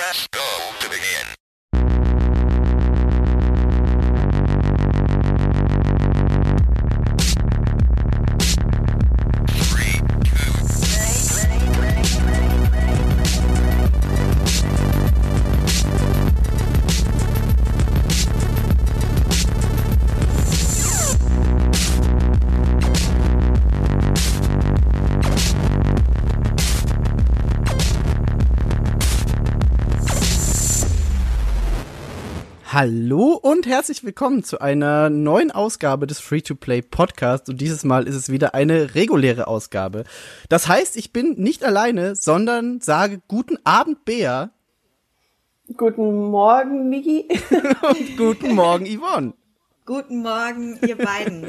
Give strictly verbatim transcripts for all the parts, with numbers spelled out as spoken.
Press go to begin. Hallo und herzlich willkommen zu einer neuen Ausgabe des Free-to-Play-Podcasts und dieses Mal ist es wieder eine reguläre Ausgabe. Das heißt, ich bin nicht alleine, sondern sage guten Abend, Bea. Guten Morgen, Migi. Und guten Morgen, Yvonne. Guten Morgen, ihr beiden.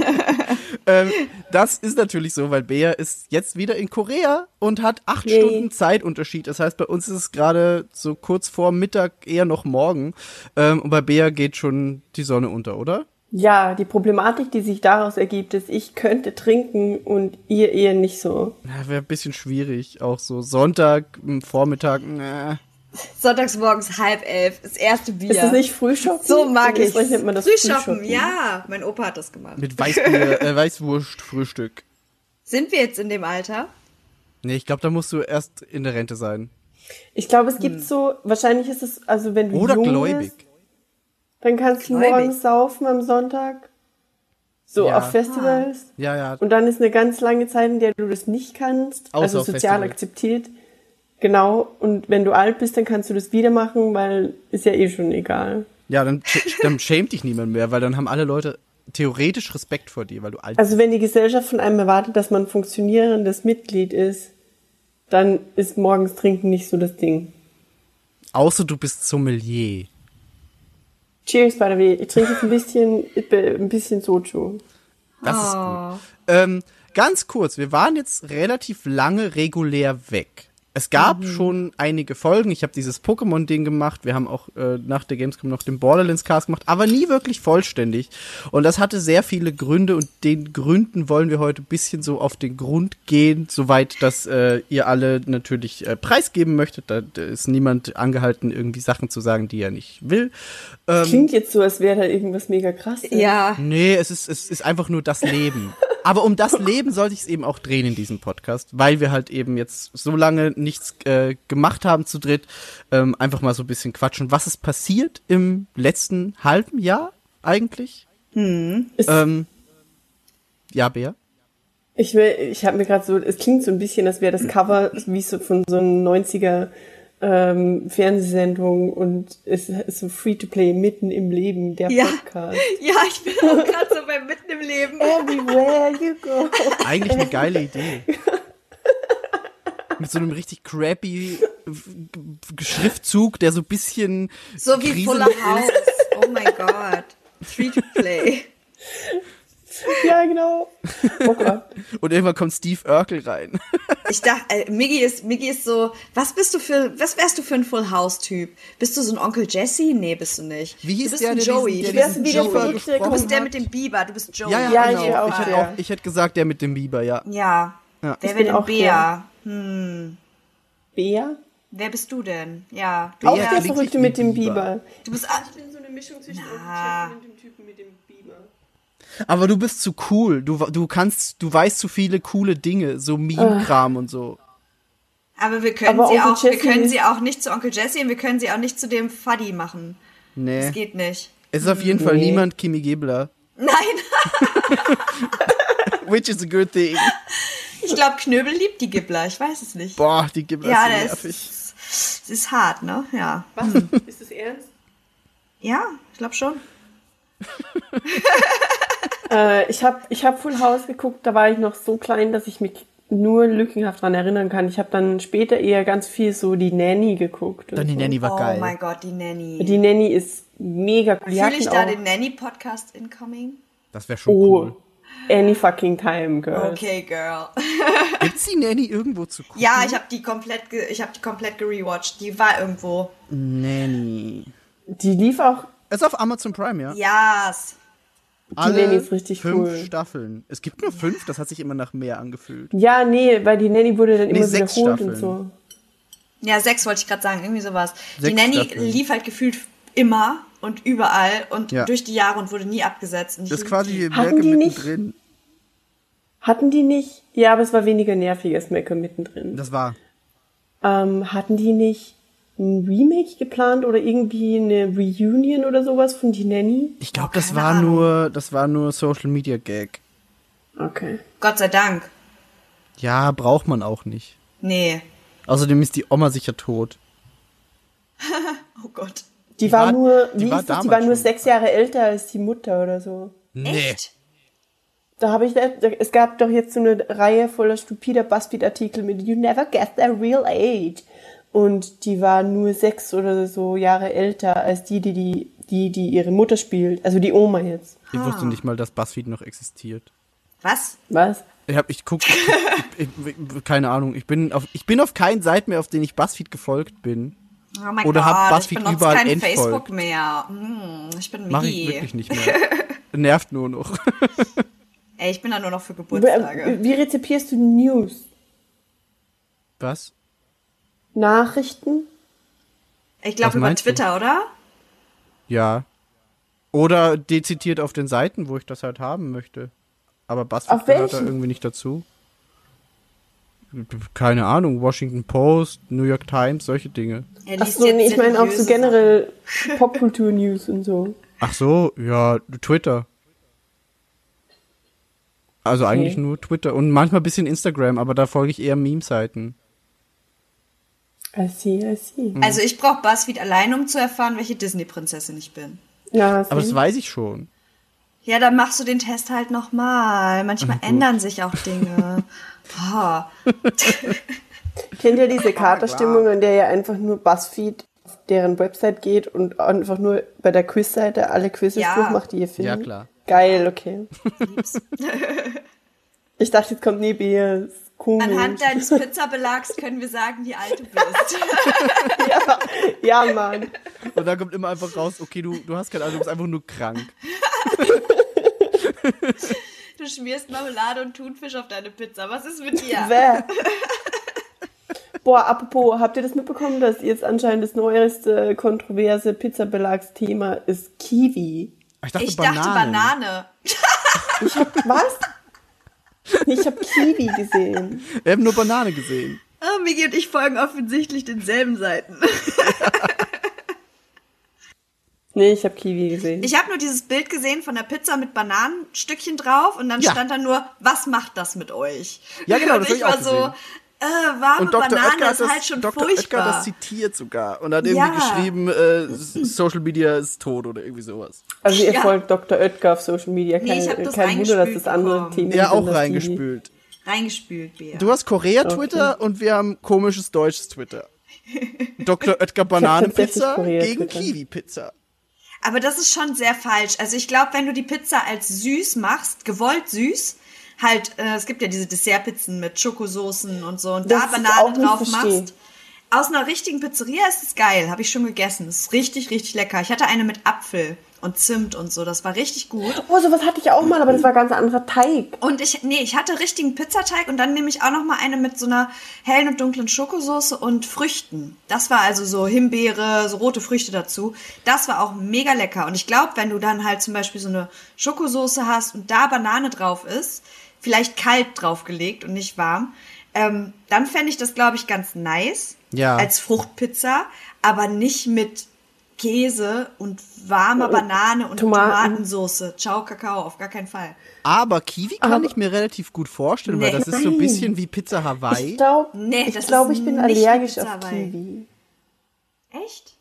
ähm, das ist natürlich so, weil Bea ist jetzt wieder in Korea und hat acht Yay. Stunden Zeitunterschied. Das heißt, bei uns ist es gerade so kurz vor Mittag, eher noch morgen. Ähm, und bei Bea geht schon die Sonne unter, oder? Ja, die Problematik, die sich daraus ergibt, ist, ich könnte trinken und ihr eher nicht so. Ja, wäre ein bisschen schwierig. Auch so Sonntag, m, Vormittag, äh. Sonntags morgens halb elf, das erste Bier. Ist das nicht Frühschoppen? So mag In ich Österreich nennt man das Frühschoppen, Frühschoppen. ja. Mein Opa hat das gemacht. Mit Weißbier, äh, Weißwurst-Frühstück. Sind wir jetzt in dem Alter? Nee, ich glaube, da musst du erst in der Rente sein. Ich glaube, es gibt so, wahrscheinlich ist es, also wenn du Oder jung gläubig. bist, dann kannst du Gläubig. morgens saufen am Sonntag. So Ja. auf Festivals. Ja, ja. Und dann ist eine ganz lange Zeit, in der du das nicht kannst. Außer also auf sozial Festivals. akzeptiert. Genau. Und wenn du alt bist, dann kannst du das wieder machen, weil ist ja eh schon egal. Ja, dann, dann schämt dich niemand mehr, weil dann haben alle Leute theoretisch Respekt vor dir, weil du alt bist. Also wenn die Gesellschaft von einem erwartet, dass man funktionierendes Mitglied ist, dann ist morgens Trinken nicht so das Ding. Außer du bist Sommelier. Cheers, by the way. Ich trinke jetzt ein bisschen, ein bisschen Soju. Das ist Oh. gut. Ähm, ganz kurz, wir waren jetzt relativ lange regulär weg. Es gab Mhm. schon einige Folgen. Ich habe dieses Pokémon-Ding gemacht. Wir haben auch äh, nach der Gamescom noch den Borderlands-Cast gemacht, aber nie wirklich vollständig. Und das hatte sehr viele Gründe und den Gründen wollen wir heute ein bisschen so auf den Grund gehen, soweit dass äh, ihr alle natürlich äh, preisgeben möchtet. Da, da ist niemand angehalten, irgendwie Sachen zu sagen, die er nicht will. Ähm, Klingt jetzt so, als wäre da irgendwas mega krass. Ja. Nee, es ist, es ist einfach nur das Leben. Aber um das Leben sollte ich es eben auch drehen in diesem Podcast, weil wir halt eben jetzt so lange nichts äh, gemacht haben zu dritt. Ähm, einfach mal so ein bisschen quatschen. Was ist passiert im letzten halben Jahr eigentlich? Ist- Ähm, ja, Bea? Ich will, ich habe mir gerade so, es klingt so ein bisschen, als wäre das Cover wie so von so einer neunziger ähm, Fernsehsendung und es ist so Free-to-Play mitten im Leben, der Ja. Podcast. Ja, ich bin auch gerade so beim Mitten im Leben. Everywhere you go. Eigentlich eine geile Idee. Mit so einem richtig crappy G- Schriftzug, der so ein bisschen So wie grieselig Fuller ist. House. Oh mein Gott. Free to play. Ja, genau. Oh Gott. Und irgendwann kommt Steve Urkel rein. Ich dachte, äh, Miggy ist, Miggy ist so, was bist du für, was wärst du für ein Full House Typ? Bist du so ein Onkel Jesse? Nee, bist du nicht. Wie hieß du bist der, ein der Joey. diesen- du der bist diesen ein Joey Joey. gesprochen Du bist der hat? mit dem Biber, du bist Joey. Ja, ja, Ja, genau. ich auch, ich, hätte ja. auch, ich hätte gesagt, der mit dem Biber, ja. Ja. Ja. Wer Ich wäre bin denn auch Bea? Bea? Wer bist du denn? Ja. Bea Auch der klingt Verrückte wie mit dem Biber. Biber. Du bist, ah, Ich bin so eine Mischung zwischen Na. und dem Typen mit dem Biber. Aber du bist zu cool. Du, du kannst, du weißt zu viele coole Dinge, so Meme-Kram und so. aber wir können Aber sie Onkel auch, wir Jesse können ist- sie auch nicht zu Onkel Jesse und wir können sie auch nicht zu dem Fuddy machen. Nee. Das geht nicht. Es ist auf jeden Fall Nee. niemand Kimi Gebler. Nein, Which is a good thing. ich glaube, Knöbel liebt die Gibbler. Ich weiß es nicht. Boah, die Gebler ja, sind das nervig. ist, das ist hart, ne? Ja. Was? Ist das ernst? Ja, ich glaube schon. Äh, ich habe ich hab Full House geguckt, da war ich noch so klein, dass ich mich nur lückenhaft dran erinnern kann. Ich habe dann später eher ganz viel so die Nanny geguckt. und Dann die so. Nanny war Oh geil. mein Gott, die Nanny. Die Nanny ist mega cool. Die Fühle ich hatten da auch- den Nanny-Podcast incoming? Das wäre schon Oh, cool. any fucking time, girl. Okay, girl. Gibt's die Nanny irgendwo zu gucken? Ja, ich habe die komplett, ge- ich habe die komplett gerewatcht. Die war irgendwo. Nanny. Die lief auch, Ist auf Amazon Prime, ja? Yes. Alle Nanny ist richtig fünf cool. Staffeln. Es gibt nur fünf, das hat sich immer nach mehr angefühlt. ja, nee, weil die Nanny wurde dann Nee, immer sechs wiederholt Staffeln. und so. Ja, sechs wollte ich gerade sagen, irgendwie sowas. Die Sechs Nanny Staffeln. lief halt gefühlt immer und überall und Ja. durch die Jahre und wurde nie abgesetzt. Und ich Das ist lieb quasi die. Hatten Malcolm die nicht- mittendrin. Hatten die nicht, ja, aber es war weniger nervig als Malcolm mittendrin. Das war. Ähm, hatten die nicht ein Remake geplant oder irgendwie eine Reunion oder sowas von die Nanny? Ich glaube, Oh, das keine war Ahnung. nur, das war nur Social Media Gag. Okay. Gott sei Dank. Ja, braucht man auch nicht. Nee. Außerdem ist die Oma sicher tot. Oh Gott. Die, Die war, war- nur, die wie war hieß das? Die damals war nur schon. sechs Jahre älter als die Mutter oder so. Echt? Da habe ich, es gab doch jetzt so eine Reihe voller stupider Buzzfeed-Artikel mit You never get their real age. Und die war nur sechs oder so Jahre älter als die, die, die, die, die ihre Mutter spielt. Also die Oma jetzt. Ich Ah. wusste nicht mal, dass BuzzFeed noch existiert. Was? Was? Ich hab, ich guck, ich, ich, ich, keine Ahnung, ich bin auf, ich bin auf keinen Seiten mehr, auf denen ich BuzzFeed gefolgt bin. Oh mein Oder Gott, hab ich BuzzFeed benutze überall kein entfolgt. Facebook mehr. Hm, ich bin Mache ich Migi. wirklich nicht mehr. Nervt nur noch. Ey, ich bin da nur noch für Wie, Geburtstage. wie rezipierst du News? Was? Nachrichten? Ich glaube Was über meinst du? Twitter, oder? Ja. Oder dezidiert auf den Seiten, wo ich das halt haben möchte. Aber BuzzFeed Auf gehört da welchen? irgendwie nicht dazu. Keine Ahnung, Washington Post, New York Times, solche Dinge. Er Ach liest so, jetzt nee, ich meine auch so seriöse generell Popkultur-News und so. Ach so, ja, Twitter. Also eigentlich Okay. nur Twitter und manchmal ein bisschen Instagram, aber da folge ich eher Meme-Seiten. I see, I see. Sachen. Also ich brauche BuzzFeed allein, um zu erfahren, welche Disney-Prinzessin ich bin. Ja, Aber das see. weiß ich schon. Ja, dann machst du den Test halt nochmal. Manchmal ändern sich auch Dinge. Boah. Kennt ihr diese Katerstimmung, in der ihr einfach nur BuzzFeed auf deren Website geht und einfach nur bei der Quizseite alle Quizzes Ja. durchmacht, die ihr findet? Ja, klar. Geil, okay. Ich dachte, jetzt kommt nee, Bier. Ist komisch. Anhand deines Pizzabelags können wir sagen, wie alt du bist. ja, ja, Mann. Und dann kommt immer einfach raus, okay, du, du hast keine Ahnung, du bist einfach nur krank. Du schmierst Marmelade und Thunfisch auf deine Pizza. Was ist mit dir? Wer? Boah, apropos, habt ihr das mitbekommen, dass jetzt anscheinend das neueste kontroverse Pizzabelagsthema ist Kiwi? Ich dachte Ich Bananen. dachte Banane. Ich hab, was? Ich hab Kiwi gesehen. Wir haben nur Banane gesehen. Oh, Migi und ich folgen offensichtlich denselben Seiten. Nee, ich hab Kiwi gesehen. Ich habe nur dieses Bild gesehen von der Pizza mit Bananenstückchen drauf und dann Ja. stand da nur, was macht das mit euch? Ja, genau, und das hab ich ich auch war so, gesehen. äh, warme Und Doktor Banane Oetker hat ist das, halt schon Doktor Oetker furchtbar. hat das zitiert sogar und hat Ja. irgendwie geschrieben, äh, Social Media ist tot oder irgendwie sowas. Also ihr Ja. folgt Doktor Oetker auf Social Media. Nee, Kein, ich hab das kein Wunder, dass reingespült das andere bekommen. Themen Ja, sind, auch dass die- reingespült. Reingespült, Bea. Du hast Korea-Twitter und wir haben komisches deutsches Twitter. Doktor Oetker Bananenpizza tatsächlich Korea gegen Twitter. Kiwi-Pizza. Aber das ist schon sehr falsch. Also ich glaube, wenn du die Pizza als süß machst, gewollt süß, halt, äh, es gibt ja diese Dessertpizzen mit Schokosoßen und so, und Das da ich auch Banane nicht drauf verstehe. machst. Aus einer richtigen Pizzeria ist es geil, habe ich schon gegessen. Das ist richtig, richtig lecker. Ich hatte eine mit Apfel und Zimt und so, das war richtig gut. Oh, sowas hatte ich auch mal, aber das war ein ganz anderer Teig. Und ich, nee, ich hatte richtigen Pizzateig und dann nehme ich auch noch mal eine mit so einer hellen und dunklen Schokosoße und Früchten. Das war also so Himbeere, so rote Früchte dazu. Das war auch mega lecker. Und ich glaube, wenn du dann halt zum Beispiel so eine Schokosoße hast und da Banane drauf ist, vielleicht kalt draufgelegt und nicht warm, ähm, dann fände ich das, glaube ich, ganz nice. Ja. Als Fruchtpizza, aber nicht mit Käse und warmer Banane und Tomaten. Tomatensoße. Ciao, Kakao, auf gar keinen Fall. Aber Kiwi kann Aber- ich mir relativ gut vorstellen, weil Nee. das ist so ein Nein. bisschen wie Pizza Hawaii. Ich glaube, Nee, ich, das glaub, ist ich bin nicht allergisch Pizza auf Hawaii. Kiwi. Echt?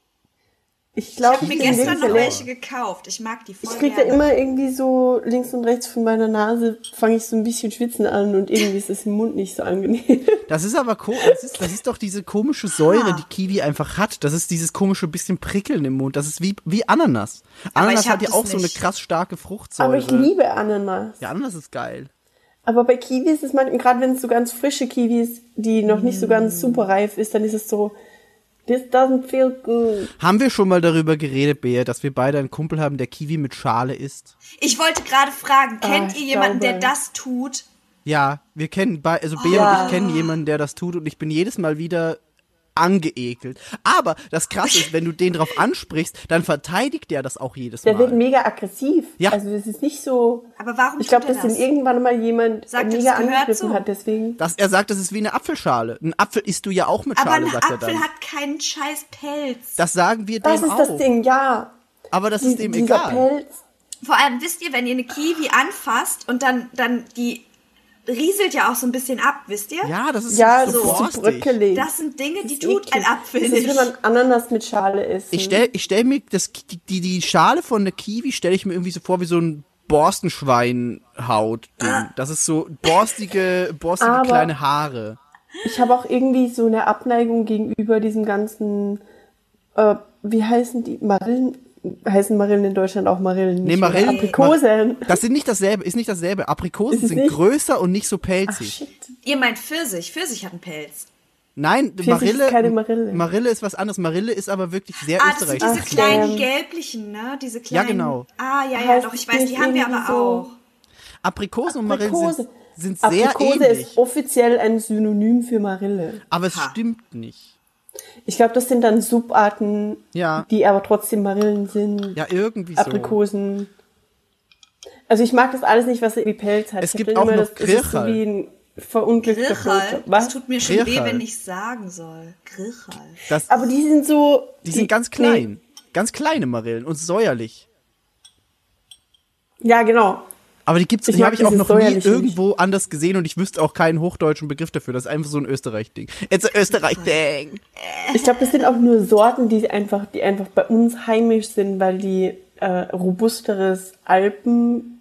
Ich Ich glaube, habe mir ich bin gestern wirklich noch allergisch. welche gekauft. Ich mag die voll Ich krieg da gerne. immer irgendwie so links und rechts von meiner Nase, fange ich so ein bisschen schwitzen an und irgendwie ist das im Mund nicht so angenehm. Das ist aber ko das ist, das ist doch diese komische Säure, Ah. die Kiwi einfach hat. Das ist dieses komische bisschen Prickeln im Mund. Das ist wie, wie Ananas. Aber Ananas ich hab hat ja das auch so eine nicht. krass starke Fruchtsäure. Aber ich liebe Ananas. Ja, Ananas ist geil. Aber bei Kiwi ist es manchmal, gerade wenn es so ganz frische Kiwis, die noch nicht so ganz super reif ist, dann ist es so, this doesn't feel good. Haben wir schon mal darüber geredet, Bea, dass wir beide einen Kumpel haben, der Kiwi mit Schale isst? Ich wollte gerade fragen, kennt Ah, ich ihr jemanden, der glaube. das tut? Ja, wir kennen, bei, also Bea Ja. und ich kennen jemanden, der das tut und ich bin jedes Mal wieder angeekelt. Aber das Krasse ist, wenn du den drauf ansprichst, dann verteidigt der das auch jedes Mal. Der wird mega aggressiv. Ja. Also das ist nicht so... Aber warum Ich glaube, tut er dass den das? irgendwann mal jemand Sagt, das mega gehört angegriffen so. hat, deswegen... Dass er sagt, das ist wie eine Apfelschale. Ein Apfel isst du ja auch mit Aber Schale, ein sagt er Apfel dann. hat keinen scheiß Pelz. Das sagen wir Das dem ist auch. das Ding, ja. Aber das Die- ist dem dieser egal. Pelz. Vor allem, wisst ihr, wenn ihr eine Kiwi anfasst und dann, dann die rieselt ja auch so ein bisschen ab, wisst ihr? Ja, das ist Ja, so das ist so borstig. bröckelig. Das sind Dinge, die ist tut ein eklig. Apfel Das ist, nicht. wenn man Ananas mit Schale isst. Ich stell, ich stell mir das, die, die Schale von der Kiwi stelle ich mir irgendwie so vor wie so ein Borstenschweinhaut-Ding. Das ist so borstige, borstige Aber- kleine Haare. Ich habe auch irgendwie so eine Abneigung gegenüber diesem ganzen, äh, wie heißen die, Marillen? Heißen Marillen in Deutschland auch Marillen? Nee, nicht Marillen. mehr? Aprikosen. Das sind nicht dasselbe, ist nicht dasselbe. Aprikosen Ist es sind nicht? größer und nicht so Ach, pelzig. shit. Ihr meint Pfirsich. Pfirsich hat einen Pelz. Nein, Pfirsich Marille, ist keine Marille. Marille ist was anderes. Marille ist aber wirklich sehr Ah, das sind österreichisch. diese Ach, kleinen damn. gelblichen, ne? Diese kleinen. genau. Ah, ja, ja, Heißt doch, ich weiß, die nicht haben wir aber irgendwie so- auch. Aprikosen und Marillen Aprikose. sind, sind sehr Aprikose ähnlich. ist offiziell ein Synonym für Marille. Aber es Ha. stimmt nicht. Ich glaube, das sind dann Subarten, Ja. die aber trotzdem Marillen sind. Ja, irgendwie so. Aprikosen. Also ich mag das alles nicht, was irgendwie Pelz hat. Es Ich hab gibt dann auch immer noch das, das ist so Grillchal. wie ein verunglückter Grillchal. Blowjob. Das Was? tut mir schon weh, Grillchal. wenn ich sagen soll. Grillchal. Das, Aber die sind so... die sind ganz klein. Ganz kleine Marillen und säuerlich. Nee. Ja, genau. Aber die gibt's, Ich die mag habe ich auch dieses noch nie säuerliche irgendwo anders gesehen und ich wüsste auch keinen hochdeutschen Begriff dafür. Das ist einfach so ein Österreich-Ding. It's a Österreich-Ding. Ich glaube, das sind auch nur Sorten, die einfach, die einfach bei uns heimisch sind, weil die äh, robusteres Alpenzonen,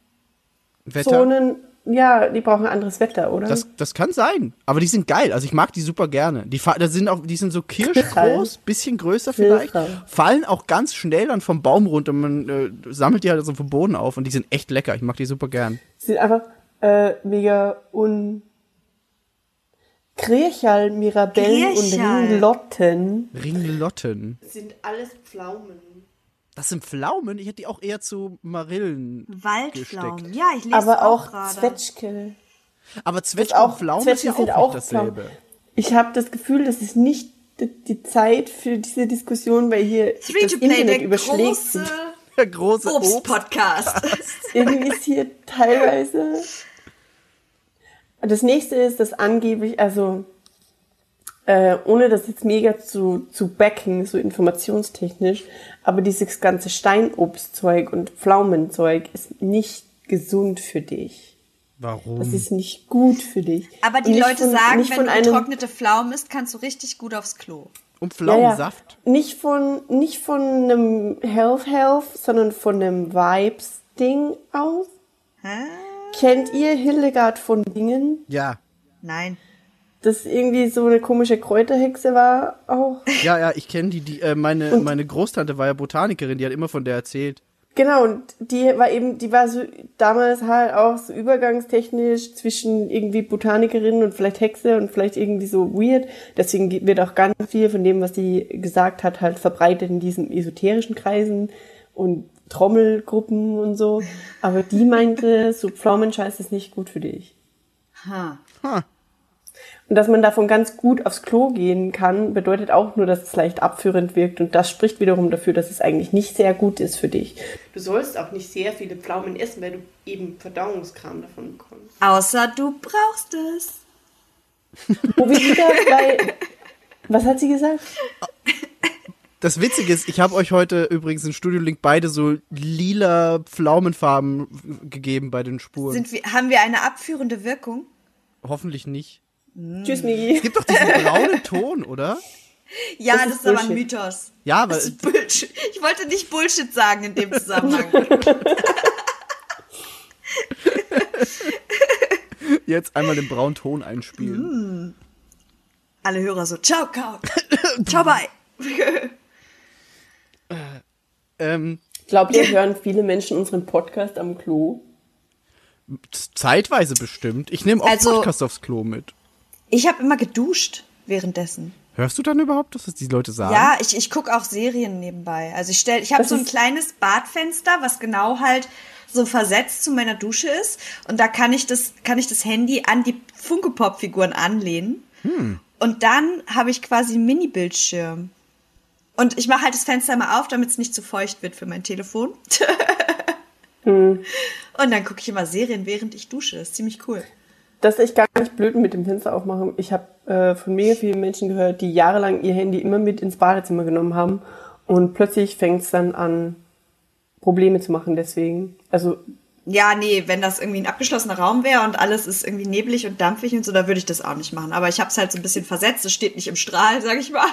Wetter. ja, die brauchen anderes Wetter, oder? Das, das kann sein. Aber die sind geil. Also ich mag die super gerne. Die, fa- das sind auch, die sind so kirschgroß, bisschen größer vielleicht. Hilfreich. Fallen auch ganz schnell dann vom Baum runter. Man äh, sammelt die halt so vom Boden auf und die sind echt lecker. Ich mag die super gern. Die sind einfach äh, mega un... Krechal, Mirabellen Krechal. und Ringlotten Ringlotten. sind alles Pflaumen. Das sind Pflaumen. Ich hätte die auch eher zu Marillen Waldpflaumen. gesteckt. Ja, ich lese Aber auch gerade. Zwetschge. Aber Zwetschgen auch- und Pflaumen Zwetschgen ist ja sind auch auch nicht dasselbe. Ich habe das Gefühl, das ist nicht die, die Zeit für diese Diskussion, weil hier Three das to Play, Internet der überschlägt große sich. Der große Obst. Obst-Podcast. Irgendwie ist hier teilweise... Und das nächste ist, dass angeblich, also äh, ohne das jetzt mega zu, zu backen, so informationstechnisch, aber dieses ganze Steinobstzeug und Pflaumenzeug ist nicht gesund für dich. Warum? Das ist nicht gut für dich. Aber Und die nicht Leute von- sagen, nicht wenn von du einem- getrocknete Pflaumen isst, kannst du richtig gut aufs Klo. Und Ja, ja. Pflaumensaft? Nicht von, nicht von einem Health Health, sondern von einem Vibes-Ding aus. Hä? Kennt ihr Hildegard von Bingen? Ja. Nein. Das irgendwie so eine komische Kräuterhexe war auch. Ja, ja, ich kenne die, die äh, meine, meine Großtante war ja Botanikerin, die hat immer von der erzählt. Genau, und die war eben, die war so damals halt auch so übergangstechnisch zwischen irgendwie Botanikerin und vielleicht Hexe und vielleicht irgendwie so weird. Deswegen wird auch ganz viel von dem, was sie gesagt hat, halt verbreitet in diesen esoterischen Kreisen und Trommelgruppen und so. Aber die meinte, so Pflaumenscheiß ist nicht gut für dich. Ha. Ha. Und dass man davon ganz gut aufs Klo gehen kann, bedeutet auch nur, dass es leicht abführend wirkt. Und das spricht wiederum dafür, dass es eigentlich nicht sehr gut ist für dich. Du sollst auch nicht sehr viele Pflaumen essen, weil du eben Verdauungskram davon bekommst. Außer du brauchst es. Wo wir wieder bei... Was hat sie gesagt? Das Witzige ist, ich habe euch heute übrigens in Studio Link beide so lila Pflaumenfarben gegeben bei den Spuren. Sind wir, haben wir eine abführende Wirkung? Hoffentlich nicht. Tschüss, Migi. Es gibt doch diesen braunen Ton, oder? Ja, Das das, ist ist aber ein Bullshit. Mythos. Ja, weil Das ist Bullshit. Ich wollte nicht Bullshit sagen in dem Zusammenhang. jetzt einmal den braunen Ton einspielen. Alle Hörer so, ciao, ciao. Ciao, bye. Ähm, Glaubt ihr, hören viele Menschen unseren Podcast am Klo? zeitweise bestimmt. Ich nehme auch Also- Podcast aufs Klo mit. Ich habe immer geduscht währenddessen. Hörst du dann überhaupt, dass das die Leute sagen? Ja, ich, ich gucke auch Serien nebenbei. Also ich stell, ich habe Das so ein ist- kleines Badfenster, was genau halt so versetzt zu meiner Dusche ist. Und da kann ich das, kann ich das Handy an die Funko-Pop-Figuren anlehnen. Hm. Und dann habe ich quasi einen Mini-Bildschirm. Und ich mache halt das Fenster mal auf, damit es nicht zu feucht wird für mein Telefon. Hm. Und dann gucke ich immer Serien, während ich dusche. Das ist ziemlich cool. Das ist echt gar nicht blöd mit dem Fenster aufmachen. Ich habe äh, von mega vielen Menschen gehört, die jahrelang ihr Handy immer mit ins Badezimmer genommen haben und plötzlich fängt es dann an, Probleme zu machen deswegen. Also Ja, nee, wenn das irgendwie ein abgeschlossener Raum wäre und alles ist irgendwie neblig und dampfig und so, da würde ich das auch nicht machen. Aber ich habe es halt so ein bisschen versetzt. Es steht nicht im Strahl, sag ich mal.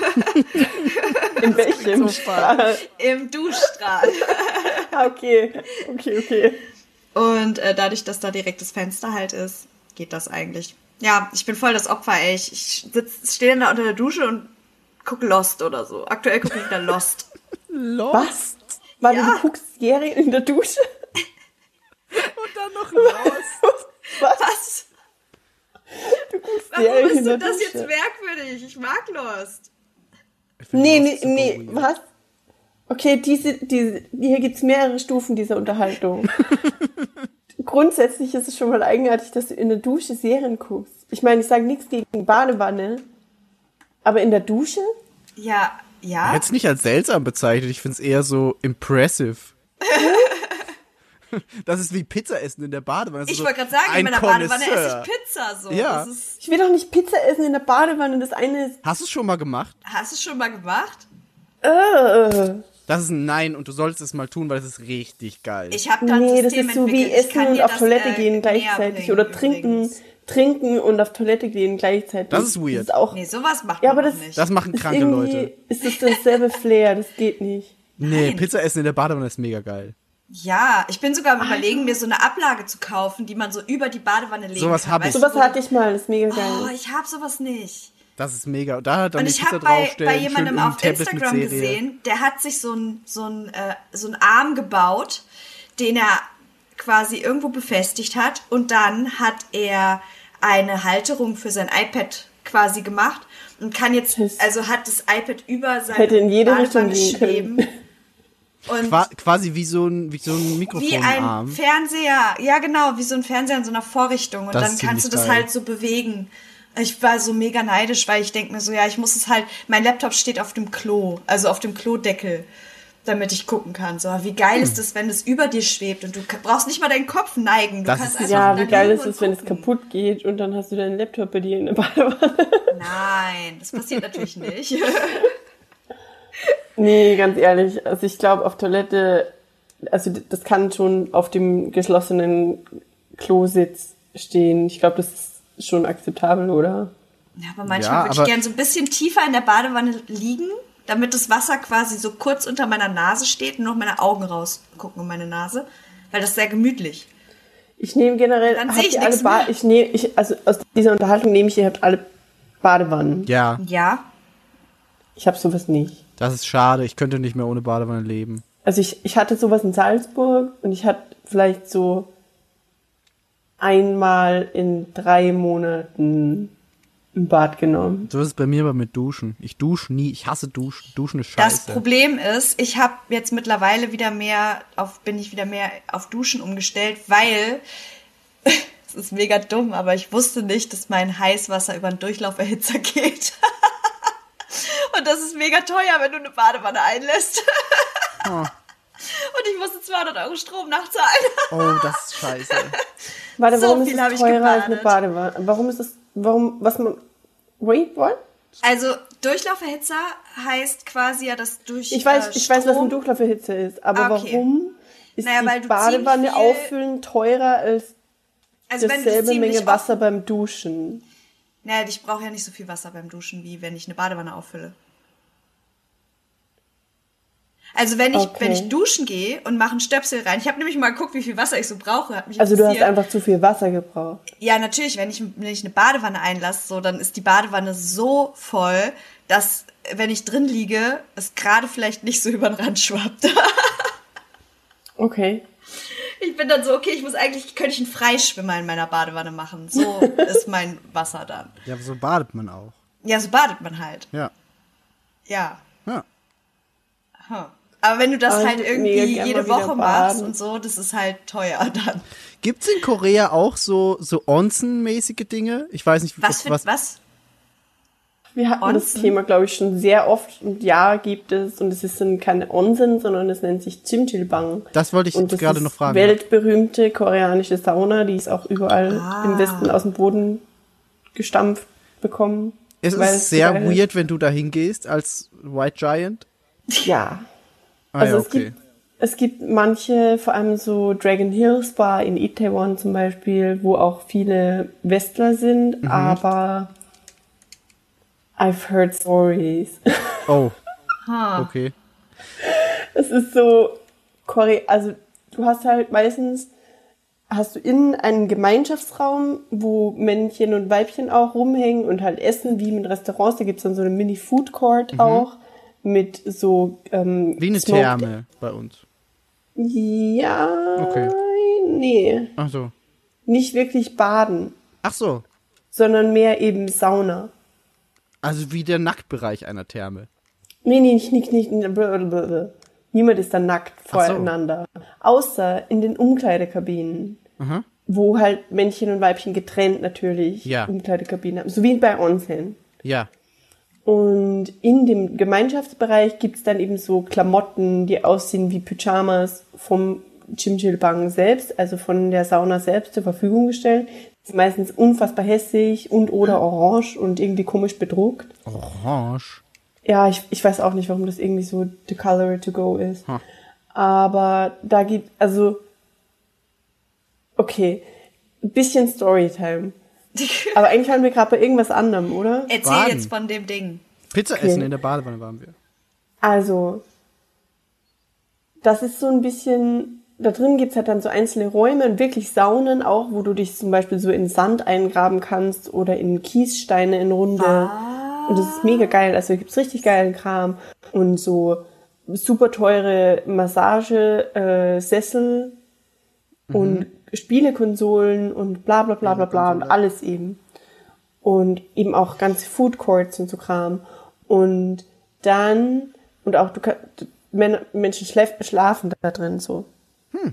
in welchem so Strahl? Im Duschstrahl. Ah, okay, okay, okay. Und äh, dadurch, dass da direkt das Fenster halt ist, geht das eigentlich. Ja, ich bin voll das Opfer, ey. Ich, ich sitz, stehe dann da unter der Dusche und gucke Lost oder so. Aktuell gucke ich wieder Lost. Lost. Was? Warte, Ja. du guckst Serien in der Dusche? Und dann noch Lost. Was? Was? Du guckst Warum Serien ist in der denn das Dusche? jetzt merkwürdig? Ich mag Lost. Ich find Nee, Lost nee, super nee, weird. was? Okay, diese, diese, hier gibt's mehrere Stufen dieser Unterhaltung. Grundsätzlich ist es schon mal eigenartig, dass du in der Dusche Serien guckst. Ich meine, ich sage nichts gegen Badewanne, aber in der Dusche? Ja, Ich ja. hätte es nicht als seltsam bezeichnet, ich finde es eher so impressive. Das ist wie Pizza essen in der Badewanne. Das ist Ich so wollte gerade sagen, in ein meiner Badewanne Connoisseur. esse ich Pizza. So. Ja. Das ist, Ich will doch nicht Pizza essen in der Badewanne. Das eine ist, Hast du es schon mal gemacht? hast du es schon mal gemacht? äh, Das ist ein Nein und du solltest es mal tun, weil es ist richtig geil. Ich habe da ein nee, das System ist so wie entwickelt. Ich essen kann und dir auf das, Toilette äh, gehen näher gleichzeitig bringen, oder trinken, übrigens. trinken und auf Toilette gehen gleichzeitig. Das ist weird. Das ist auch, Nee, sowas macht ja, man aber auch das, nicht. Das machen ist kranke irgendwie, Leute. ist das dasselbe Flair, das geht nicht. Nee, Nein. Pizza essen in der Badewanne ist mega geil. Ja, ich bin sogar am überlegen, mir so eine Ablage zu kaufen, die man so über die Badewanne legen Sowas kann. hab ich. Weißt du, Sowas wo- hatte ich mal, das ist mega geil. Oh, ich hab sowas nicht. Das ist mega. Da dann Und die ich Pizza habe bei, draufstellen, bei jemandem schön im auf Tablet mit Instagram Serie. gesehen, der hat sich so ein so ein äh, so ein Arm gebaut, den er quasi irgendwo befestigt hat und dann hat er eine Halterung für sein iPad quasi gemacht und kann jetzt, Das also hat das iPad über seine hätte in jede Richtung Badewanne gehen können. schweben. Und Qua quasi wie so ein, wie so ein wie ein Mikrofonarm. Fernseher, ja genau, wie so ein Fernseher in so einer Vorrichtung und Das dann ist kannst du ziemlich das geil. halt so bewegen. Ich war so mega neidisch, weil ich denke mir so, ja, ich muss es halt, mein Laptop steht auf dem Klo, also auf dem Klodeckel, damit ich gucken kann. So, wie geil Hm. ist es, wenn es über dir schwebt und du ka- brauchst nicht mal deinen Kopf neigen. Du Das kannst ist- einfach Ja, da wie geil liegen ist und es, wenn es gucken. kaputt geht und dann hast du deinen Laptop bei dir in der Badewanne. Nein, das passiert natürlich nicht. Nee, ganz ehrlich, also ich glaube auf Toilette, also das kann schon auf dem geschlossenen Klositz stehen. Ich glaube, das ist schon akzeptabel, oder? Ja, aber manchmal Ja, würde ich aber- gern so ein bisschen tiefer in der Badewanne liegen, damit das Wasser quasi so kurz unter meiner Nase steht und noch meine Augen rausgucken um meine Nase, weil das ist sehr gemütlich. Ich nehme generell, Dann habt seh ich ihr alle nix ba mehr. ich nehme, ich, also aus dieser Unterhaltung nehme ich, ihr habt alle Badewannen. Ja, Ja, Ich habe sowas nicht. das ist schade. Ich könnte nicht mehr ohne Badewanne leben. Also ich, ich hatte sowas in Salzburg und ich hatte vielleicht so einmal in drei Monaten ein Bad genommen. So ist es bei mir aber mit Duschen. Ich dusche nie. Ich hasse Duschen. Duschen ist das scheiße. Problem ist, ich habe jetzt mittlerweile wieder mehr auf, bin ich wieder mehr auf Duschen umgestellt, weil, es ist mega dumm, aber ich wusste nicht, dass mein Heißwasser über einen Durchlauferhitzer geht. Und das ist mega teuer, wenn du eine Badewanne einlässt. Oh. Und ich musste zweihundert Euro Strom nachzahlen. Oh, das ist scheiße. Warte, So warum viel ist hab es ich teurer als eine gebadet. Badewanne? Warum ist es, warum, was man, wait, what? Also Durchlauferhitzer heißt quasi ja, dass durch Ich weiß, äh, ich weiß, was ein Strom- Durchlauferhitze ist, aber Ah, okay. warum ist Naja, weil die du Badewanne ziemlich viel- auffüllen teurer als also wenn du dasselbe ziemlich Menge Wasser oft- beim Duschen? Naja, ich brauche ja nicht so viel Wasser beim Duschen, wie wenn ich eine Badewanne auffülle. Also wenn ich, Okay. wenn ich duschen gehe und mache einen Stöpsel rein, ich habe nämlich mal geguckt, wie viel Wasser ich so brauche. Hat mich Also du hast interessiert. einfach zu viel Wasser gebraucht. Ja, natürlich, wenn ich, wenn ich eine Badewanne einlasse, so, dann ist die Badewanne so voll, dass, wenn ich drin liege, es gerade vielleicht nicht so über den Rand schwappt. Okay. Ich bin dann so, okay, ich muss eigentlich, könnte ich einen Freischwimmer in meiner Badewanne machen. So ist mein Wasser dann. Ja, aber so badet man auch. Ja, so badet man halt. Ja. Ja. Ja. Hm. Aber wenn du das Also, halt mega irgendwie gern jede mal wieder Woche machst baden. und so, das ist halt teuer dann. Gibt's in Korea auch so, so Onsen-mäßige Dinge? Ich weiß nicht, Was für, was, was? Wir hatten Onsen. Das Thema, glaube ich, schon sehr oft. Und ja, gibt es. Und es ist dann keine Onsen, sondern es nennt sich Jjimjilbang. Das wollte ich und das gerade noch fragen. Weltberühmte koreanische Sauna, die ist auch überall ah. im Westen aus dem Boden gestampft bekommen. Es ist sehr weird, wenn du da hingehst als White Giant. Ja. Ah, also ja, es okay. gibt Es gibt manche, vor allem so Dragon Hill Spa in Itaewon zum Beispiel, wo auch viele Westler sind, mhm. aber I've heard stories. Oh, okay. Es ist so, also du hast halt meistens, hast du innen einen Gemeinschaftsraum, wo Männchen und Weibchen auch rumhängen und halt essen, wie in Restaurants, da gibt's dann so eine Mini-Food-Court mhm. auch, mit so ähm, wie eine Smoked Therme bei uns. Ja, okay. nee. Ach so. Nicht wirklich baden. Ach so. Sondern mehr eben Sauna. Also wie der Nacktbereich einer Therme. Nee, nee, nicht, nicht, nicht. Niemand ist da nackt voreinander. So. Außer in den Umkleidekabinen. Aha. Wo halt Männchen und Weibchen getrennt natürlich ja. Umkleidekabinen haben. So wie bei Onsen. Ja. Und in dem Gemeinschaftsbereich gibt's dann eben so Klamotten, die aussehen wie Pyjamas vom Jjimjilbang selbst, also von der Sauna selbst zur Verfügung gestellt. Das ist meistens unfassbar hässlich und oder orange und irgendwie komisch bedruckt. Orange? Ja, ich, ich weiß auch nicht, warum das irgendwie so the color to go ist. Huh. Aber da gibt, also, okay, ein bisschen Storytime. Aber eigentlich waren wir gerade bei irgendwas anderem, oder? Erzähl Baden. Jetzt von dem Ding. Pizza okay. essen in der Badewanne waren wir. Also, das ist so ein bisschen, da drin gibt's halt dann so einzelne Räume und wirklich Saunen auch, wo du dich zum Beispiel so in Sand eingraben kannst oder in Kiessteine in Runde. Ah. Und das ist mega geil. Also da gibt's richtig geilen Kram und so super teure Massage, äh, Sessel mhm. und Spielekonsolen und bla bla bla bla bla und alles eben. Und eben auch ganze Food Courts und so Kram. Und dann, und auch du kannst, Menschen schläf, schlafen da drin so. Hm.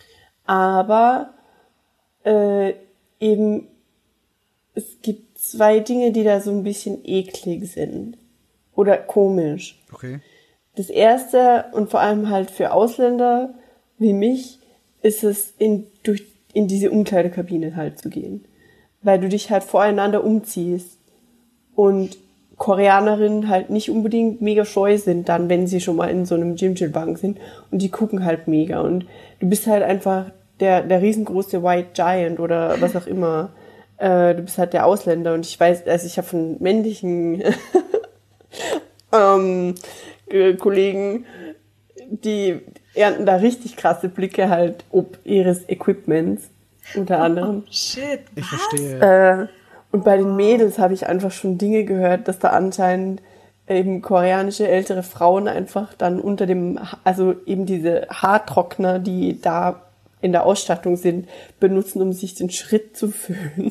Aber äh, eben, es gibt zwei Dinge, die da so ein bisschen eklig sind. Oder komisch. Okay. Das erste, und vor allem halt für Ausländer wie mich, ist es, in, durch, in diese Umkleidekabine halt zu gehen. Weil du dich halt voreinander umziehst. Und Koreanerinnen halt nicht unbedingt mega scheu sind dann, wenn sie schon mal in so einem Jjimjilbang sind. Und die gucken halt mega. Und du bist halt einfach der, der riesengroße White Giant oder was auch immer. Äh, du bist halt der Ausländer. Und ich weiß, also ich habe von männlichen ähm, Kollegen, die ernten da richtig krasse Blicke halt ob ihres Equipments, unter anderem. Oh, shit, was? Ich verstehe. Äh, und bei den Mädels habe ich einfach schon Dinge gehört, dass da anscheinend eben koreanische ältere Frauen einfach dann unter dem, also eben diese Haartrockner, die da in der Ausstattung sind, benutzen, um sich den Schritt zu föhnen.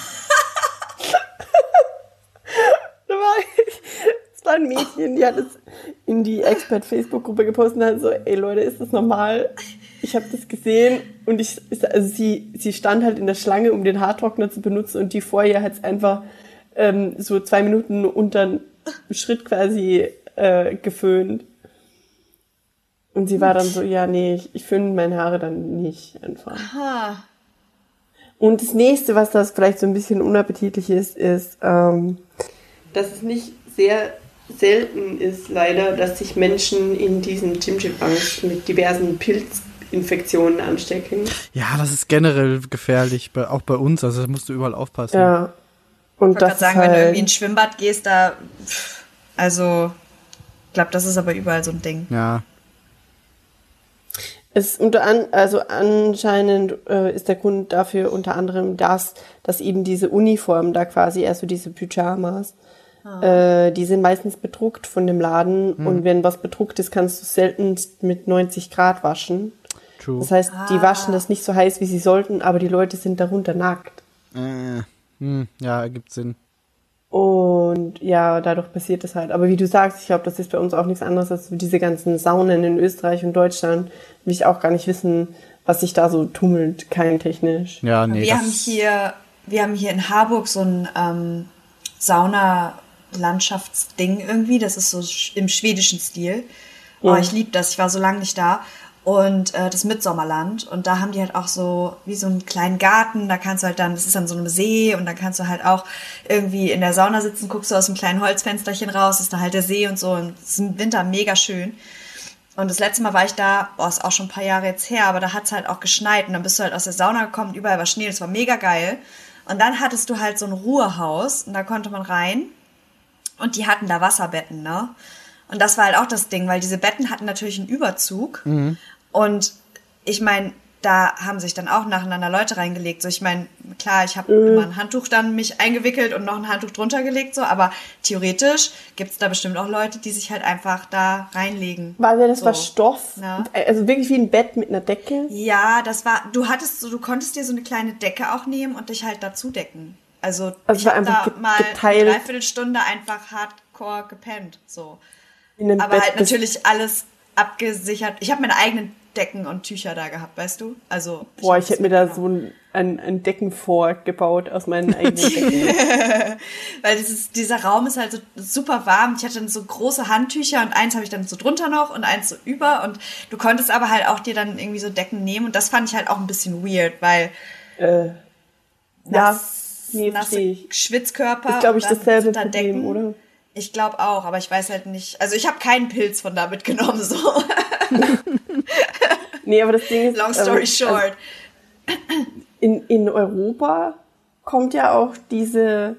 da war ich, das war ein Mädchen, die hat es in die Expert-Facebook-Gruppe gepostet und hat so, ey Leute, ist das normal? Ich habe das gesehen und ich, also sie, sie stand halt in der Schlange, um den Haartrockner zu benutzen und die vor ihr hat es einfach ähm, so zwei Minuten unter den Schritt quasi äh, geföhnt. Und sie war dann so, ja, nee, ich, ich föhne meine Haare dann nicht einfach. Aha. Und das nächste, was das vielleicht so ein bisschen unappetitlich ist, ist, ähm, dass es nicht sehr selten ist leider, dass sich Menschen in diesen Jjimjilbangs mit diversen Pilzinfektionen anstecken. Ja, das ist generell gefährlich, bei, auch bei uns, also da musst du überall aufpassen. Ja. Und ich wollte das gerade sagen, halt, wenn du irgendwie ins Schwimmbad gehst, da, also, ich glaube, das ist aber überall so ein Ding. Ja. Es unter an, also anscheinend äh, ist der Grund dafür unter anderem das, dass eben diese Uniformen da quasi, also diese Pyjamas, ah. äh, die sind meistens bedruckt von dem Laden hm. und wenn was bedruckt ist, kannst du seltenst mit neunzig Grad waschen. True. Das heißt, ah. die waschen das nicht so heiß, wie sie sollten, aber die Leute sind darunter nackt. Äh, hm, ja, ergibt Sinn. Und ja, dadurch passiert das halt. Aber wie du sagst, ich glaube, das ist bei uns auch nichts anderes als diese ganzen Saunen in Österreich und Deutschland. Will ich auch gar nicht wissen, was sich da so tummelt, kein technisch. Ja, nee. Wir haben hier, wir haben hier in Harburg so ein ähm, Sauna, Landschaftsding irgendwie. Das ist so sch- im schwedischen Stil. Oh, ich liebe das. Ich war so lange nicht da. Und äh, das Midtsommerland. Und da haben die halt auch so wie so einen kleinen Garten. Da kannst du halt dann, das ist an so einem See. Und dann kannst du halt auch irgendwie in der Sauna sitzen, guckst du aus einem kleinen Holzfensterchen raus, ist da halt der See und so. Und es ist im Winter mega schön. Und das letzte Mal war ich da, boah, ist auch schon ein paar Jahre jetzt her, aber da hat es halt auch geschneit. Und dann bist du halt aus der Sauna gekommen, überall war Schnee, das war mega geil. Und dann hattest du halt so ein Ruhehaus und da konnte man rein. Und die hatten da Wasserbetten, ne? Und das war halt auch das Ding, weil diese Betten hatten natürlich einen Überzug. Mhm. Und ich meine, da haben sich dann auch nacheinander Leute reingelegt. So, ich meine, klar, ich habe mhm. immer ein Handtuch dann mich eingewickelt und noch ein Handtuch drunter gelegt, so, aber theoretisch gibt es da bestimmt auch Leute, die sich halt einfach da reinlegen. War das so. war Stoff? Ja. Also wirklich wie ein Bett mit einer Decke? Ja, das war, du hattest so, du konntest dir so eine kleine Decke auch nehmen und dich halt dazu decken. Also, also ich habe da ge- mal geteilt. eine Dreiviertelstunde einfach hardcore gepennt, so. In einem Aber Bett, halt natürlich alles abgesichert. Ich habe meine eigenen Decken und Tücher da gehabt, weißt du? Also ich Boah, ich hätte mir da so ein, ein, ein Deckenfort gebaut aus meinen eigenen Decken. Weil dieses, dieser Raum ist halt so super warm. Ich hatte dann so große Handtücher und eins habe ich dann so drunter noch und eins so über. Und du konntest aber halt auch dir dann irgendwie so Decken nehmen. Und das fand ich halt auch ein bisschen weird, weil äh, nass, ja, nee, nasse Schwitzkörper. Ist, glaube ich, dasselbe Problem, Decken, oder? Ich glaube auch, aber ich weiß halt nicht. Also ich habe keinen Pilz von da mitgenommen, so. Nee, aber das Ding ist... Long story ähm, short. Also in, in Europa kommt ja auch diese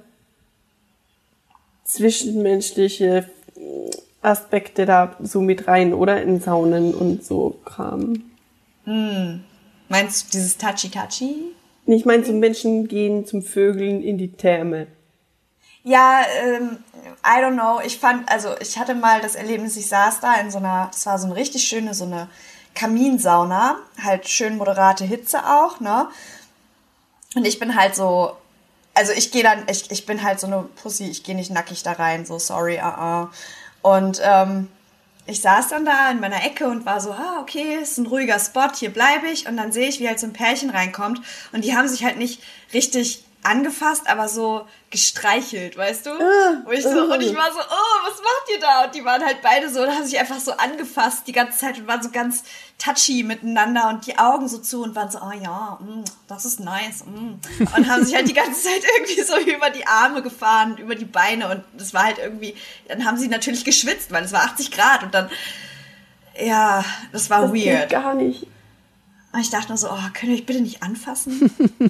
zwischenmenschliche Aspekte da so mit rein, oder? In Saunen und so Kram. Hm. Meinst du dieses Touchy-Touchy? Ich meine, so Menschen gehen zum Vögeln in die Therme. Ja, ähm, I don't know. Ich fand, also ich hatte mal das Erlebnis, ich saß da in so einer, das war so eine richtig schöne, so eine Kaminsauna, halt schön moderate Hitze auch, ne? Und ich bin halt so, also ich gehe dann, ich, ich bin halt so eine Pussy, ich gehe nicht nackig da rein, so sorry, uh-uh. Und ähm, ich saß dann da in meiner Ecke und war so, ah, okay, ist ein ruhiger Spot, hier bleibe ich. Und dann sehe ich, wie halt so ein Pärchen reinkommt und die haben sich halt nicht richtig angefasst, aber so gestreichelt, weißt du? Uh, Wo ich so, uh. Und ich war so, oh, was macht ihr da? Und die waren halt beide so und haben sich einfach so angefasst die ganze Zeit und waren so ganz touchy miteinander und die Augen so zu und waren so, oh ja, mm, das ist nice. Mm. Und haben sich halt die ganze Zeit irgendwie so über die Arme gefahren, über die Beine und das war halt irgendwie, dann haben sie natürlich geschwitzt, weil es war achtzig Grad und dann, ja, das war das weird. Geht gar nicht. Und ich dachte nur so, oh, könnt ihr euch bitte nicht anfassen?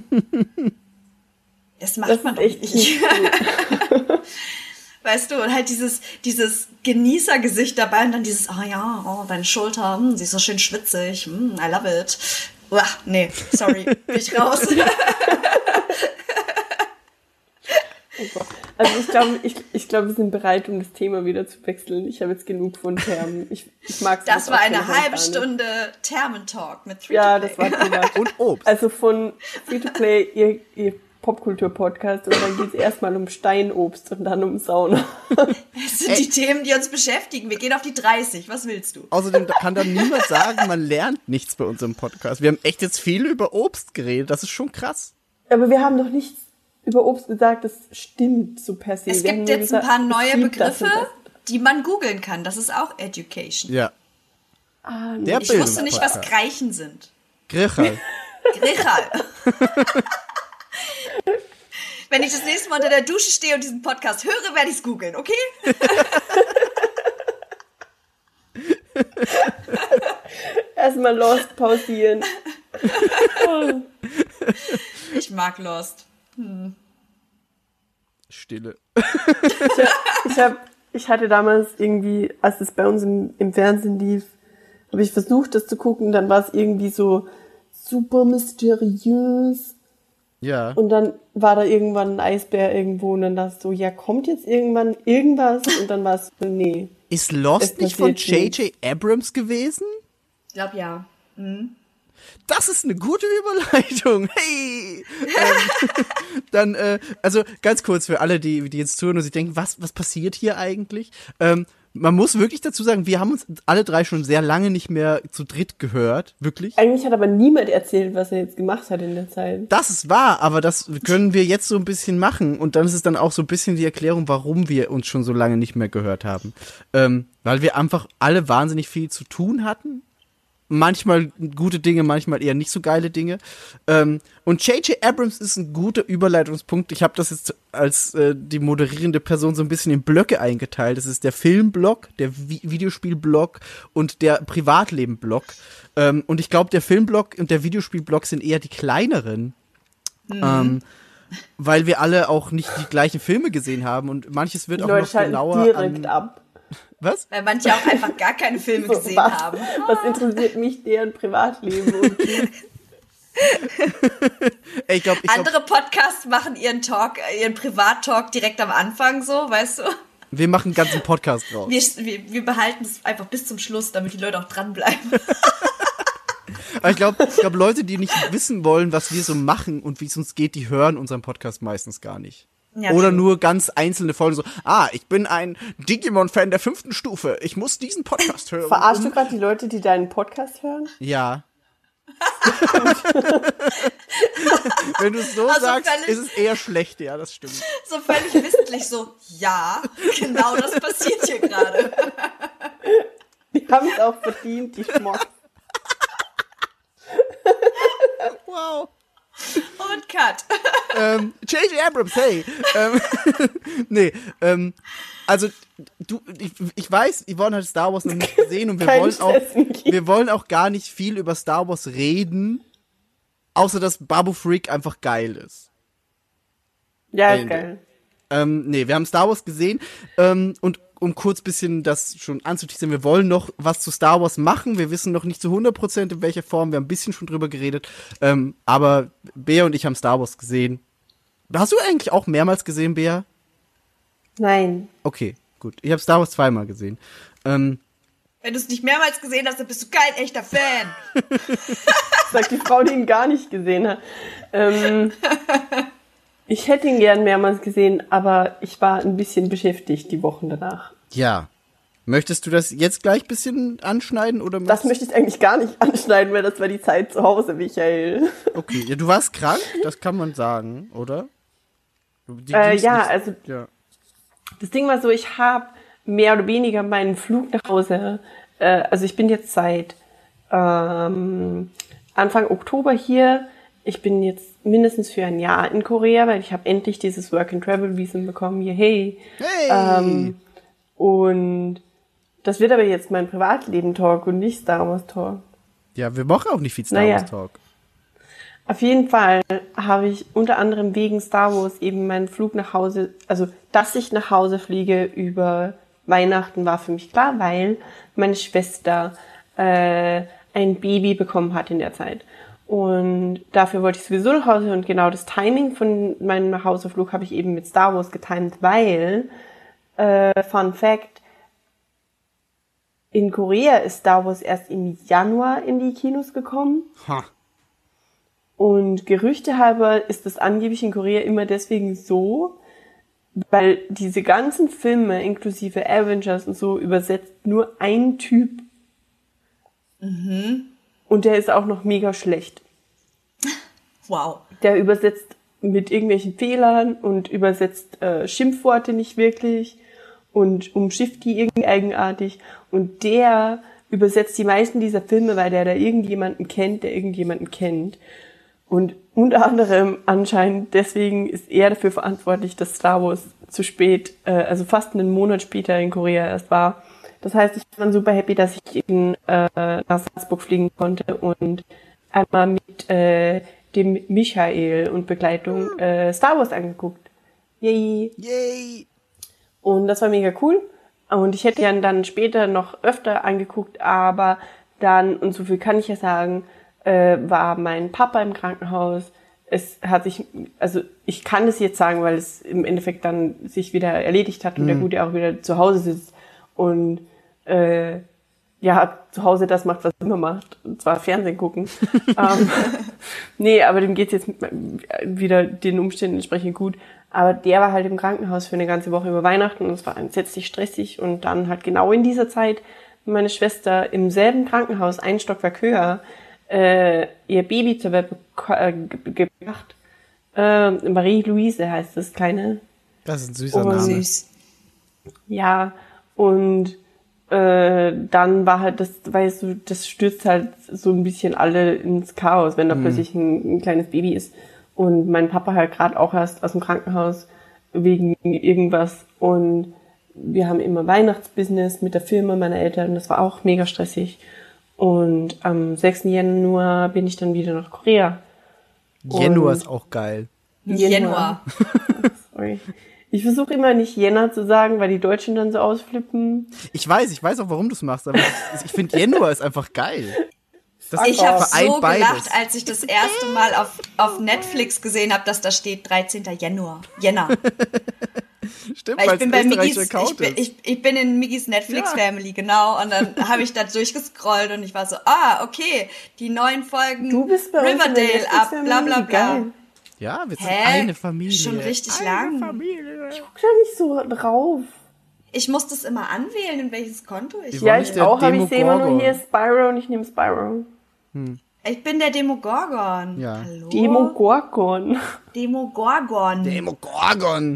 Das macht das man doch nicht. nicht Weißt du, und halt dieses, dieses Genießergesicht dabei und dann dieses, oh ja, oh, deine Schulter, hm, sie ist so schön schwitzig, hm, I love it. Uah, nee, sorry, bin ich raus. Also ich glaube, ich, ich glaube, wir sind bereit, um das Thema wieder zu wechseln. Ich habe jetzt genug von Thermen. Ich, ich mag Das war eine halbe Stunde Thermentalk mit Free-to-Play. Ja, das war prima. Und Obst. Also von Free-to-Play, ihr, ihr Popkultur-Podcast und dann geht es erstmal um Steinobst und dann um Sauna. Das sind Ey. die Themen, die uns beschäftigen. Wir gehen auf die dreißig. Was willst du? Außerdem kann dann niemand sagen, man lernt nichts bei unserem Podcast. Wir haben echt jetzt viel über Obst geredet. Das ist schon krass. Aber wir haben doch nichts über Obst gesagt, das stimmt so per se. Es wir gibt jetzt gesagt, ein paar neue Begriffe, die man googeln kann. Das ist auch Education. Ja. Ah, nee. Der ich wusste nicht, was Greichen sind. Grichal. Grichal. Wenn ich das nächste Mal unter der Dusche stehe und diesen Podcast höre, werde ich es googeln, okay? Erstmal Lost pausieren. Ich mag Lost. Hm. Stille. Ich, hab, ich hatte damals irgendwie, als es bei uns im, im Fernsehen lief, habe ich versucht, das zu gucken, dann war es irgendwie so super mysteriös. Ja. Und dann war da irgendwann ein Eisbär irgendwo und dann dachte ich so, ja, kommt jetzt irgendwann irgendwas? Und dann war es so, nee. Ist Lost nicht von J J Abrams gewesen? Ich glaube, ja. Mhm. Das ist eine gute Überleitung. Hey! ähm, dann, äh, also ganz kurz für alle, die, die jetzt zuhören und sich denken, was, was passiert hier eigentlich? Ähm, man muss wirklich dazu sagen, wir haben uns alle drei schon sehr lange nicht mehr zu dritt gehört, wirklich. Eigentlich hat aber niemand erzählt, was er jetzt gemacht hat in der Zeit. Das ist wahr, aber das können wir jetzt so ein bisschen machen und dann ist es dann auch so ein bisschen die Erklärung, warum wir uns schon so lange nicht mehr gehört haben. Ähm, weil wir einfach alle wahnsinnig viel zu tun hatten. Manchmal gute Dinge, manchmal eher nicht so geile Dinge. Ähm, und J J Abrams ist ein guter Überleitungspunkt. Ich habe das jetzt als äh, die moderierende Person so ein bisschen in Blöcke eingeteilt. Das ist der Filmblock, der Vi- Videospielblock und der Privatleben-Block. Ähm, und ich glaube, der Filmblock und der Videospielblock sind eher die kleineren. Mhm. Ähm, weil wir alle auch nicht die gleichen Filme gesehen haben und manches wird die auch Leute noch genauer direkt an ab. Was? Weil manche auch einfach gar keine Filme So, gesehen was, haben. Was interessiert mich deren Privatleben? Und Ey, ich glaub, ich Andere Podcasts machen ihren Talk, ihren Privat-Talk direkt am Anfang so, weißt du? Wir machen einen ganzen Podcast draus. Wir, wir, wir behalten es einfach bis zum Schluss, damit die Leute auch dranbleiben. Aber ich glaube, ich glaub, Leute, die nicht wissen wollen, was wir so machen und wie es uns geht, die hören unseren Podcast meistens gar nicht. Ja, Oder true. Nur ganz einzelne Folgen so, ah, ich bin ein Digimon-Fan der fünften Stufe. Ich muss diesen Podcast hören. Verarschst um du gerade die Leute, die deinen Podcast hören? Ja. Wenn du es so also sagst, völlig, ist es eher schlecht, ja, das stimmt. So völlig wissentlich so, ja, genau das passiert hier gerade. Die haben es auch verdient, die Schmocks. Wow. Und Cut. ähm, J J Abrams, hey. ähm, nee, ähm, also du, ich, ich weiß, Yvonne hat Star Wars noch nicht gesehen und wir wollen auch, wir wollen auch gar nicht viel über Star Wars reden, außer dass Babu Freak einfach geil ist. Ja, ist geil. Ähm, nee, wir haben Star Wars gesehen ähm, und um kurz bisschen das schon anzuteasern, wir wollen noch was zu Star Wars machen. Wir wissen noch nicht zu hundert Prozent in welcher Form. Wir haben ein bisschen schon drüber geredet. Ähm, aber Bea und ich haben Star Wars gesehen. Hast du eigentlich auch mehrmals gesehen, Bea? Nein. Okay, gut. Ich habe Star Wars zweimal gesehen. Ähm, Wenn du es nicht mehrmals gesehen hast, dann bist du kein echter Fan. Sagt die Frau, die ihn gar nicht gesehen hat. Ähm, ich hätte ihn gern mehrmals gesehen, aber ich war ein bisschen beschäftigt die Wochen danach. Ja. Möchtest du das jetzt gleich ein bisschen anschneiden? Oder das möchte ich eigentlich gar nicht anschneiden, weil das war die Zeit zu Hause, Michael. Okay, ja, du warst krank, das kann man sagen, oder? Die äh, ja, nicht, also ja. Das Ding war so, ich habe mehr oder weniger meinen Flug nach Hause, äh, also ich bin jetzt seit ähm, Anfang Oktober hier. Ich bin jetzt mindestens für ein Jahr in Korea, weil ich habe endlich dieses Work-and-Travel-Visum bekommen. Hier, hey. Hey. Ähm, und das wird aber jetzt mein Privatleben-Talk und nicht Star Wars-Talk. Ja, wir machen auch nicht viel Star naja. Wars-Talk. Auf jeden Fall habe ich unter anderem wegen Star Wars eben meinen Flug nach Hause, also dass ich nach Hause fliege über Weihnachten war für mich klar, weil meine Schwester äh, ein Baby bekommen hat in der Zeit. Und dafür wollte ich sowieso nach Hause und genau das Timing von meinem Nachhauseflug habe ich eben mit Star Wars getimt, weil, äh, Fun Fact, in Korea ist Star Wars erst im Januar in die Kinos gekommen. Ha. Und Gerüchte halber ist das angeblich in Korea immer deswegen so, weil diese ganzen Filme inklusive Avengers und so übersetzt nur ein Typ. Mhm. Und der ist auch noch mega schlecht. Wow. Der übersetzt mit irgendwelchen Fehlern und übersetzt äh, Schimpfworte nicht wirklich und umschifft die irgendwie eigenartig. Und der übersetzt die meisten dieser Filme, weil der da irgendjemanden kennt, der irgendjemanden kennt. Und unter anderem anscheinend deswegen ist er dafür verantwortlich, dass Star Wars zu spät, äh, also fast einen Monat später in Korea erst war. Das heißt, ich war dann super happy, dass ich eben äh, nach Salzburg fliegen konnte und einmal mit äh, dem Michael und Begleitung äh, Star Wars angeguckt. Yay! Yay! Und das war mega cool. Und ich hätte gern dann später noch öfter angeguckt, aber dann, und so viel kann ich ja sagen, äh, war mein Papa im Krankenhaus. Es hat sich, also ich kann das jetzt sagen, weil es im Endeffekt dann sich wieder erledigt hat und mhm. der Gute auch wieder zu Hause sitzt und äh, ja, zu Hause das macht, was er immer macht, und zwar Fernsehen gucken. ähm, nee, aber dem geht's jetzt wieder den Umständen entsprechend gut. Aber der war halt im Krankenhaus für eine ganze Woche über Weihnachten und es war entsetzlich stressig. Und dann halt genau in dieser Zeit meine Schwester im selben Krankenhaus, ein Stockwerk höher, äh, ihr Baby zur Welt äh, gebracht. Äh, Marie-Louise heißt das kleine. Das ist ein süßer Und- Name. Süß. Ja, und äh, dann war halt das, weißt du, das stürzt halt so ein bisschen alle ins Chaos, wenn da plötzlich ein, ein kleines Baby ist. Und mein Papa halt gerade auch erst aus dem Krankenhaus wegen irgendwas. Und wir haben immer Weihnachtsbusiness mit der Firma meiner Eltern. Das war auch mega stressig. Und am sechsten Januar bin ich dann wieder nach Korea. Genua Und- ist auch geil. Januar. Sorry. Ich versuche immer nicht Jänner zu sagen, weil die Deutschen dann so ausflippen. Ich weiß, ich weiß auch, warum du es machst, aber ich, ich finde Genua ist einfach geil. Das Ich habe vereint so beides. gelacht, als ich das erste Mal auf, auf Netflix gesehen habe, dass da steht dreizehnten Januar. Jänner. Stimmt, Weil ich weil's bin bei österreichischer Migis, ich Account bin, ist. ich, ich bin in Migis Netflix-Family, genau. Und dann habe ich da durchgescrollt und ich war so, ah, okay, die neuen Folgen Du bist bei uns in der Riverdale ab, bla bla Netflix-Family, bla. geil. Ja, wir sind Hä? eine Familie. Schon richtig eine lang. Familie. Guck da nicht so drauf. Ich muss das immer anwählen, in welches Konto ich Wir Ja, wollen ich nicht der auch, aber ich sehe immer nur Demogorgon. hier Spyro und ich nehme Spyro. Ich bin der Demogorgon. Ja. Hallo? Demogorgon. Demogorgon. Demogorgon.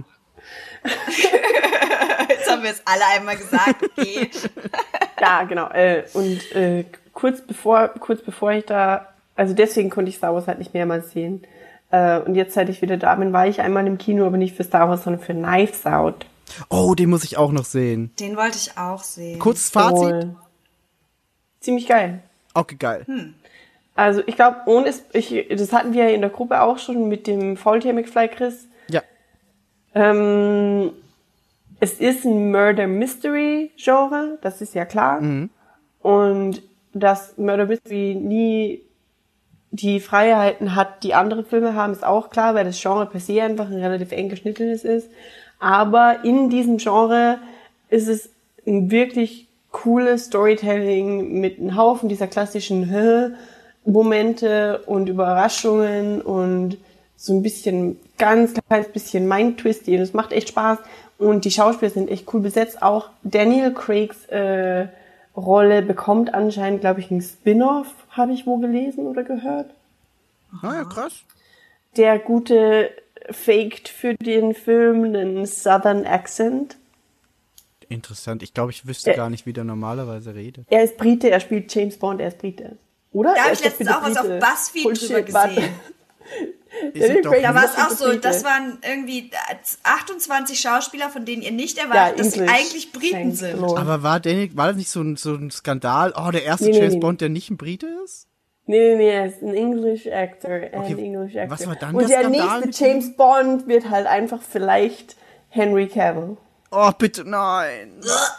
Jetzt haben wir es alle einmal gesagt, okay. Ja, genau. Äh, und äh, kurz bevor, kurz bevor ich da, also deswegen konnte ich Star Wars halt nicht mehrmals sehen. Äh, und jetzt, seit ich wieder da bin, war ich einmal im Kino, aber nicht für Star Wars, sondern für Knives Out. Oh, den muss ich auch noch sehen. Den wollte ich auch sehen. Kurzes Fazit. Voll. Ziemlich geil. Okay, geil. Also ich glaube, ohne es, ich, das hatten wir ja in der Gruppe auch schon mit dem Faultier McFly Chris. Ja. Ähm, es ist ein Murder-Mystery-Genre, das ist ja klar. Und dass Murder-Mystery nie die Freiheiten hat, die andere Filme haben, ist auch klar, weil das Genre per se einfach ein relativ eng geschnittenes ist. Aber in diesem Genre ist es ein wirklich cooles Storytelling mit einem Haufen dieser klassischen Momente und Überraschungen und so ein bisschen, ganz kleines bisschen Mind-Twisty. Und es macht echt Spaß. Und die Schauspieler sind echt cool besetzt. Auch Daniel Craigs äh, Rolle bekommt anscheinend, glaube ich, einen Spin-off, habe ich wo gelesen oder gehört. Ah ja, krass. Der Gute faked für den Film einen Southern Accent. Interessant. Ich glaube, ich wüsste Ä- gar nicht, wie der normalerweise redet. Er ist Brite, er spielt James Bond, er ist Brite. Oder? Da Er habe ist ich doch letztens bitte auch was auf Brite. BuzzFeed Bullshit, drüber warte. gesehen. Ist Daniel doch Craig Da nicht- war es ist auch so, Brite. das waren irgendwie achtundzwanzig Schauspieler, von denen ihr nicht erwartet, dass sie English. eigentlich Briten Thanks, sind. Lord. Aber war Daniel, war das nicht so ein, so ein Skandal? Oh, der erste Nee, nee, James nee. Bond, der nicht ein Brite ist? Nee, nee, nee, er ist ein English Actor. Ein Okay, English Actor. was war dann Und der der Skandal nächste mit James Bond wird halt einfach vielleicht Henry Cavill. Oh, bitte, nein.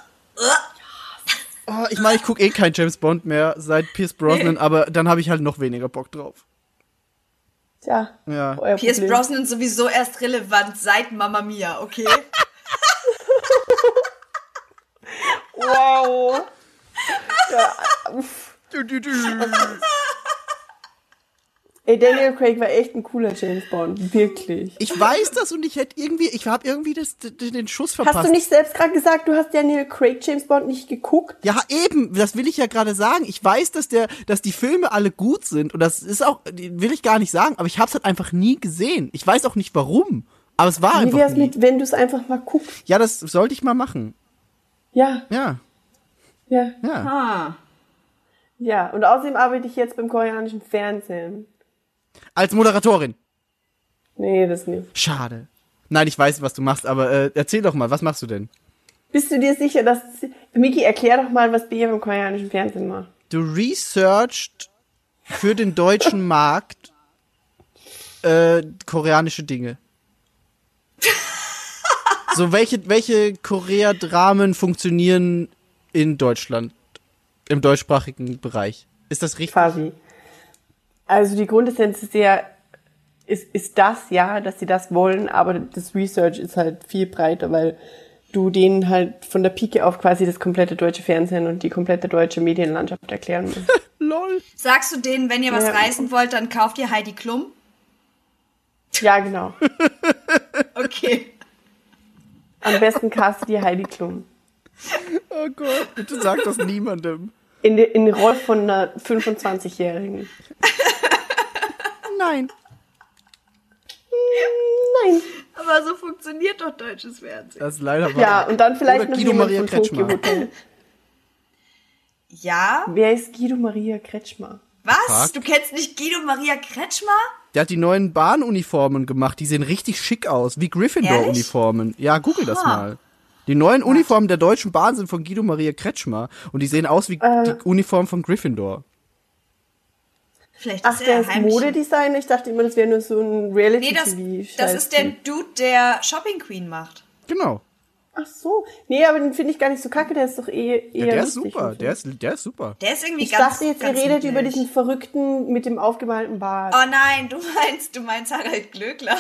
Oh, ich meine, ich gucke eh kein James Bond mehr seit Pierce Brosnan, aber dann habe ich halt noch weniger Bock drauf. Tja, Ja. euer Pierce Problem. Brosnan sowieso erst relevant seit Mamma Mia, okay? Wow. Ja, Du, du, du. ey, Daniel Craig war echt ein cooler James Bond. Wirklich. Ich weiß das und ich hätte irgendwie, ich habe irgendwie das, den den Schuss verpasst. Hast du nicht selbst gerade gesagt, du hast Daniel Craig James Bond nicht geguckt? Ja, eben, das will ich ja gerade sagen. Ich weiß, dass der, dass die Filme alle gut sind und das ist auch, will ich gar nicht sagen, aber ich habe es halt einfach nie gesehen. Ich weiß auch nicht warum, aber es war Wie einfach wär's nie. mit, wenn du es einfach mal guckst? Ja, das sollte ich mal machen. Ja, Ja, ja, ja. Ah. ja. Und außerdem arbeite ich jetzt beim koreanischen Fernsehen. Als Moderatorin. Nee, das nicht. Schade. Nein, ich weiß, was du machst, aber äh, erzähl doch mal, was machst du denn? Bist du dir sicher, dass... Miki, erklär doch mal, was Bea beim koreanischen Fernsehen macht. Du researchst für den deutschen Markt äh, koreanische Dinge. So, welche, welche Korea-Dramen funktionieren in Deutschland, im deutschsprachigen Bereich? Ist das richtig? Quasi. Also die Grundessenz ist ja, ist, ist das, ja, dass sie das wollen, aber das Research ist halt viel breiter, weil du denen halt von der Pike auf quasi das komplette deutsche Fernsehen und die komplette deutsche Medienlandschaft erklären musst. Lol. Sagst du denen, wenn ihr was Ja. reißen wollt, dann kauft ihr Heidi Klum? Ja, genau. Okay. Okay. Am besten cast die Heidi Klum. Oh Gott, bitte sag das niemandem. In der in der Rolle von einer fünfundzwanzigjährigen. Nein. Nein. Aber so funktioniert doch deutsches Fernsehen. Das ist leider wahr. Ja, und dann vielleicht Oder noch Guido jemand Maria von Tokyo Kretschmer. Hotel. Ja? Wer ist Guido Maria Kretschmer? Was? Fuck. Du kennst nicht Guido Maria Kretschmer? Der hat die neuen Bahnuniformen gemacht. Die sehen richtig schick aus. Wie Gryffindor-Uniformen. Ja, google das Aha. mal. Die neuen Uniformen der Deutschen Bahn sind von Guido Maria Kretschmer. Und die sehen aus wie Äh. die Uniform von Gryffindor. Vielleicht Ach, ist der er ist heimlich. Modedesigner? Ich dachte immer, das wäre nur so ein Nee, das, Reality-T V. das ist der Dude, der Shopping Queen macht. Genau. Ach so. Nee, aber den finde ich gar nicht so kacke. Der ist doch eh, eher Ja, der ist lustig super. und so. Der ist, der ist super. Der ist irgendwie Ich ganz dachte jetzt, ihr ganz redet niedlich. über diesen Verrückten mit dem aufgemalten Bart. Oh nein, du meinst, du meinst Harald Glöckler.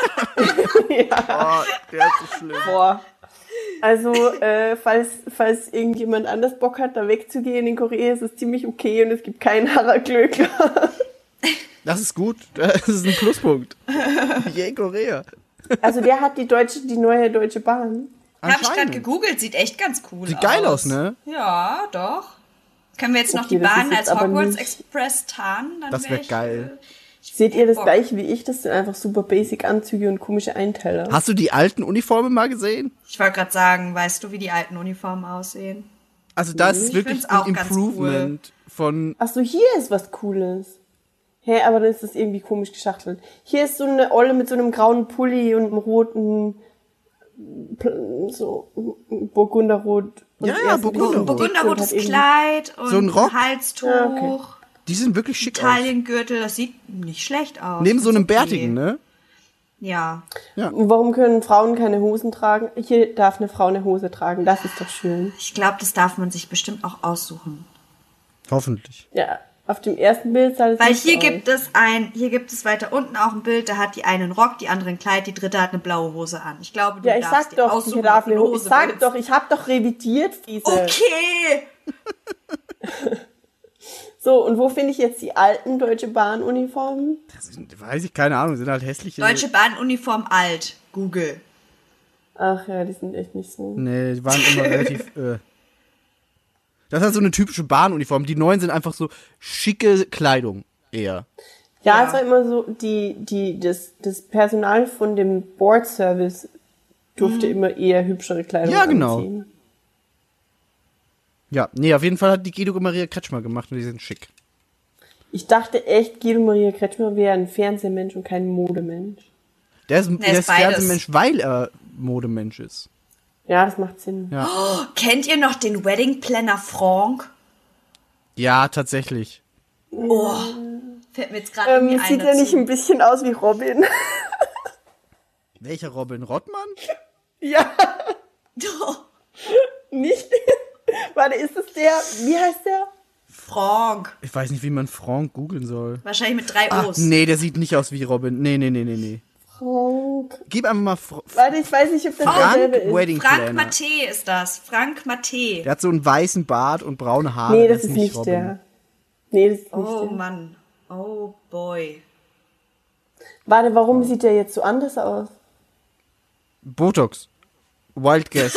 Oh, der ist so schlimm. Boah. Also, äh, falls, falls irgendjemand anders Bock hat, da wegzugehen in Korea, ist es ziemlich okay und es gibt keinen Harald Glöckler. Das ist gut. Das ist ein Pluspunkt. Yay, Korea. Also der hat die deutsche, die neue Deutsche Bahn. Hab ich gerade Anscheinend. gegoogelt, sieht echt ganz cool aus. Sieht geil aus, ne? Ja, doch. Können wir jetzt noch Okay, die das ist Bahn jetzt als aber Hogwarts nicht- Express tarnen? Dann Das wär wär ich, geil. äh, ich Seht ihr das Bock. gleiche wie ich? Das sind einfach super basic Anzüge und komische Einteiler. Hast du die alten Uniformen mal gesehen? Ich wollte gerade sagen, weißt du, wie die alten Uniformen aussehen? Also da ist Ich wirklich find's ein auch ganz Improvement von... Ach so, hier ist was Cooles. Hä, aber dann ist das irgendwie komisch geschachtelt. Hier ist so eine Olle mit so einem grauen Pulli und einem roten, Pl- so Burgunderrot. Und Ja, er ja, ist ein bisschen Burgunderrot. dick und Burgunderrotes hat irgendwie- Kleid und So ein Rock. Halstuch, Ja, okay. Die sind wirklich schick aus. Taliengürtel, das sieht nicht schlecht aus. Neben so Das einem ist okay. Bärtigen, ne? Ja. Und warum können Frauen keine Hosen tragen? Hier darf eine Frau eine Hose tragen. Das ist doch schön. Ich glaube, das darf man sich bestimmt auch aussuchen. Hoffentlich. Ja, auf dem ersten Bild sah das Weil nicht hier so gibt es ein, hier gibt es weiter unten auch ein Bild, da hat die eine einen Rock, die andere ein Kleid, die dritte hat eine blaue Hose an. Ich glaube, du Ja, ich darfst sag dir doch, aussuchen, ich darf ob du eine Hose. Ich sag willst. doch, ich hab doch revidiert, Friese. Okay. So, und wo finde ich jetzt die alten Deutsche Bahn-Uniformen? Das sind, weiß ich, keine Ahnung, sind halt hässliche... Deutsche Bahnuniform alt. Google. Ach ja, die sind echt nicht so. Nee, die waren immer relativ... Äh. Das ist halt so eine typische Bahnuniform. Die neuen sind einfach so schicke Kleidung eher. Ja, Ja. es war immer so, die, die, das, das Personal von dem Board-Service durfte immer eher hübschere Kleidung Ja, genau. anziehen. Ja, nee, auf jeden Fall hat die Guido Maria Kretschmer gemacht und die sind schick. Ich dachte echt, Guido Maria Kretschmer wäre ein Fernsehmensch und kein Modemensch. Der ist, der ist ist beides. Fernsehmensch, weil er Modemensch ist. Ja, das macht Sinn. Ja. Oh, kennt ihr noch den Wedding Planner Franck? Ja, tatsächlich. Oh, fällt mir jetzt gerade Ähm, irgendwie ein sieht er nicht dazu. ein bisschen aus wie Robin? Welcher Robin Rottmann? Ja, Doch. nicht? Warte, ist das der, wie heißt der? Franck. Ich weiß nicht, wie man Frank googeln soll. Wahrscheinlich mit drei Ach, O's. nee, der sieht nicht aus wie Robin. Nee, nee, nee, nee, nee. Frank. Gib einfach mal Fr Warte, ich weiß nicht, ob das Frank derselbe ist. Wedding Frank Planner. Maté ist das. Frank Maté. Der hat so einen weißen Bart und braune Haare. Nee, der das ist nicht Robin. der. Nee, das ist nicht Oh der. Mann. Oh boy. Warte, warum sieht der jetzt so anders aus? Botox. Wild Guess.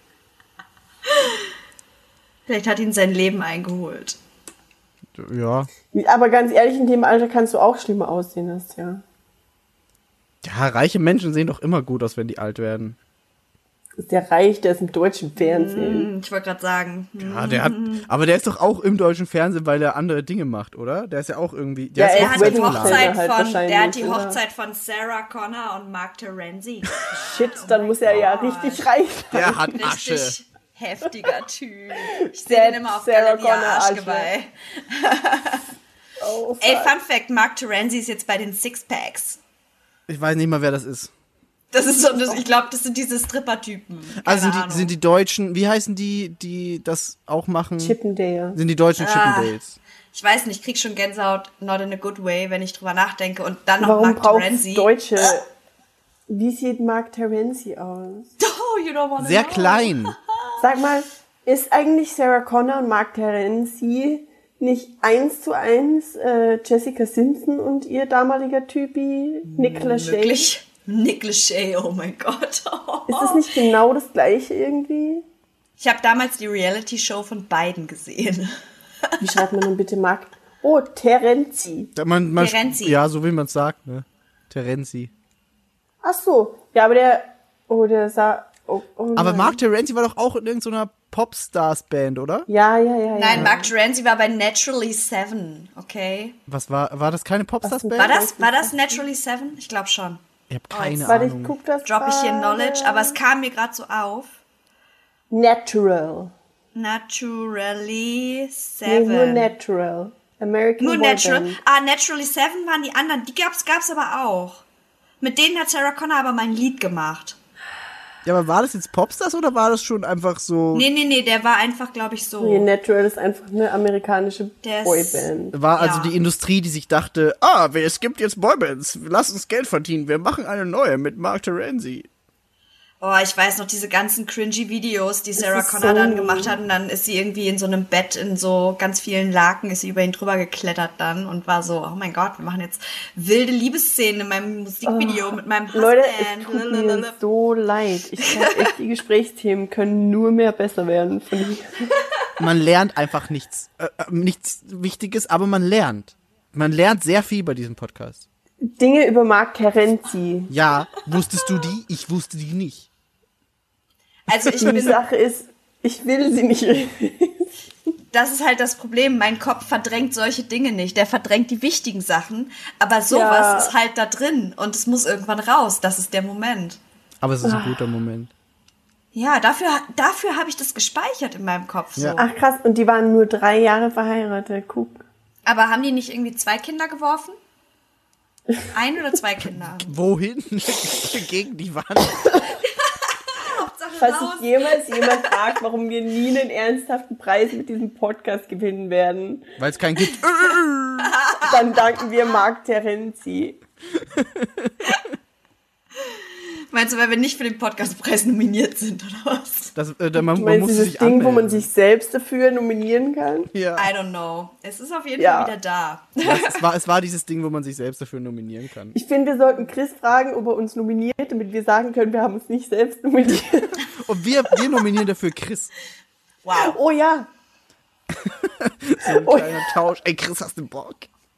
Vielleicht hat ihn sein Leben eingeholt. Ja. Aber ganz ehrlich, in dem Alter kannst du auch schlimmer aussehen als ja. Ja, reiche Menschen sehen doch immer gut aus, wenn die alt werden. Ist der reich, der ist im deutschen Fernsehen. Hm, Ich wollte gerade sagen. hm, Ja, der hat, aber der ist doch auch im deutschen Fernsehen, weil er andere Dinge macht, oder? Der ist ja auch irgendwie, der Ja, ist er Der auch hat, Wedding die Wedding-Planner. Hochzeit halt von, der hat die wahrscheinlich, oder? Hochzeit von Sarah Connor und Mark Terenzi. Shit, dann muss er ja God. richtig reich sein. Der hat Asche. Richtig heftiger Typ. Ich sehe Sad den immer auf Sarah Galeria Connor Arschgeweih. Oh, Ey, fuck. Fun Fact, Mark Terenzi ist jetzt bei den Sixpacks. Ich weiß nicht mal, wer das ist. Das ist so, das, ich glaube, das sind diese Stripper-Typen. Keine Also sind die, Ahnung. sind die Deutschen, wie heißen die, die das auch machen? Chippendale. Sind die deutschen Ah. Chippendales. Ich weiß nicht, ich krieg schon Gänsehaut, not in a good way, wenn ich drüber nachdenke. Und dann noch Warum Mark braucht's Terenzi. Deutsche? Wie sieht Mark Terenzi aus? Oh, you don't wanna Sehr know. klein. Sag mal, ist eigentlich Sarah Connor und Mark Terenzi nicht eins zu eins äh, Jessica Simpson und ihr damaliger Typi Nick Lachey? Wirklich? Nick Lachey, oh mein Gott. Ist das nicht genau das gleiche irgendwie? Ich habe damals die Reality-Show von beiden gesehen. Wie schreibt man denn bitte Mark? Oh, Terenzi. Da Man, man, Terenzi. Ja, so wie man es sagt, ne? Terenzi. Ach so. Ja, aber der, oh, der sah, oh, oh Aber nein. Mark Terenzi war doch auch in irgendeiner Popstars-Band, oder? Ja, ja, ja, ja. Nein, Mark Terenzi war bei Naturally Seven, okay? Was war, war das keine Popstars-Band? War das, war das Naturally Seven? Ich glaube schon. Ich habe keine Warte, ich Ahnung. guck das Drop ich hier gerade. Knowledge, aber es kam mir gerade so auf. Natural. Naturally Nee, Seven. nur Natural. American Nur Boy Natural. Band. Ah, Naturally Seven waren die anderen. Die gab's, gab's aber auch. Mit denen hat Sarah Connor aber mal ein Lied gemacht. Ja, aber war das jetzt Popstars oder war das schon einfach so... Nee, nee, nee, der war einfach, glaube ich, so. Nee, Natural ist einfach eine amerikanische Der ist- Boyband. War also Ja. die Industrie, die sich dachte, ah, es gibt jetzt Boybands, lass uns Geld verdienen, wir machen eine neue mit Mark Terenzi. Oh, ich weiß noch, diese ganzen cringy Videos, die Sarah ist Connor so- dann gemacht hat. Und dann ist sie irgendwie in so einem Bett in so ganz vielen Laken, ist sie über ihn drüber geklettert dann und war so, oh mein Gott, wir machen jetzt wilde Liebesszenen in meinem Musikvideo mit meinem Husband. Leute, es tut mir so leid. Ich sag echt, die Gesprächsthemen können nur mehr besser werden. Von hier. Man lernt einfach nichts, äh, äh, nichts Wichtiges, aber man lernt. Man lernt sehr viel bei diesem Podcast. Dinge über Mark Terenzi. Ja, wusstest du die? Ich wusste die nicht. Also ich Die bin, Sache ist, ich will sie nicht. das ist halt das Problem. Mein Kopf verdrängt solche Dinge nicht. Der verdrängt die wichtigen Sachen. Aber sowas Ja. ist halt da drin und es muss irgendwann raus. Das ist der Moment. Aber es ist ein guter Moment. Ja, dafür, dafür habe ich das gespeichert in meinem Kopf. So. Ja. Ach krass, und die waren nur drei Jahre verheiratet. Guck. Aber haben die nicht irgendwie zwei Kinder geworfen? Ein oder zwei Kinder? Wohin? Gegen die Wand. Hauptsache Falls raus. sich jemals jemand fragt, warum wir nie einen ernsthaften Preis mit diesem Podcast gewinnen werden, Weil es keinen gibt. dann danken wir Mark Terenzi. Meinst du, weil wir nicht für den Podcastpreis nominiert sind, oder was? Das, äh, da- man, Du man meinst muss dieses sich Ding, anmelden. wo man sich selbst dafür nominieren kann? Ja. I don't know. Es ist auf jeden Ja. Fall wieder da. Ja, es, war, es war dieses Ding, wo man sich selbst dafür nominieren kann. Ich finde, wir sollten Chris fragen, ob er uns nominiert, damit wir sagen können, wir haben uns nicht selbst nominiert. Und wir, wir nominieren dafür Chris. Wow. Oh ja. So ein kleiner Tausch. Ey, Chris, hast du Bock?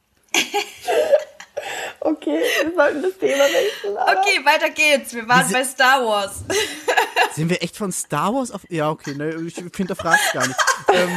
Okay, wir sollten das Thema wechseln. aber- Okay, weiter geht's. Wir waren Diese- bei Star Wars. Sind wir echt von Star Wars auf... Ja, okay, ne, ich hinterfrage es gar nicht. ähm,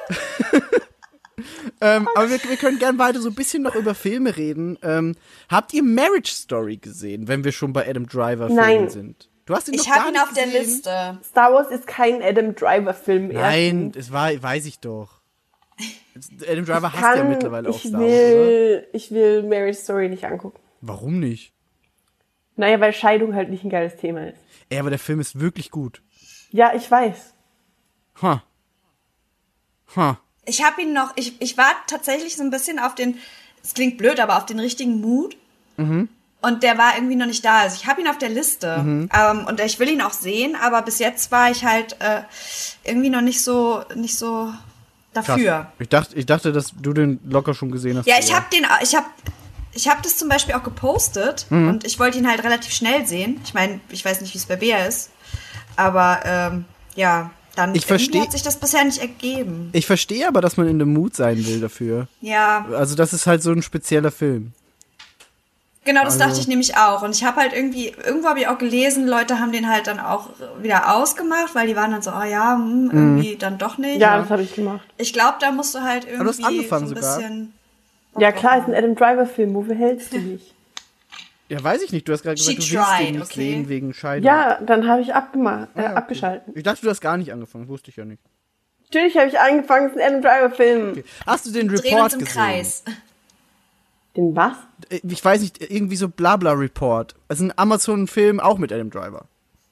ähm, aber wir, wir können gerne weiter so ein bisschen noch über Filme reden. Ähm, habt ihr Marriage Story gesehen, wenn wir schon bei Adam Driver Filmen Nein. sind? Du hast ihn Ich noch gar habe ihn nicht auf der gesehen? Liste. Star Wars ist kein Adam Driver-Film. Nein, es war, weiß ich doch. Adam Driver hasst Kann, ja mittlerweile auch ich Star Wars, oder? will, ich will Marriage Story nicht angucken. Warum nicht? Naja, weil Scheidung halt nicht ein geiles Thema ist. Ey, aber der Film ist wirklich gut. Ja, ich weiß. Ha. Ha. Ich habe ihn noch, ich, ich war tatsächlich so ein bisschen auf den, es klingt blöd, aber auf den richtigen Mut. Mhm. Und der war irgendwie noch nicht da. Also ich habe ihn auf der Liste. Mhm. Ähm, und ich will ihn auch sehen, aber bis jetzt war ich halt äh, irgendwie noch nicht so, nicht so Krass. dafür. Ich dachte, ich dachte, dass du den locker schon gesehen hast. Ja, ich früher. habe den, ich habe, ich habe das zum Beispiel auch gepostet Mhm. und ich wollte ihn halt relativ schnell sehen. Ich meine, ich weiß nicht, wie es bei Bea ist, aber ähm, ja, dann Ich irgendwie versteh- hat sich das bisher nicht ergeben. Ich verstehe aber, dass man in dem Mut sein will dafür. Ja, Also das ist halt so ein spezieller Film. genau, das Also- dachte ich nämlich auch. Und ich habe halt irgendwie, irgendwo habe ich auch gelesen, Leute haben den halt dann auch wieder ausgemacht, weil die waren dann so, oh ja, hm, irgendwie dann doch nicht. Ja, das habe ich gemacht. Ich glaube, da musst du halt irgendwie du hast angefangen so ein sogar? bisschen. Ja, klar, ist ein Adam Driver-Film. Wofür hältst du dich? Ja, weiß ich nicht. Du hast gerade She gesagt, du willst tried, den nicht okay. sehen wegen Scheidung. Ja, dann habe ich abgemacht, äh, Ah, okay. abgeschalten. Ich dachte, du hast gar nicht angefangen. Wusste ich ja nicht. Natürlich habe ich angefangen, es ist ein Adam Driver-Film. Okay. Hast du den Drehen uns Report im gesehen? Kreis. Den was? Äh, Ich weiß nicht, irgendwie so Blabla Report. Es ist ein Amazon-Film auch mit Adam Driver.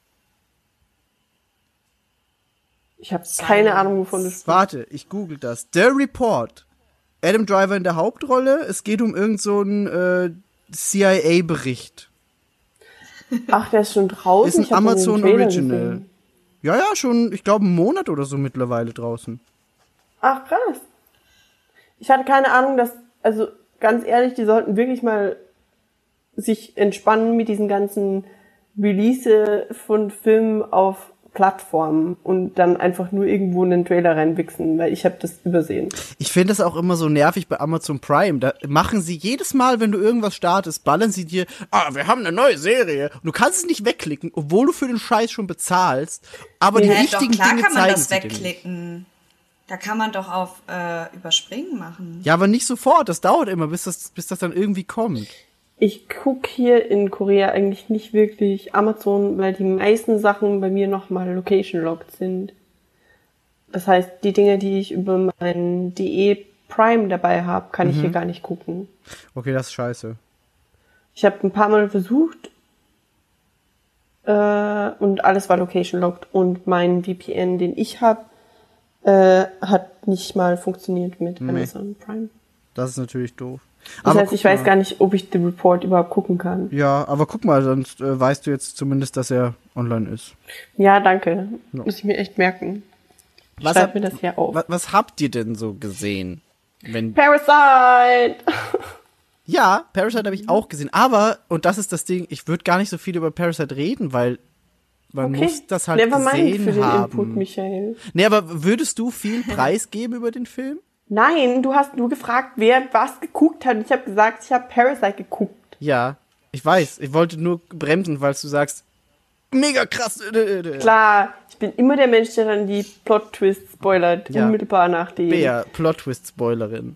Ich habe keine Ahnung, wovon du sprichst. Warte, ich google das. The Report. Adam Driver in der Hauptrolle. Es geht um irgend so einen äh, C I A-Bericht. Ach, der ist schon draußen? Ist ein Ich hab nur den Amazon Trailer Original. gesehen. Ja, ja, schon, ich glaube, einen Monat oder so mittlerweile draußen. Ach, krass. Ich hatte keine Ahnung, dass, also ganz ehrlich, die sollten wirklich mal sich entspannen mit diesen ganzen Release von Filmen auf Plattformen und dann einfach nur irgendwo einen Trailer reinwichsen, weil ich habe das übersehen. Ich finde das auch immer so nervig bei Amazon Prime. Da machen sie jedes Mal, wenn du irgendwas startest, ballern sie dir, ah, wir haben eine neue Serie. Und du kannst es nicht wegklicken, obwohl du für den Scheiß schon bezahlst. Aber die Ja, richtigen doch, klar Dinge kann man zeigen das sie dir nicht. wegklicken. Da kann man doch auf äh, Überspringen machen. Ja, aber nicht sofort. Das dauert immer, bis das, bis das dann irgendwie kommt. Ich gucke hier in Korea eigentlich nicht wirklich Amazon, weil die meisten Sachen bei mir nochmal location-locked sind. Das heißt, die Dinge, die ich über mein D E Prime dabei habe, kann mhm. ich hier gar nicht gucken. Okay, das ist scheiße. Ich habe ein paar Mal versucht äh, und alles war location-locked und mein V P N, den ich habe, äh, hat nicht mal funktioniert mit nee. Amazon Prime. Das ist natürlich doof. Das aber heißt, ich weiß mal. gar nicht, ob ich den Report überhaupt gucken kann. Ja, aber guck mal, sonst äh, weißt du jetzt zumindest, dass er online ist. Ja, danke. Ja. Muss ich mir echt merken. Ich Was schreib hab- mir das hier auf. Was, was habt ihr denn so gesehen? Wenn Parasite! Ja, Parasite habe ich auch gesehen. Aber, und das ist das Ding, ich würde gar nicht so viel über Parasite reden, weil man Okay. muss das halt Never mind gesehen für den haben. Input, Michael. Nee, aber würdest du viel preisgeben über den Film? Nein, du hast nur gefragt, wer was geguckt hat. Und ich habe gesagt, ich habe Parasite geguckt. Ja, ich weiß. Ich wollte nur bremsen, weil du sagst, mega krass. äh, äh, äh. Klar, ich bin immer der Mensch, der dann die Plot-Twists spoilert, Ja. unmittelbar nach dem. Bea, Plot-Twist-Spoilerin.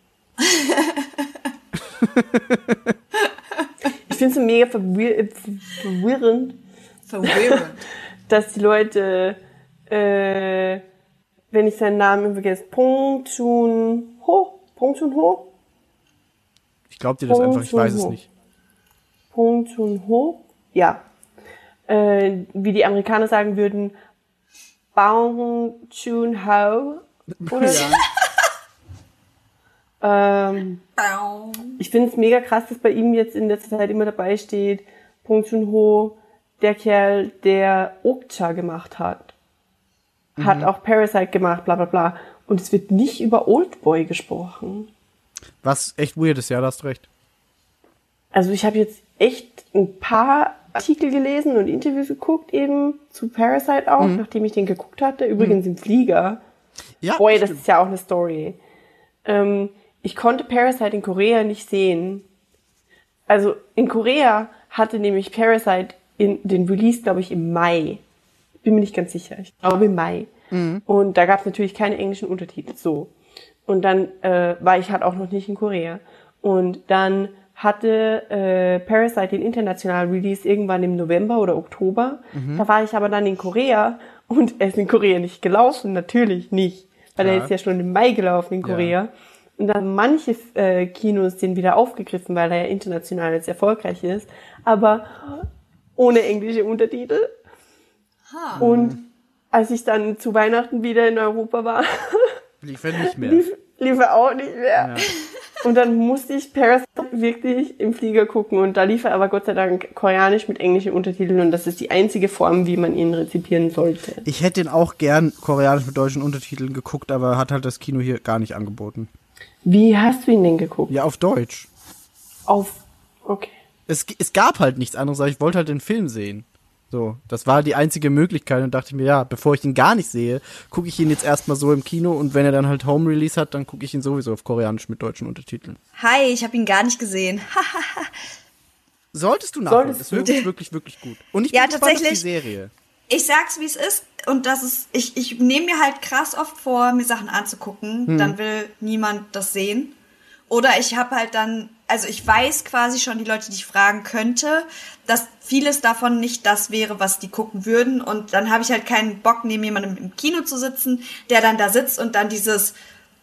Ich finde es so mega verwir äh, verwirrend, Verwirrend. dass die Leute, äh, wenn ich seinen Namen vergesse, Pong Chun Ho, Pong Chun Ho, Ich glaub dir das Pong einfach, ich weiß es Chun-ho. nicht. Pong Chun Ho, ja, äh, wie die Amerikaner sagen würden, Bong Chun Ho oder Ja. ähm, ich finde es mega krass, dass bei ihm jetzt in letzter Zeit immer dabei steht, Pong Chun Ho, der Kerl, der Okja gemacht hat. Hat auch Parasite gemacht, bla bla bla. Und es wird nicht über Oldboy gesprochen. Was echt weird ist, ja, da hast du recht. Also ich habe jetzt echt ein paar Artikel gelesen und Interviews geguckt, eben zu Parasite auch, nachdem ich den geguckt hatte. Übrigens im Flieger. Ja, Boy, das stimmt. ist ja auch eine Story. Ähm, ich konnte Parasite in Korea nicht sehen. Also in Korea hatte nämlich Parasite in den Release, glaube ich, im Mai. Bin mir nicht ganz sicher. Ich glaube im Mai. Und da gab es natürlich keine englischen Untertitel. So. Und dann äh, war ich halt auch noch nicht in Korea. Und dann hatte äh, Parasite den internationalen Release irgendwann im November oder Oktober. Da war ich aber dann in Korea und er ist in Korea nicht gelaufen, natürlich nicht. Weil er Ja. ist ja schon im Mai gelaufen in Korea. Und dann haben manche äh, Kinos den wieder aufgegriffen, weil er ja international jetzt erfolgreich ist. Aber ohne englische Untertitel. Ha. Und als ich dann zu Weihnachten wieder in Europa war, Lief er nicht mehr. lief, lief er auch nicht mehr. Ja. Und dann musste ich Parasite wirklich im Flieger gucken. Und da lief er aber Gott sei Dank koreanisch mit englischen Untertiteln. Und das ist die einzige Form, wie man ihn rezipieren sollte. Ich hätte den auch gern koreanisch mit deutschen Untertiteln geguckt, aber hat halt das Kino hier gar nicht angeboten. Wie hast du ihn denn geguckt? Ja, auf Deutsch. Auf, okay. Es, es gab halt nichts anderes, aber ich wollte halt den Film sehen. So, das war die einzige Möglichkeit und dachte mir, ja, bevor ich ihn gar nicht sehe, gucke ich ihn jetzt erstmal so im Kino und wenn er dann halt Home Release hat, dann gucke ich ihn sowieso auf Koreanisch mit deutschen Untertiteln. Hi, ich habe ihn gar nicht gesehen. Solltest du nachholen, Solltest ist du. wirklich, wirklich, wirklich gut. Und ich Ja, bin gespannt auf die tatsächlich. Serie. Ich sag's, wie es ist. Und das ist, ich, ich nehme mir halt krass oft vor, mir Sachen anzugucken. Dann will niemand das sehen. Oder ich habe halt dann, also ich weiß quasi schon die Leute, die ich fragen könnte, dass vieles davon nicht das wäre, was die gucken würden. Und dann habe ich halt keinen Bock, neben jemandem im Kino zu sitzen, der dann da sitzt und dann dieses,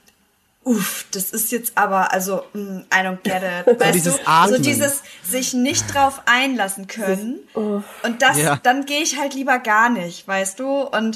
uff, das ist jetzt aber, also, mm, I don't get it. Weißt dieses du? Atmen. So dieses sich nicht drauf einlassen können. Uff. Und das, Ja. dann gehe ich halt lieber gar nicht, weißt du? Und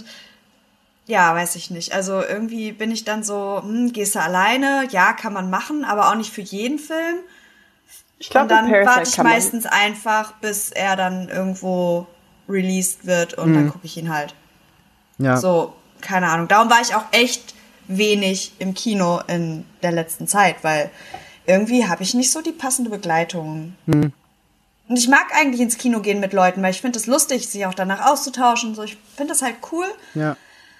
ja, weiß ich nicht. Also irgendwie bin ich dann so, hm, gehst du alleine? Ja, kann man machen, aber auch nicht für jeden Film. Ich glaube, Und dann Parasite warte ich kann man. meistens einfach, bis er dann irgendwo released wird und dann gucke ich ihn halt. Ja. So, keine Ahnung. Darum war ich auch echt wenig im Kino in der letzten Zeit, weil irgendwie habe ich nicht so die passende Begleitung. Und ich mag eigentlich ins Kino gehen mit Leuten, weil ich finde es lustig, sich auch danach auszutauschen. So, ich finde das halt cool. Ja.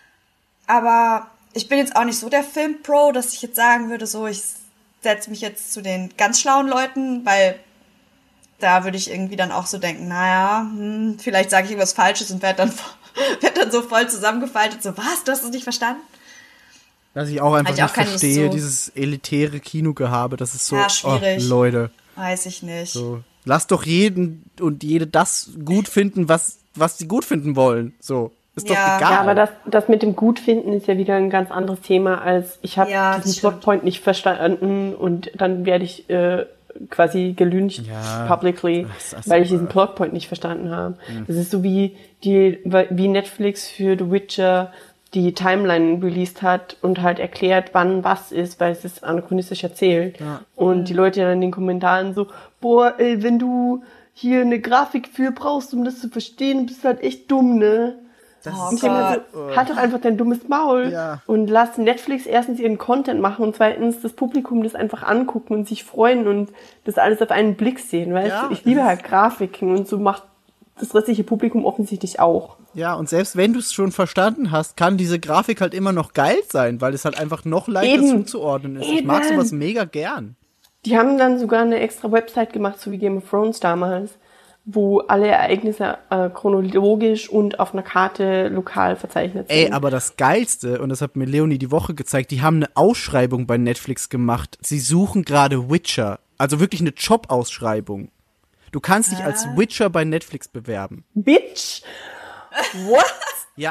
Aber ich bin jetzt auch nicht so der Film-Pro, dass ich jetzt sagen würde, so, ich setze mich jetzt zu den ganz schlauen Leuten, weil da würde ich irgendwie dann auch so denken, naja, hm, vielleicht sage ich irgendwas Falsches und werde dann, werd dann so voll zusammengefaltet, so, was, du hast es nicht verstanden? Dass ich auch einfach ich auch nicht keine Lust verstehe, zu. dieses elitäre Kinogehabe, das ist so, Ja, schwierig. oh, Leute. Weiß ich nicht. So. Lass doch jeden und jede das gut finden, was, was sie gut finden wollen. So. Ist Ja. doch egal. Ja, aber das, das mit dem Gutfinden ist ja wieder ein ganz anderes Thema, als ich habe Ja, das diesen stimmt. Plotpoint nicht verstanden und dann werde ich äh, quasi gelyncht Ja, publicly, das- das- weil ich diesen Plotpoint nicht verstanden habe. Das ist so wie die wie Netflix für The Witcher die Timeline released hat und halt erklärt, wann was ist, weil es ist anachronistisch erzählt. Und die Leute dann in den Kommentaren so, boah, ey, wenn du hier eine Grafik für brauchst, um das zu verstehen, bist du halt echt dumm, ne? Das Oh Und ich denke mir so, halt doch einfach dein dummes Maul Ja. und lass Netflix erstens ihren Content machen und zweitens das Publikum das einfach angucken und sich freuen und das alles auf einen Blick sehen, weißt Ja, du? Ich liebe das halt Grafiken und so macht das restliche Publikum offensichtlich auch. Ja, und selbst wenn du es schon verstanden hast, kann diese Grafik halt immer noch geil sein, weil es halt einfach noch leichter Eben. zuzuordnen ist. Ich mag Eben. sowas mega gern. Die haben dann sogar eine extra Website gemacht, so wie Game of Thrones damals, wo alle Ereignisse äh, chronologisch und auf einer Karte lokal verzeichnet sind. Ey, aber das Geilste, und das hat mir Leonie die Woche gezeigt, die haben eine Ausschreibung bei Netflix gemacht. Sie suchen gerade Witcher. Also wirklich eine Jobausschreibung. Du kannst dich als Witcher bei Netflix bewerben. Bitch! What? Ja.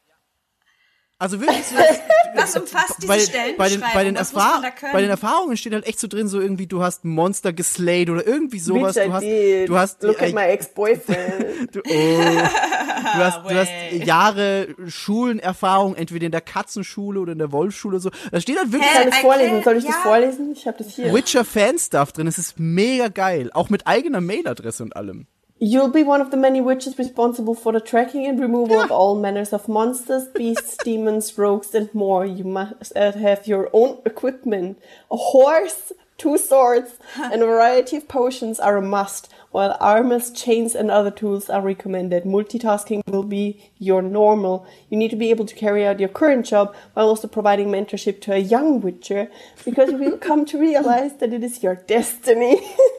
Also wirklich so. Was umfasst diese bei, Stellenbeschreibung? bei den, bei, den Was muss man Erfahr da können? bei den Erfahrungen steht halt echt so drin, so irgendwie, du hast ein Monster geslayed oder irgendwie sowas. Bitch, I Du hast, did. du hast, Look äh, at my ex-boyfriend. du, oh, du hast, du hast Way. Jahre Schulenerfahrung, entweder in der Katzenschule oder in der Wolfschule, so. Da steht halt wirklich Ich kann das I vorlesen. can't- Soll ich das ja. vorlesen? Ich habe das hier. Witcher-Fan-Stuff drin. Es ist mega geil. Auch mit eigener Mailadresse und allem. You'll be one of the many witches responsible for the tracking and removal of all manners of monsters, beasts, demons, rogues, and more. You must uh, have your own equipment. A horse, two swords, and a variety of potions are a must, while armors, chains, and other tools are recommended. Multitasking will be your normal. You need to be able to carry out your current job while also providing mentorship to a young witcher, because you will come to realize that it is your destiny.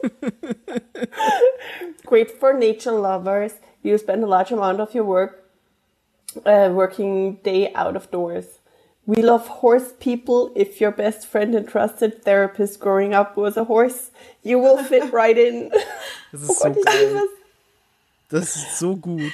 Great for nature lovers. You spend a large amount of your work uh, working day out of doors. We love horse people. If your best friend and trusted therapist growing up was a horse, you will fit right in. Das Oh ist so Gott, ich liebe geil. es. Das ist so gut.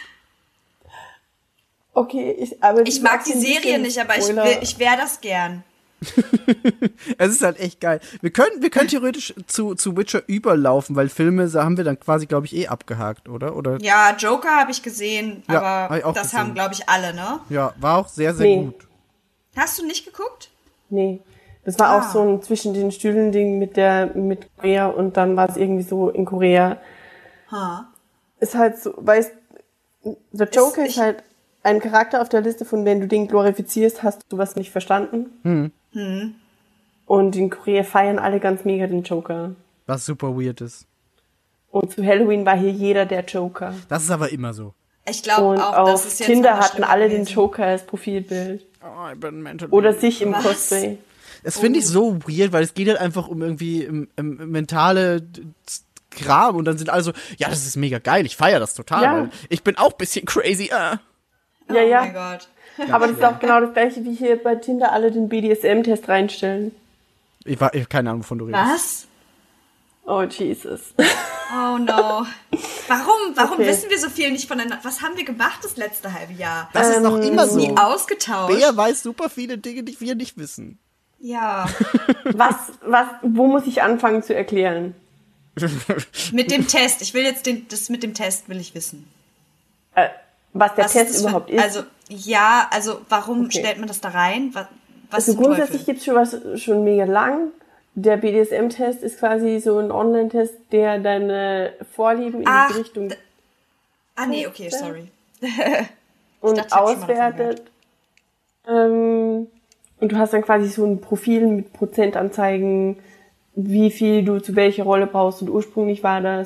Okay, ich, aber Ich mag die Serie nicht, aber ich, will, ich wäre das gern. Es ist halt echt geil. Wir können, wir können theoretisch zu, zu Witcher überlaufen, weil Filme haben wir dann quasi, glaube ich, eh abgehakt, oder? Oder? Ja, Joker habe ich gesehen, Ja, aber hab ich auch das gesehen. haben, glaube ich, alle, ne? Ja, war auch sehr, sehr Nee. gut. Hast du nicht geguckt? Nee. Das war Ah. auch so ein zwischen den Stühlen Ding mit der mit Korea und dann war es irgendwie so in Korea. Ha. Ist halt so, weißt, der Joker ist, ich- halt ein Charakter auf der Liste von, wenn du den glorifizierst, hast du was nicht verstanden. Hm. Und in Korea feiern alle ganz mega den Joker. Was super weird ist. Und zu Halloween war hier jeder der Joker. Das ist aber immer so. Ich glaube Und auch, das auf ist jetzt Tinder nochmal hatten schlimmer alle den gewesen. Joker als Profilbild. Oh, ich bin mental. Oder sich im Was? Cosplay. Das finde ich so weird, weil es geht halt einfach um irgendwie im, im, mentale Kram und dann sind alle so, ja, das ist mega geil, ich feiere das total. Ja. Weil ich bin auch ein bisschen crazy. Äh. Ja, oh ja. mein Gott. Aber das ist auch genau das gleiche, wie hier bei Tinder alle den B D S M-Test reinstellen. Ich, war, ich habe keine Ahnung, wovon du redest. Was? Oh, Jesus. Oh no. Warum? Warum Okay. wissen wir so viel nicht voneinander? Was haben wir gemacht das letzte halbe Jahr? Das ist doch immer Nie so. ausgetauscht. Bea weiß super viele Dinge, die wir nicht wissen. Ja. Was, was, wo muss ich anfangen zu erklären? Mit dem Test. Ich will jetzt den, das mit dem Test will ich wissen. Äh, was der Was Test ist das für- überhaupt ist? Also, ja, also warum Okay. stellt man das da rein? Was, was Also zum grundsätzlich Teufel? gibt's schon was schon mega lang. Der B D S M-Test ist quasi so ein Online-Test, der deine Vorlieben in Ach, die Richtung d- Ah, nee, okay, sorry. und dachte, ich hab schon mal davon auswertet. Ähm, und du hast dann quasi so ein Profil mit Prozentanzeigen, wie viel du zu welcher Rolle brauchst. Und ursprünglich war das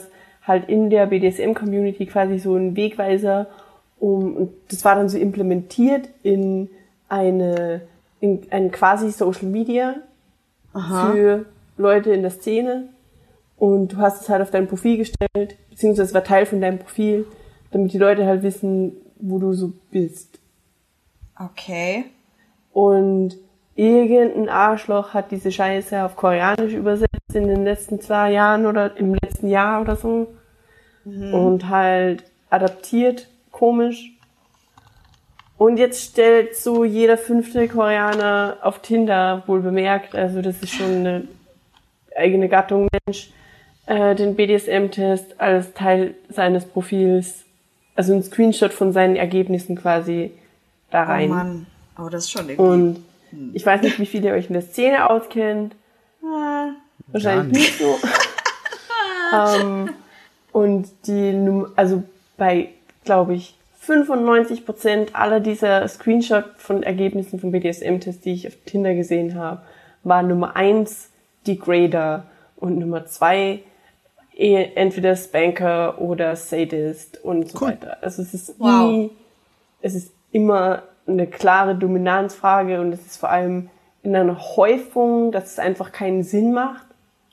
halt in der B D S M-Community quasi so ein Wegweiser, um, und das war dann so implementiert in eine, in ein quasi Social Media Aha. für Leute in der Szene. Und du hast es halt auf dein Profil gestellt, beziehungsweise es war Teil von deinem Profil, damit die Leute halt wissen, wo du so bist. Okay. Und irgendein Arschloch hat diese Scheiße auf Koreanisch übersetzt in den letzten zwei Jahren oder im letzten Jahr oder so. Mhm. Und halt adaptiert, komisch. Und jetzt stellt so jeder fünfte Koreaner auf Tinder, wohl bemerkt, also das ist schon eine eigene Gattung Mensch, äh, den B D S M-Test als Teil seines Profils, also ein Screenshot von seinen Ergebnissen quasi da rein. Oh Mann, oh, das ist schon irgendwie... Und ich weiß nicht, wie viele ihr euch in der Szene auskennt. Ah, Wahrscheinlich nicht, nicht so. ähm, und die, also bei, glaube ich, fünfundneunzig Prozent aller dieser Screenshot von Ergebnissen vom B D S M-Test, die ich auf Tinder gesehen habe, war Nummer eins Degrader und Nummer zwei entweder Spanker oder Sadist und so cool. weiter. Also es ist wow. nie, es ist immer eine klare Dominanzfrage und es ist vor allem in einer Häufung, dass es einfach keinen Sinn macht.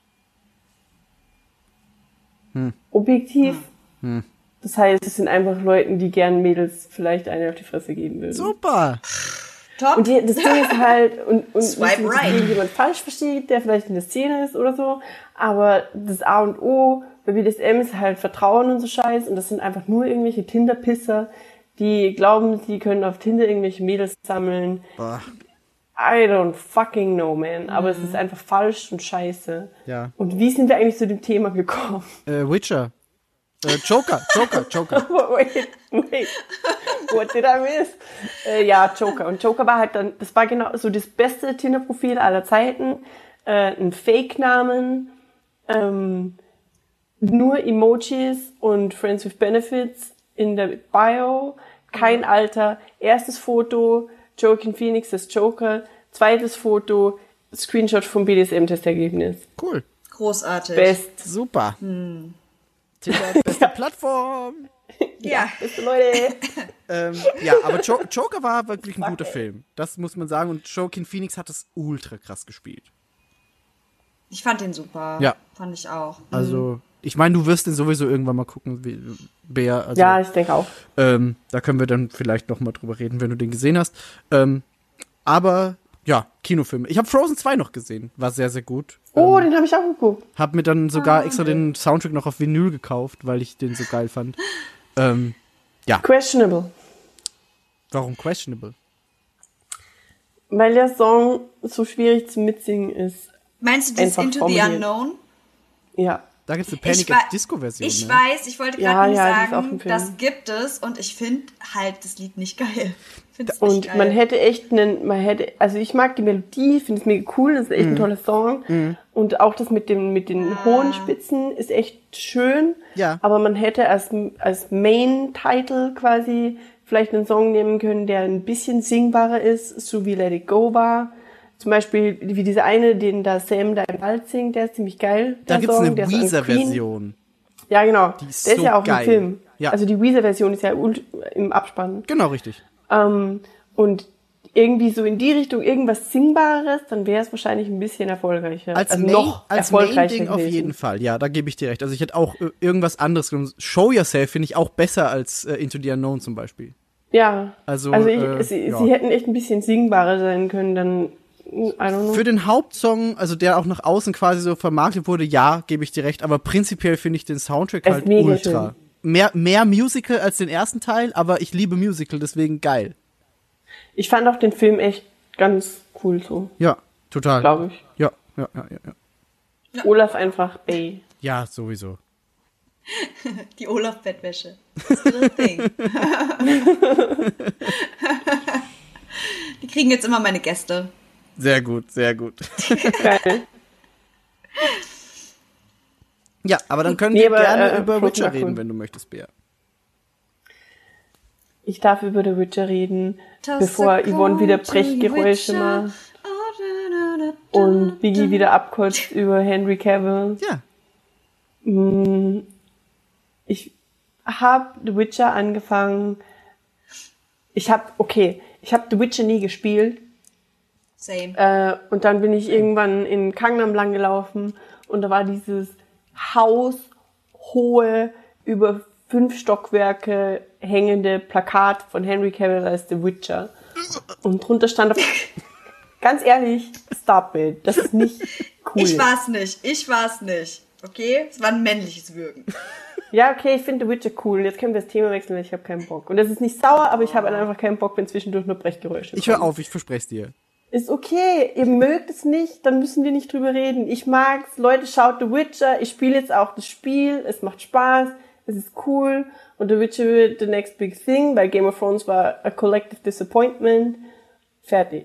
Hm. Objektiv. Hm. Das heißt, es sind einfach Leute, die gern Mädels vielleicht eine auf die Fresse geben würden. Super! Top. Und die, das Ding ist halt, und, und Swipe nicht, dass right. irgendjemand falsch versteht, der vielleicht in der Szene ist oder so, aber das A und O bei B D S M ist halt Vertrauen und so Scheiß und das sind einfach nur irgendwelche Tinder-Pisser, die glauben, sie können auf Tinder irgendwelche Mädels sammeln. Boah. I don't fucking know, man. Aber mhm. es ist einfach falsch und scheiße. Ja. Und wie sind wir eigentlich zu dem Thema gekommen? Äh, Witcher. Äh, Joker, Joker, Joker. wait, wait. What did I miss? Äh, ja, Joker. Und Joker war halt dann, das war genau so das beste Tinder-Profil aller Zeiten. Äh, ein Fake-Namen, ähm, nur Emojis und Friends with Benefits in der Bio, kein Alter, erstes Foto, Joaquin Phoenix als Joker, zweites Foto, Screenshot vom B D S M-Testergebnis. Cool. Großartig. Best. Super. Hm. Tinder, beste Plattform. Ja, beste Leute. ähm, ja, aber jo- Joker war wirklich ein guter Film. Das muss man sagen. Und Joaquin Phoenix hat es ultra krass gespielt. Ich fand den super. Ja. Fand ich auch. Also, ich meine, du wirst den sowieso irgendwann mal gucken, wie, Bea. Also, ja, ich denke auch. Ähm, da können wir dann vielleicht noch mal drüber reden, wenn du den gesehen hast. Ähm, aber, ja, Kinofilme. Ich habe Frozen zwei noch gesehen. War sehr, sehr gut. Oh, ähm, den habe ich auch geguckt. Hab mir dann sogar ah, extra okay. den Soundtrack noch auf Vinyl gekauft, weil ich den so geil fand. Ähm, ja. Questionable. Warum questionable? Weil der Song so schwierig zu mitsingen ist. Meinst du das Einfach Into formuliert. the Unknown? Ja. Da gibt's eine Panic Ich wa- at Disco-Version. Ich ne? weiß, ich wollte Ja, gerade ja, das nur ist auch ein sagen, Film. das gibt es und ich finde halt das Lied nicht geil. Find's nicht Und geil. man hätte echt einen, man hätte, also ich mag die Melodie, finde es mega cool, das ist echt Mhm. ein toller Song. Mhm. Und auch das mit dem, mit den Ah. hohen Spitzen ist echt schön. Ja. Aber man hätte als, als Main-Title quasi vielleicht einen Song nehmen können, der ein bisschen singbarer ist, so wie Let It Go war. Zum Beispiel, wie dieser eine, den da Sam da im Wald singt, der ist ziemlich geil. Da der gibt's Song, eine der ist an Weezer-Version. Ja, genau. Die ist der ist so ja auch geil. im Film. Ja. Also die Weezer-Version ist ja ult- im Abspann. Genau, richtig. Ähm, und irgendwie so in die Richtung irgendwas Singbares, dann wäre es wahrscheinlich ein bisschen erfolgreicher. Als, also Main, noch als erfolgreicher Main-Ding auf gewesen. jeden Fall. Ja, da gebe ich dir recht. Also ich hätte auch äh, irgendwas anderes genommen. Show Yourself finde ich auch besser als äh, Into the Unknown zum Beispiel. Ja. Also, Also ich, äh, sie, ja. sie hätten echt ein bisschen singbarer sein können, dann I don't know. Für den Hauptsong, also der auch nach außen quasi so vermarktet wurde, ja, gebe ich dir recht, aber prinzipiell finde ich den Soundtrack Es halt ist mega ultra. schön. Mehr, mehr Musical als den ersten Teil, aber ich liebe Musical, deswegen geil. Ich fand auch den Film echt ganz cool so, Ja, total. glaube ich. Ja, ja, ja, ja, ja. Ja. Olaf einfach, ey. Ja, sowieso. Die Olaf-Bettwäsche. Little thing. Die kriegen jetzt immer meine Gäste. Sehr gut, sehr gut. Geil. Ja, aber dann können Nee, wir aber, gerne äh, über Frozen Witcher war cool. reden, wenn du möchtest, Bea. Ich darf über The Witcher reden, Toss bevor a Yvonne wieder coin to Brechgeräusche Witcher. macht und Biggie wieder abkotzt über Henry Cavill. Ja. Mm, ich habe The Witcher angefangen. Ich habe, okay, ich habe The Witcher nie gespielt. Same. Äh, und dann bin ich irgendwann in Gangnam lang gelaufen und da war dieses haushohe, über fünf Stockwerke hängende Plakat von Henry Cavill als The Witcher. Und drunter stand auf, ganz ehrlich, stop it, das ist nicht cool. Ich war's nicht, ich war's nicht. Okay? Es war ein männliches Wirken. Ja, okay, ich finde The Witcher cool. Jetzt können wir das Thema wechseln, weil ich habe keinen Bock. Und das ist nicht sauer, aber ich habe einfach keinen Bock, wenn zwischendurch nur Brechgeräusche Ich höre auf, ich verspreche es dir. Ist okay, ihr mögt es nicht, dann müssen wir nicht drüber reden. Ich mag's, Leute, schaut The Witcher, ich spiele jetzt auch das Spiel, es macht Spaß, es ist cool und The Witcher wird the next big thing, weil Game of Thrones war a collective disappointment. Fertig.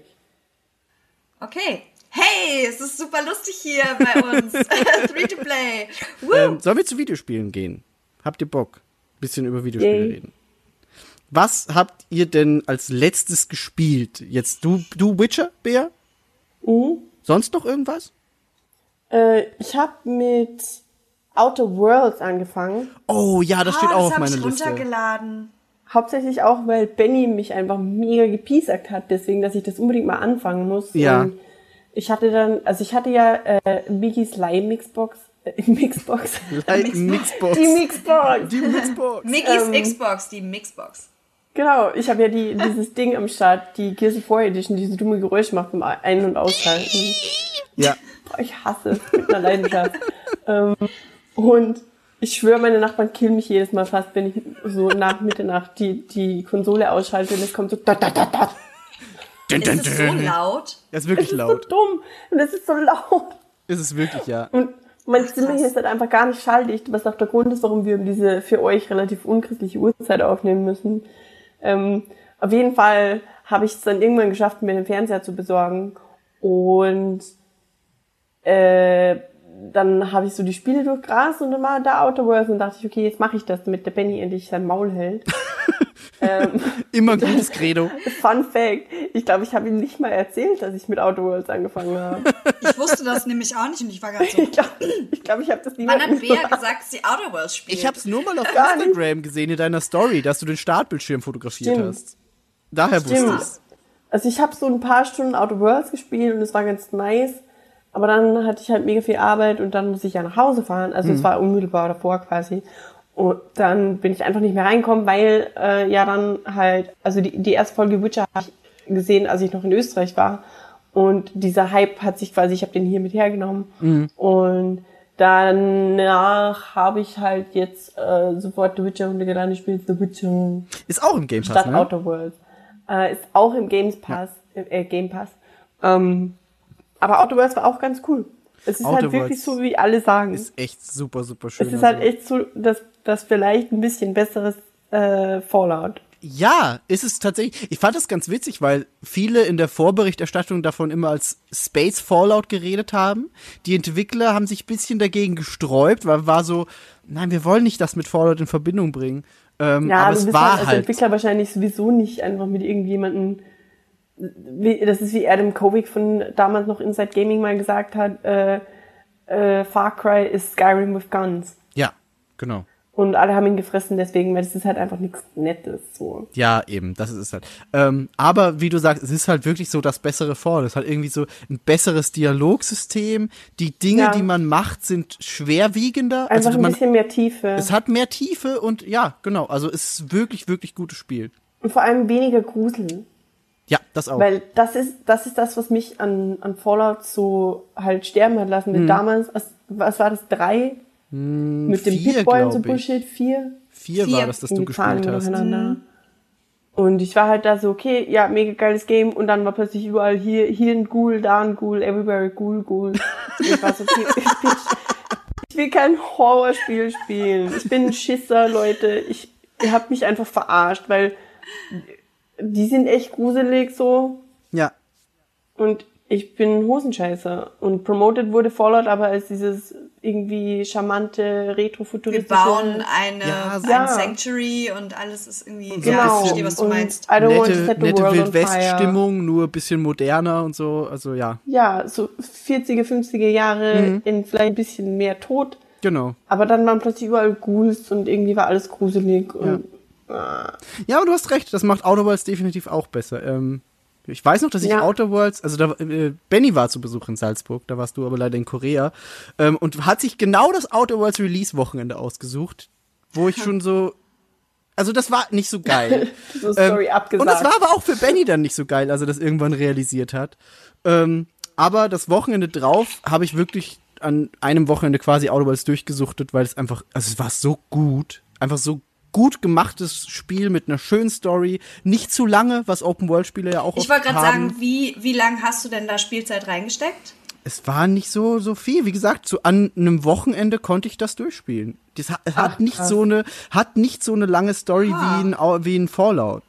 Okay. Hey, es ist super lustig hier bei uns. Three to play. Woo. Ähm, sollen wir zu Videospielen gehen? Habt ihr Bock? Bisschen über Videospiele Yay. reden. Was habt ihr denn als letztes gespielt? Jetzt du, du Witcher, Bea? Mhm. Sonst noch irgendwas? Äh, ich habe mit Outer Worlds angefangen. Oh ja, das steht ah, auch das auf meiner ich Liste. runtergeladen. Hauptsächlich auch, weil Benny mich einfach mega gepiesackt hat, deswegen, dass ich das unbedingt mal anfangen muss. Ja. Und ich hatte dann, also ich hatte ja äh, Migis Leih-Mixbox, äh, Mixbox. Like Mixbox. Die Mixbox. Die Mixbox. Miggy's Ähm, Xbox, die Mixbox. Genau, ich habe ja die, dieses Ding am Start, die Gears of War Edition, die so dumme Geräusche macht beim Ein- und Ausschalten. Ja. Boah, ich hasse es mit einer Leidenschaft. ähm, und ich schwöre, meine Nachbarn killen mich jedes Mal fast, wenn ich so nach Mitternacht die, die Konsole ausschalte und es kommt so da, da, da, da. Dun, dun, Ist es so dun. laut? Das ist wirklich Das ist laut. so dumm und es ist so laut. Ist es wirklich, ja. Und mein Zimmer hier ist halt einfach gar nicht schalldicht, was auch der Grund ist, warum wir um diese für euch relativ unchristliche Uhrzeit aufnehmen müssen. Ähm, auf jeden Fall habe ich es dann irgendwann geschafft, mir den Fernseher zu besorgen und äh, dann habe ich so die Spiele durchgrast und dann war da Outer Worlds und dachte ich, okay, jetzt mache ich das, damit der Benny endlich sein Maul hält. ähm, Immer gutes Credo. Fun Fact, ich glaube, ich habe ihm nicht mal erzählt, dass ich mit Outer Worlds angefangen habe. Ich wusste das nämlich auch nicht und ich war gerade so. Ich glaube, ich, glaub, ich habe das Wann niemandem hat Bea gesagt, dass sie Outer Worlds spielt? Ich hab's nur mal auf Gar nicht. Instagram gesehen in deiner Story, dass du den Startbildschirm fotografiert Stimmt. hast. Daher wusste Stimmt. ich's. Also ich habe so ein paar Stunden Outer Worlds gespielt und es war ganz nice. Aber dann hatte ich halt mega viel Arbeit und dann musste ich ja nach Hause fahren. Also es war unmittelbar davor quasi. Und dann bin ich einfach nicht mehr reingekommen, weil äh, ja dann halt, also die, die erste Folge Witcher habe ich gesehen, als ich noch in Österreich war. Und dieser Hype hat sich quasi, ich habe den hier mit hergenommen. Mhm. Und danach habe ich halt jetzt äh, sofort The Witcher runtergeladen. Ich spiele The Witcher Ist auch im Game Pass, statt ne? Outer Worlds. Äh, ist auch im Games Pass, äh, Game Pass. Ähm, aber Outer Worlds war auch ganz cool. Es ist Outer halt wirklich Worlds so, wie alle sagen. Ist echt super, super schön. Es ist also. halt echt so, dass das vielleicht ein bisschen besseres äh, Fallout. Ja, ist es tatsächlich. Ich fand das ganz witzig, weil viele in der Vorberichterstattung davon immer als Space Fallout geredet haben. Die Entwickler haben sich ein bisschen dagegen gesträubt, weil war so, nein, wir wollen nicht das mit Fallout in Verbindung bringen. Ähm, Ja, aber du es bist war halt als halt. Entwickler wahrscheinlich sowieso nicht einfach mit irgendjemandem, wie, das ist wie Adam Kovic von damals noch Inside Gaming mal gesagt hat, äh, äh, Far Cry ist Skyrim with Guns. Ja, genau. Und alle haben ihn gefressen deswegen, weil das ist halt einfach nichts Nettes, so. Ja, eben, das ist es halt. Ähm, aber wie du sagst, es ist halt wirklich so das bessere Fallout. Es hat irgendwie so ein besseres Dialogsystem. Die Dinge, Ja. die man macht, sind schwerwiegender. Einfach also ein man, bisschen mehr Tiefe. es hat mehr Tiefe und ja, genau. Also es ist wirklich, wirklich gutes Spiel. Und vor allem weniger Grusel. Ja, das auch. Weil das ist, das ist das, was mich an, an Fallout so halt sterben hat lassen. Weil Mhm. damals, was, was war das, drei? Mit dem vier, Pip-Boy und so glaub ich. Bullshit, vier? Vier, Vier. war das, dass du Die Zahlen gespielt hast. durcheinander. Und ich war halt da so, okay, ja, mega geiles Game. Und dann war plötzlich überall hier, hier ein Ghoul, da ein Ghoul, everywhere Ghoul, Ghoul. Und ich war so, okay, ich will, ich will kein Horrorspiel spielen. Ich bin ein Schisser, Leute. Ich, ihr habt mich einfach verarscht, weil die sind echt gruselig so. Ja. Und ich bin ein Hosenscheißer. Und promoted wurde Fallout aber als dieses irgendwie charmante, Wir retrofuturistische... bauen eine, Ja, ein ja. Sanctuary und alles ist irgendwie. so ein ja, ich bisschen- verstehe, was du und meinst. I don't want to Nette, set the nette world on fire. Wildwest-Stimmung, nur ein bisschen moderner und so. Also ja. Ja, so vierziger, fünfziger Jahre Mhm. in vielleicht ein bisschen mehr Tod. Genau. Aber dann waren plötzlich überall Ghouls und irgendwie war alles gruselig. Und, ja. Äh. ja, aber du hast recht, das macht Outer Worlds definitiv auch besser. Ähm, ich weiß noch, dass ich ja. Outer Worlds, also da, äh, Benny war zu Besuch in Salzburg, da warst du aber leider in Korea, ähm, und hat sich genau das Outer Worlds Release-Wochenende ausgesucht, wo ich schon so, also das war nicht so geil. so Story ähm, abgesagt. Und das war aber auch für Benny dann nicht so geil, als er das irgendwann realisiert hat. Ähm, aber das Wochenende drauf habe ich wirklich an einem Wochenende quasi Outer Worlds durchgesuchtet, weil es einfach, also es war so gut, einfach so gut gemachtes Spiel mit einer schönen Story, nicht zu lange, was Open-World-Spiele ja auch Ich wollte gerade sagen, wie, wie lang hast du denn da Spielzeit reingesteckt? Es war nicht so, so viel. Wie gesagt, so an einem Wochenende konnte ich das durchspielen. Das hat, Ach, hat nicht so eine, hat nicht so eine lange Story ah. wie ein, wie ein Fallout.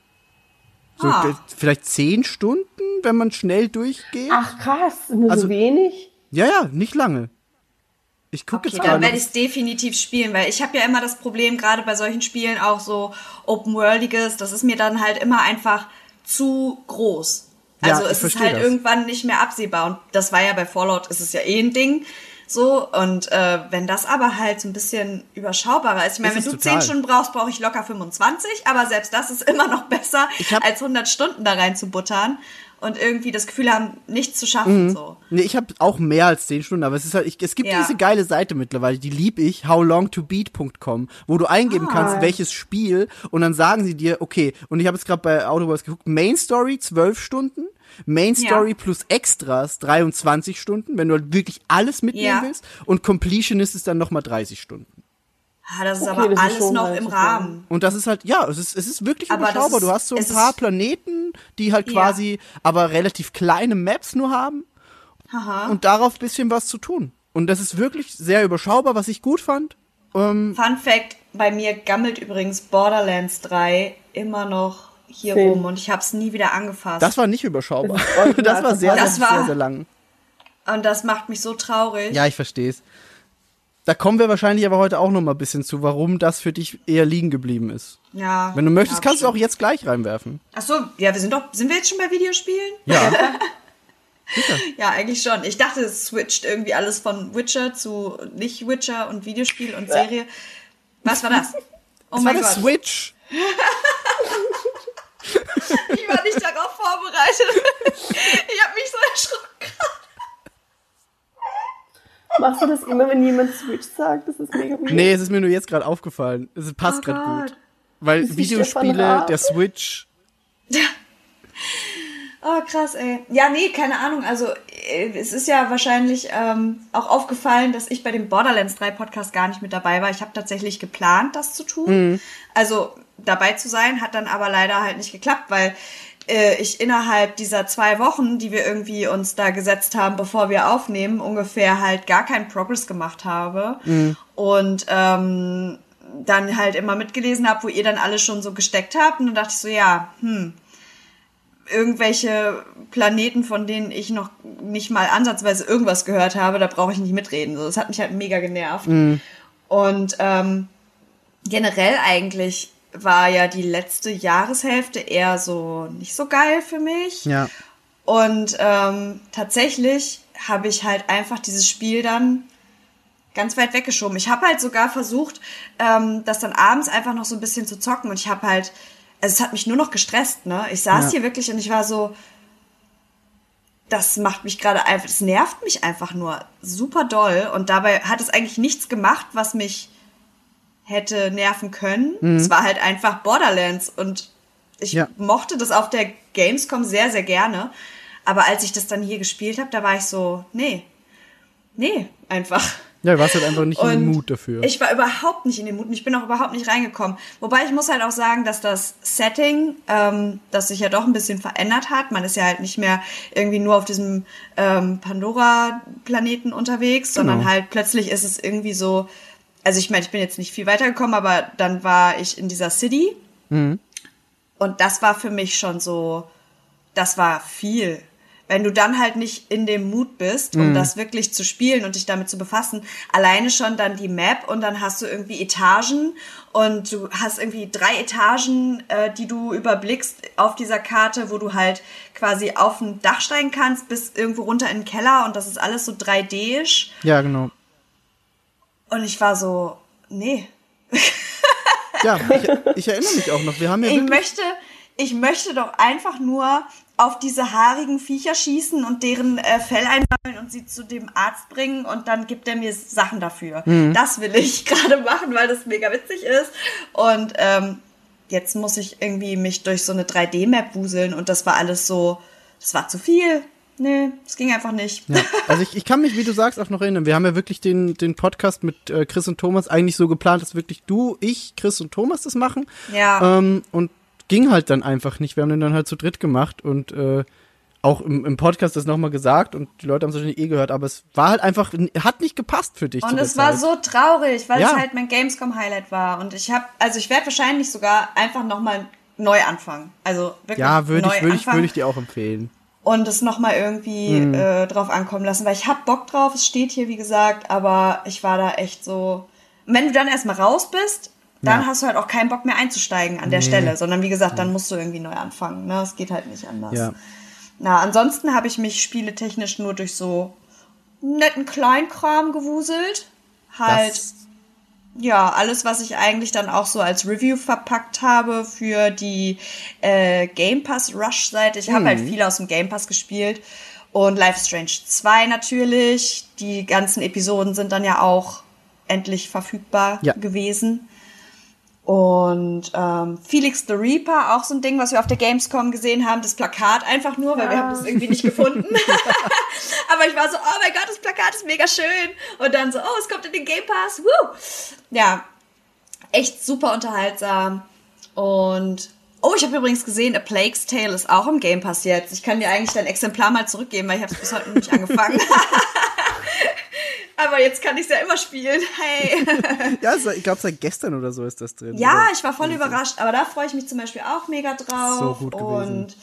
So, ah. vielleicht zehn Stunden, wenn man schnell durchgeht. Ach krass, nur also, so wenig? Ja, ja, nicht lange. Ich gucke okay, jetzt dann werde ich es definitiv spielen, weil ich habe ja immer das Problem, gerade bei solchen Spielen, auch so Open-Worldiges, das ist mir dann halt immer einfach zu groß. Also ja, es ist halt das. irgendwann nicht mehr absehbar. Und das war ja bei Fallout, ist es ja eh ein Ding. So, und äh, wenn das aber halt so ein bisschen überschaubarer ist. Ich meine, wenn du zehn Stunden brauchst, brauche ich locker fünfundzwanzig, aber selbst das ist immer noch besser, als hundert Stunden da rein zu buttern. Und irgendwie das Gefühl haben, nichts zu schaffen. Mhm. So. Nee, ich habe auch mehr als zehn Stunden, aber es ist halt, ich, es gibt ja. diese geile Seite mittlerweile, die lieb ich, how long to beat punkt com, wo du eingeben ah. kannst, welches Spiel, und dann sagen sie dir, okay, und ich habe jetzt gerade bei Outer Worlds geguckt, Main Story zwölf Stunden, Main Story ja. plus Extras dreiundzwanzig Stunden, wenn du halt wirklich alles mitnehmen ja. willst, und Completionist ist dann nochmal dreißig Stunden. Ah, das ist okay, aber das alles ist noch im Rahmen. Und das ist halt, ja, es ist, es ist wirklich aber überschaubar. Ist, du hast so ein paar Planeten, die halt quasi, ja. aber relativ kleine Maps nur haben. Aha. Und darauf ein bisschen was zu tun. Und das ist wirklich sehr überschaubar, was ich gut fand. Ähm, Fun Fact, bei mir gammelt übrigens Borderlands drei immer noch hier Sinn. rum und ich habe es nie wieder angefasst. Das war nicht überschaubar. Das, das war sehr, das sehr, war, sehr, sehr lang. Und das macht mich so traurig. Ja, ich verstehe es. Da kommen wir wahrscheinlich aber heute auch noch mal ein bisschen zu, warum das für dich eher liegen geblieben ist. Ja. Wenn du möchtest, ja, kannst du auch jetzt gleich reinwerfen. Ach so, ja, wir sind doch, sind wir jetzt schon bei Videospielen? Ja. Ja, eigentlich schon. Ich dachte, es switcht irgendwie alles von Witcher zu Nicht-Witcher und Videospiel und Serie. Was war das? Oh das mein war Gott. Switch. Ich war nicht darauf vorbereitet. Ich habe mich so erschrocken. Machst du das immer, wenn jemand Switch sagt? Das ist mega weird. Nee, es ist mir nur jetzt gerade aufgefallen. Es passt oh gerade gut. Weil Videospiele, der Switch. Ja. Oh, krass, ey. Ja, nee, keine Ahnung. Also, es ist ja wahrscheinlich ähm, auch aufgefallen, dass ich bei dem Borderlands drei Podcast gar nicht mit dabei war. Ich habe tatsächlich geplant, das zu tun. Mhm. Also, dabei zu sein, hat dann aber leider halt nicht geklappt, weil äh, ich innerhalb dieser zwei Wochen, die wir irgendwie uns da gesetzt haben, bevor wir aufnehmen, ungefähr halt gar keinen Progress gemacht habe. Mhm. Und ähm, dann halt immer mitgelesen habe, wo ihr dann alle schon so gesteckt habt. Und dann dachte ich so, ja, hm, irgendwelche Planeten, von denen ich noch nicht mal ansatzweise irgendwas gehört habe, da brauche ich nicht mitreden. So, das hat mich halt mega genervt. Mhm. Und ähm, generell eigentlich war ja die letzte Jahreshälfte eher so nicht so geil für mich. Ja. Und ähm, tatsächlich habe ich halt einfach dieses Spiel dann ganz weit weggeschoben. Ich habe halt sogar versucht, ähm, das dann abends einfach noch so ein bisschen zu zocken. Und ich habe halt, also es hat mich nur noch gestresst, ne? Ich saß ja. hier wirklich und ich war so, das macht mich gerade einfach, das nervt mich einfach nur super doll. Und dabei hat es eigentlich nichts gemacht, was mich hätte nerven können. Mhm. Es war halt einfach Borderlands. Und ich ja. mochte das auf der Gamescom sehr, sehr gerne. Aber als ich das dann hier gespielt habe, da war ich so, nee, nee, einfach. Ja, du warst halt einfach nicht und in den Mut dafür. Ich war überhaupt nicht in den Mut und ich bin auch überhaupt nicht reingekommen. Wobei ich muss halt auch sagen, dass das Setting, ähm, das sich ja doch ein bisschen verändert hat. Man ist ja halt nicht mehr irgendwie nur auf diesem ähm, Pandora-Planeten unterwegs, genau. sondern halt plötzlich ist es irgendwie so, also ich meine, ich bin jetzt nicht viel weitergekommen, aber dann war ich in dieser City mhm. und das war für mich schon so, das war viel. Wenn du dann halt nicht in dem Mut bist, um mm. das wirklich zu spielen und dich damit zu befassen, alleine schon dann die Map und dann hast du irgendwie Etagen und du hast irgendwie drei Etagen, äh, die du überblickst auf dieser Karte, wo du halt quasi auf ein Dach steigen kannst, bis irgendwo runter in den Keller und das ist alles so drei D-isch. Ja, genau. Und ich war so, nee. Ja, ich, ich erinnere mich auch noch. Wir haben ja ich möchte, ich möchte doch einfach nur auf diese haarigen Viecher schießen und deren äh, Fell einsammeln und sie zu dem Arzt bringen und dann gibt er mir Sachen dafür. Mhm. Das will ich gerade machen, weil das mega witzig ist. Und ähm, jetzt muss ich irgendwie mich durch so eine drei D-Map wuseln und das war alles so, das war zu viel. Nee, es ging einfach nicht. Ja. Also ich, ich kann mich, wie du sagst, auch noch erinnern. Wir haben ja wirklich den, den Podcast mit äh, Chris und Thomas eigentlich so geplant, dass wirklich du, ich, Chris und Thomas das machen. Ja. Ähm, und ging halt dann einfach nicht. Wir haben den dann halt zu dritt gemacht und äh, auch im, im Podcast das nochmal gesagt und die Leute haben es wahrscheinlich eh gehört, aber es war halt einfach, hat nicht gepasst für dich. Und es war so traurig, weil ja. es halt mein Gamescom-Highlight war und ich habe, also ich werde wahrscheinlich sogar einfach nochmal neu anfangen. Also wirklich ja, würde ich, würde ich, anfangen. würde ich dir auch empfehlen. Und es nochmal irgendwie mhm. äh, drauf ankommen lassen, weil ich hab Bock drauf, es steht hier, wie gesagt, aber ich war da echt so, wenn du dann erstmal raus bist, dann ja. hast du halt auch keinen Bock mehr einzusteigen an der nee. Stelle, sondern wie gesagt, dann musst du irgendwie neu anfangen, ne, es geht halt nicht anders. Ja. Na, ansonsten habe ich mich spieletechnisch nur durch so netten Kleinkram gewuselt, halt, das ja, alles, was ich eigentlich dann auch so als Review verpackt habe für die äh, Game Pass Rush-Seite. Ich mhm. habe halt viel aus dem Game Pass gespielt. Und Life is Strange zwei natürlich. Die ganzen Episoden sind dann ja auch endlich verfügbar ja. gewesen. Und ähm, Felix the Reaper, auch so ein Ding, was wir auf der Gamescom gesehen haben. Das Plakat einfach nur, weil ja. wir haben das irgendwie nicht gefunden. Aber ich war so, oh mein Gott, das Plakat ist mega schön. Und dann so, oh, es kommt in den Game Pass. Woo! Ja, echt super unterhaltsam. Und, oh, ich habe übrigens gesehen, A Plague's Tale ist auch im Game Pass jetzt. Ich kann dir eigentlich dein Exemplar mal zurückgeben, weil ich habe es bis heute noch nicht angefangen. Aber jetzt kann ich es ja immer spielen. Hey. Ja, ich glaube, seit gestern oder so ist das drin. Ja, oder? ich war voll überrascht. Aber da freue ich mich zum Beispiel auch mega drauf. So gut gewesen. Und,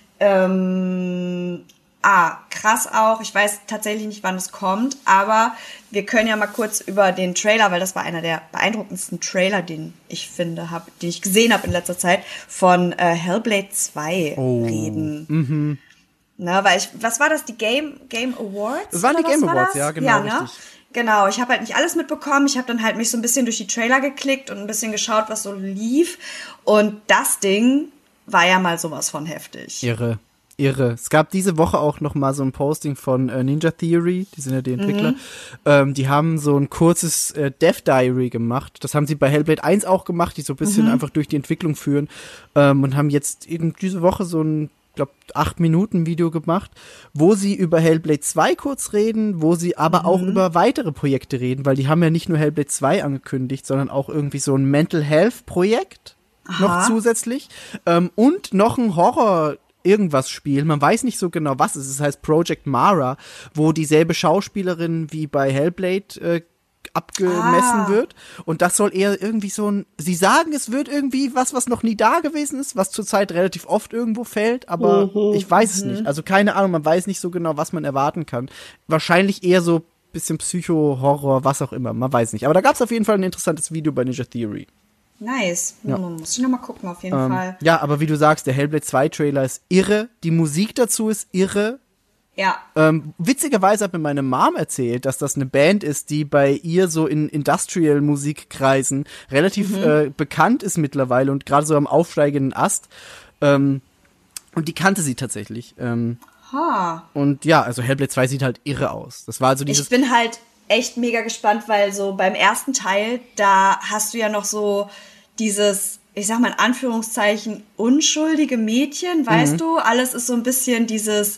ähm, ah, krass auch. Ich weiß tatsächlich nicht, wann es kommt. Aber wir können ja mal kurz über den Trailer, weil das war einer der beeindruckendsten Trailer, den ich finde, hab, den ich gesehen habe in letzter Zeit, von äh, Hellblade zwei oh. reden. Mhm. Na, weil ich, was war das, die Game, Game Awards? Das waren die Game war Awards, das? ja, genau, ja, ne? richtig. Genau, ich habe halt nicht alles mitbekommen. Ich habe dann halt mich so ein bisschen durch die Trailer geklickt und ein bisschen geschaut, was so lief. Und das Ding war ja mal sowas von heftig. Irre, irre. Es gab diese Woche auch noch mal so ein Posting von äh, Ninja Theory, die sind ja die Entwickler. Mhm. Ähm, die haben so ein kurzes äh, Dev Diary gemacht. Das haben sie bei Hellblade eins auch gemacht, die so ein bisschen mhm. einfach durch die Entwicklung führen. Ähm, und haben jetzt eben diese Woche so ein ich glaube, acht Minuten Video gemacht, wo sie über Hellblade zwei kurz reden, wo sie aber mhm. auch über weitere Projekte reden, weil die haben ja nicht nur Hellblade zwei angekündigt, sondern auch irgendwie so ein Mental Health Projekt Aha. noch zusätzlich ähm, und noch ein Horror irgendwas Spiel, man weiß nicht so genau, was es ist, es heißt Project Mara, wo dieselbe Schauspielerin wie bei Hellblade äh, abgemessen ah. wird und das soll eher irgendwie so ein, sie sagen, es wird irgendwie was, was noch nie da gewesen ist, was zurzeit relativ oft irgendwo fällt, aber mhm. ich weiß es mhm. nicht, also keine Ahnung, man weiß nicht so genau, was man erwarten kann. Wahrscheinlich eher so bisschen Psycho, Horror, was auch immer, man weiß nicht, aber da gab es auf jeden Fall ein interessantes Video bei Ninja Theory. Nice, ja. muss ich nochmal gucken auf jeden ähm, Fall. Ja, aber wie du sagst, der Hellblade zwei Trailer ist irre, die Musik dazu ist irre. Ja. Ähm, witzigerweise hat mir meine Mom erzählt, dass das eine Band ist, die bei ihr so in Industrial-Musikkreisen relativ mhm. äh, bekannt ist mittlerweile und gerade so am aufsteigenden Ast. Ähm, und die kannte sie tatsächlich. Ähm, ha. Und ja, also Hellblade zwei sieht halt irre aus. Das war also dieses. Ich bin halt echt mega gespannt, weil so beim ersten Teil, da hast du ja noch so dieses, ich sag mal in Anführungszeichen, unschuldige Mädchen, weißt mhm. du? Alles ist so ein bisschen dieses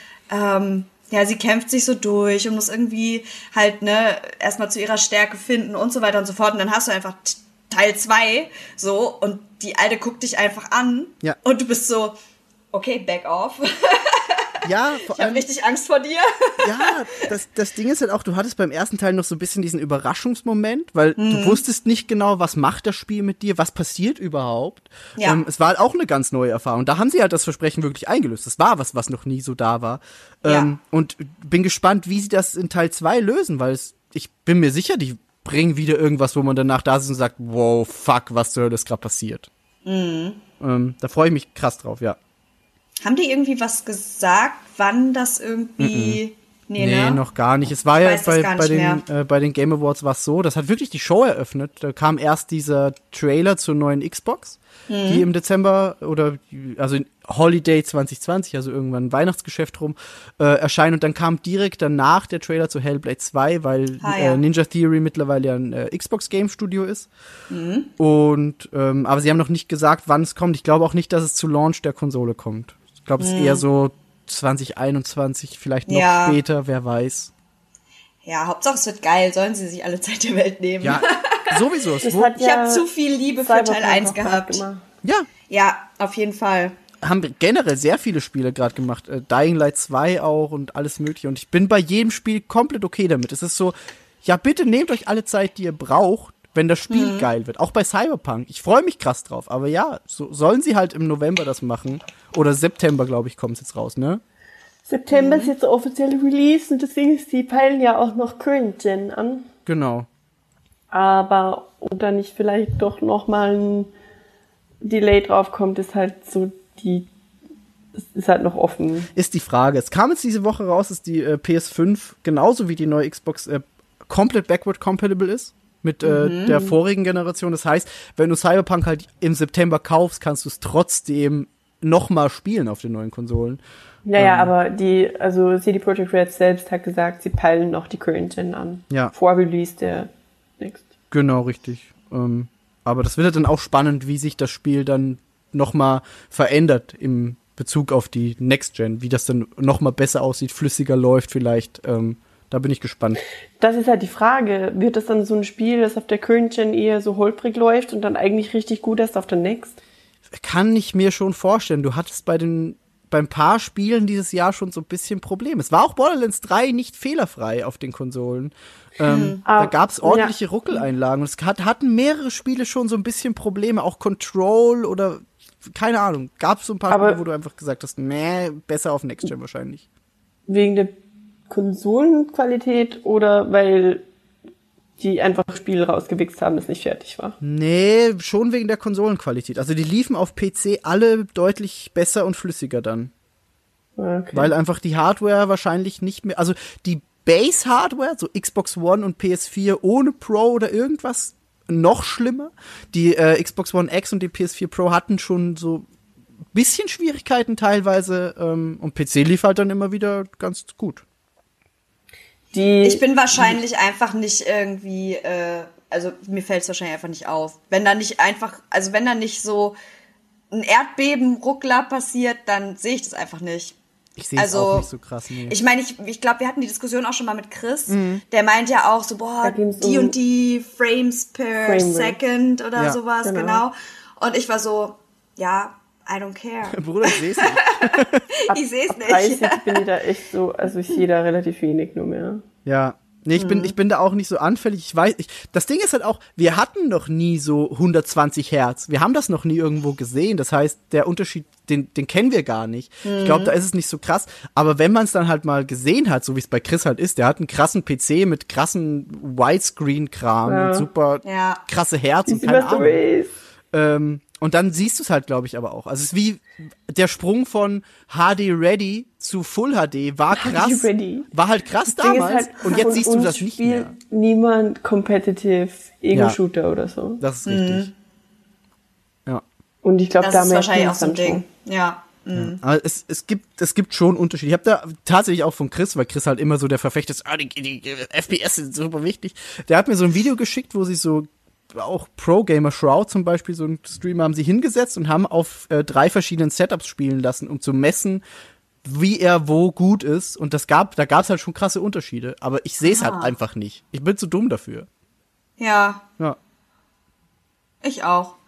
Ähm, ja, sie kämpft sich so durch und muss irgendwie halt, ne, erstmal zu ihrer Stärke finden und so weiter und so fort. Und dann hast du einfach t- Teil zwei, so, und die Alte guckt dich einfach an. Ja. Und du bist so, okay, back off. Ja, vor ich habe richtig Angst vor dir. Ja, das, das Ding ist halt auch, du hattest beim ersten Teil noch so ein bisschen diesen Überraschungsmoment, weil mhm. du wusstest nicht genau, was macht das Spiel mit dir, was passiert überhaupt. Ja. Ähm, es war halt auch eine ganz neue Erfahrung. Da haben sie halt das Versprechen wirklich eingelöst. Das war was, was noch nie so da war. Ja. Ähm, und bin gespannt, wie sie das in Teil zwei lösen, weil es, ich bin mir sicher, die bringen wieder irgendwas, wo man danach da sitzt und sagt, wow, fuck, was zur Hölle ist gerade passiert. Mhm. Ähm, da freue ich mich krass drauf, ja. Haben die irgendwie was gesagt, wann das irgendwie Nee, Nee, ne? noch gar nicht. Es war ja weiß das bei, gar bei, nicht den, äh, bei den Game Awards war es so, das hat wirklich die Show eröffnet. Da kam erst dieser Trailer zur neuen Xbox, Mhm. die im Dezember oder also in Holiday zwanzig zwanzig, also irgendwann Weihnachtsgeschäft rum, äh, erscheinen. Und dann kam direkt danach der Trailer zu Hellblade zwei, weil Ah, ja. äh, Ninja Theory mittlerweile ja ein äh, Xbox Game Studio ist. Mhm. Und ähm, aber sie haben noch nicht gesagt, wann es kommt. Ich glaube auch nicht, dass es zu Launch der Konsole kommt. Ich glaube, es ist eher so zwanzig einundzwanzig, vielleicht noch Ja. später, wer weiß. Ja, Hauptsache es wird geil. Sollen sie sich alle Zeit der Welt nehmen. Ja, sowieso. Es Das wo, hat Ich ja habe zu viel Liebe für Cyberpunk Teil eins auch grad gehabt. gemacht. ja, Ja, auf jeden Fall. haben generell sehr viele Spiele gerade gemacht. Äh, Dying Light zwei auch und alles mögliche. Und ich bin bei jedem Spiel komplett okay damit. Es ist so, ja bitte nehmt euch alle Zeit, die ihr braucht, wenn das Spiel Mhm. geil wird. Auch bei Cyberpunk. Ich freue mich krass drauf. Aber ja, so sollen sie halt im November das machen. Oder September, glaube ich, kommt es jetzt raus, ne? September ist jetzt der offizielle Release und deswegen ist die peilen ja auch noch Current Gen an. Genau. Aber ob da nicht vielleicht doch nochmal ein Delay drauf kommt, ist halt so die, es ist halt noch offen. Ist die Frage. Es kam jetzt diese Woche raus, dass die äh, P S fünf genauso wie die neue Xbox äh, komplett backward compatible ist mit äh, der vorigen Generation. Das heißt, wenn du Cyberpunk halt im September kaufst, kannst du es trotzdem nochmal spielen auf den neuen Konsolen. Ja, ja, aber die, also C D Projekt Red selbst hat gesagt, sie peilen noch die Current Gen an. Ja. Vor Release der Next. Genau, richtig. Ähm, aber das wird dann auch spannend, wie sich das Spiel dann nochmal verändert im Bezug auf die Next Gen, wie das dann nochmal besser aussieht, flüssiger läuft vielleicht. Ähm, da bin ich gespannt. Das ist halt die Frage. Wird das dann so ein Spiel, das auf der Current Gen eher so holprig läuft und dann eigentlich richtig gut ist auf der Next? Kann ich mir schon vorstellen. Du hattest bei den beim paar Spielen dieses Jahr schon so ein bisschen Probleme. Es war auch Borderlands drei nicht fehlerfrei auf den Konsolen. Ähm, Ah, da gab es ordentliche ja. Ruckeleinlagen. Und es hat, hatten mehrere Spiele schon so ein bisschen Probleme. Auch Control oder keine Ahnung. Gab es so ein paar Aber- Spiele, wo du einfach gesagt hast, nee, besser auf Next Gen wahrscheinlich. Wegen der Konsolenqualität oder weil die einfach Spiele rausgewichst haben, das nicht fertig war? Nee, schon wegen der Konsolenqualität. Also die liefen auf P C alle deutlich besser und flüssiger dann. Okay. Weil einfach die Hardware wahrscheinlich nicht mehr, also die Base-Hardware, so Xbox One und P S vier ohne Pro oder irgendwas, noch schlimmer. Die äh, Xbox One X und die P S vier Pro hatten schon so ein bisschen Schwierigkeiten teilweise ähm, und P C lief halt dann immer wieder ganz gut. die, Ich bin wahrscheinlich einfach nicht irgendwie, äh, also mir fällt es wahrscheinlich einfach nicht auf. Wenn da nicht einfach, also wenn da nicht so ein Erdbeben-Ruckler passiert, dann sehe ich das einfach nicht. Ich sehe es Also, auch nicht so krass. Nee. Ich meine, ich, ich glaube, wir hatten die Diskussion auch schon mal mit Chris. Der meint ja auch so, boah, Da ging's die um und die Frames per Frame Rate. Second oder Ja, sowas, genau. genau. Und ich war so, ja, I don't care. Bruder, ich sehe es nicht. Ich sehe es ab nicht. dreißig bin ich da echt so, also ich sehe da relativ wenig nur mehr. Ja. Nee, ich bin, ich bin da auch nicht so anfällig. Ich weiß, ich, das Ding ist halt auch, wir hatten noch nie so hundertzwanzig Hertz. Wir haben das noch nie irgendwo gesehen. Das heißt, der Unterschied, den, den kennen wir gar nicht. Ich glaube, da ist es nicht so krass. Aber wenn man es dann halt mal gesehen hat, so wie es bei Chris halt ist, der hat einen krassen P C mit krassen Widescreen-Kram Ja. und super Ja. krasse Herz und Die keine beste Ahnung. Race. Ähm, und dann siehst du es halt, glaube ich, aber auch. Also es ist wie der Sprung von H D Ready zu Full H D war H D krass. Ready. War halt krass Das Ding ist damals. halt, und von jetzt siehst du uns das nicht spielt mehr. niemand Competitive Ego-Shooter oder so. Das ist richtig. Ja. Und ich glaube, Das da ist merkt wahrscheinlich man auch es so ein dann Ding. Ja. Mhm. Aber es, es, gibt, es gibt schon Unterschiede. Ich habe da tatsächlich auch von Chris, weil Chris halt immer so der Verfechter ist, ah, die, die, die F P S sind super wichtig. Der hat mir so ein Video geschickt, wo sie so, auch Pro-Gamer Shroud zum Beispiel, so ein Streamer, haben sie hingesetzt und haben auf äh, drei verschiedenen Setups spielen lassen, um zu messen, wie er wo gut ist. Und das gab, da gab es halt schon krasse Unterschiede. Aber ich sehe es halt Ah. einfach nicht. Ich bin zu dumm dafür. Ja, Ja. ich auch.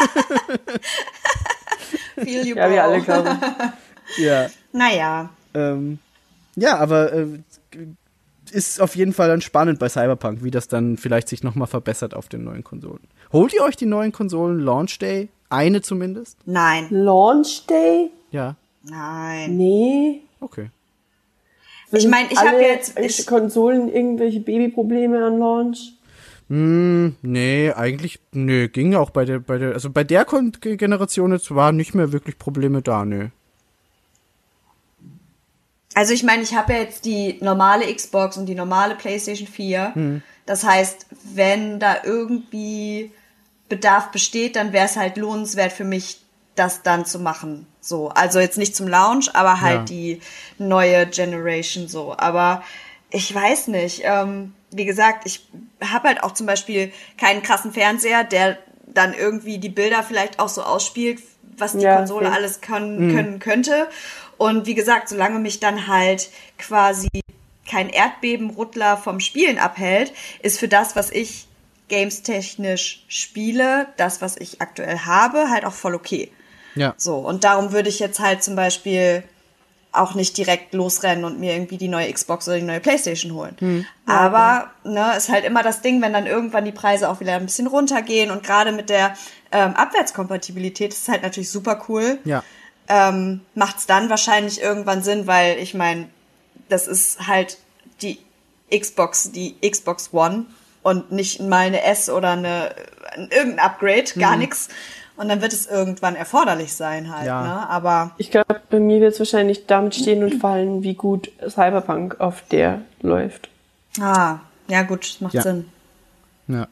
Feel you, Ja, wir bro. alle, glaube ich. Ja. Naja. Ähm, ja, aber äh, ist auf jeden Fall dann spannend bei Cyberpunk, wie das dann vielleicht sich nochmal verbessert auf den neuen Konsolen. Holt ihr euch die neuen Konsolen Launch Day? Eine zumindest? Nein. Launch Day? Ja. Nein. Nee. Okay. Ich meine, ich Alle habe jetzt. Ich, Konsolen irgendwelche Babyprobleme an Launch? Hm, nee, eigentlich, nee, ging auch bei der, bei der, also bei der Kon Generation jetzt waren nicht mehr wirklich Probleme da, nee. Also ich meine, ich habe ja jetzt die normale Xbox und die normale PlayStation vier. Hm. Das heißt, wenn da irgendwie Bedarf besteht, dann wäre es halt lohnenswert für mich, das dann zu machen. So, also jetzt nicht zum Launch, aber halt ja. die neue Generation so. Aber ich weiß nicht. Ähm, wie gesagt, ich habe halt auch zum Beispiel keinen krassen Fernseher, der dann irgendwie die Bilder vielleicht auch so ausspielt, was die ja, Konsole okay. alles kann, mhm. können könnte. Und wie gesagt, solange mich dann halt quasi kein Erdbebenruttler vom Spielen abhält, ist für das, was ich games-technisch spiele, das, was ich aktuell habe, halt auch voll okay. Ja. So, und darum würde ich jetzt halt zum Beispiel auch nicht direkt losrennen und mir irgendwie die neue Xbox oder die neue PlayStation holen. Hm. Aber, ne, ist halt immer das Ding, wenn dann irgendwann die Preise auch wieder ein bisschen runtergehen und gerade mit der ähm, Abwärtskompatibilität ist es halt natürlich super cool. Ja. Ähm, macht's dann wahrscheinlich irgendwann Sinn, weil ich meine, das ist halt die Xbox, die Xbox One und nicht mal eine S oder eine irgendein Upgrade, gar mhm. nichts. Und dann wird es irgendwann erforderlich sein halt, ja. ne? Aber ich glaube, bei mir wird es wahrscheinlich damit stehen und fallen, wie gut Cyberpunk auf der läuft. Ah, ja gut, das macht ja. Sinn. Ja.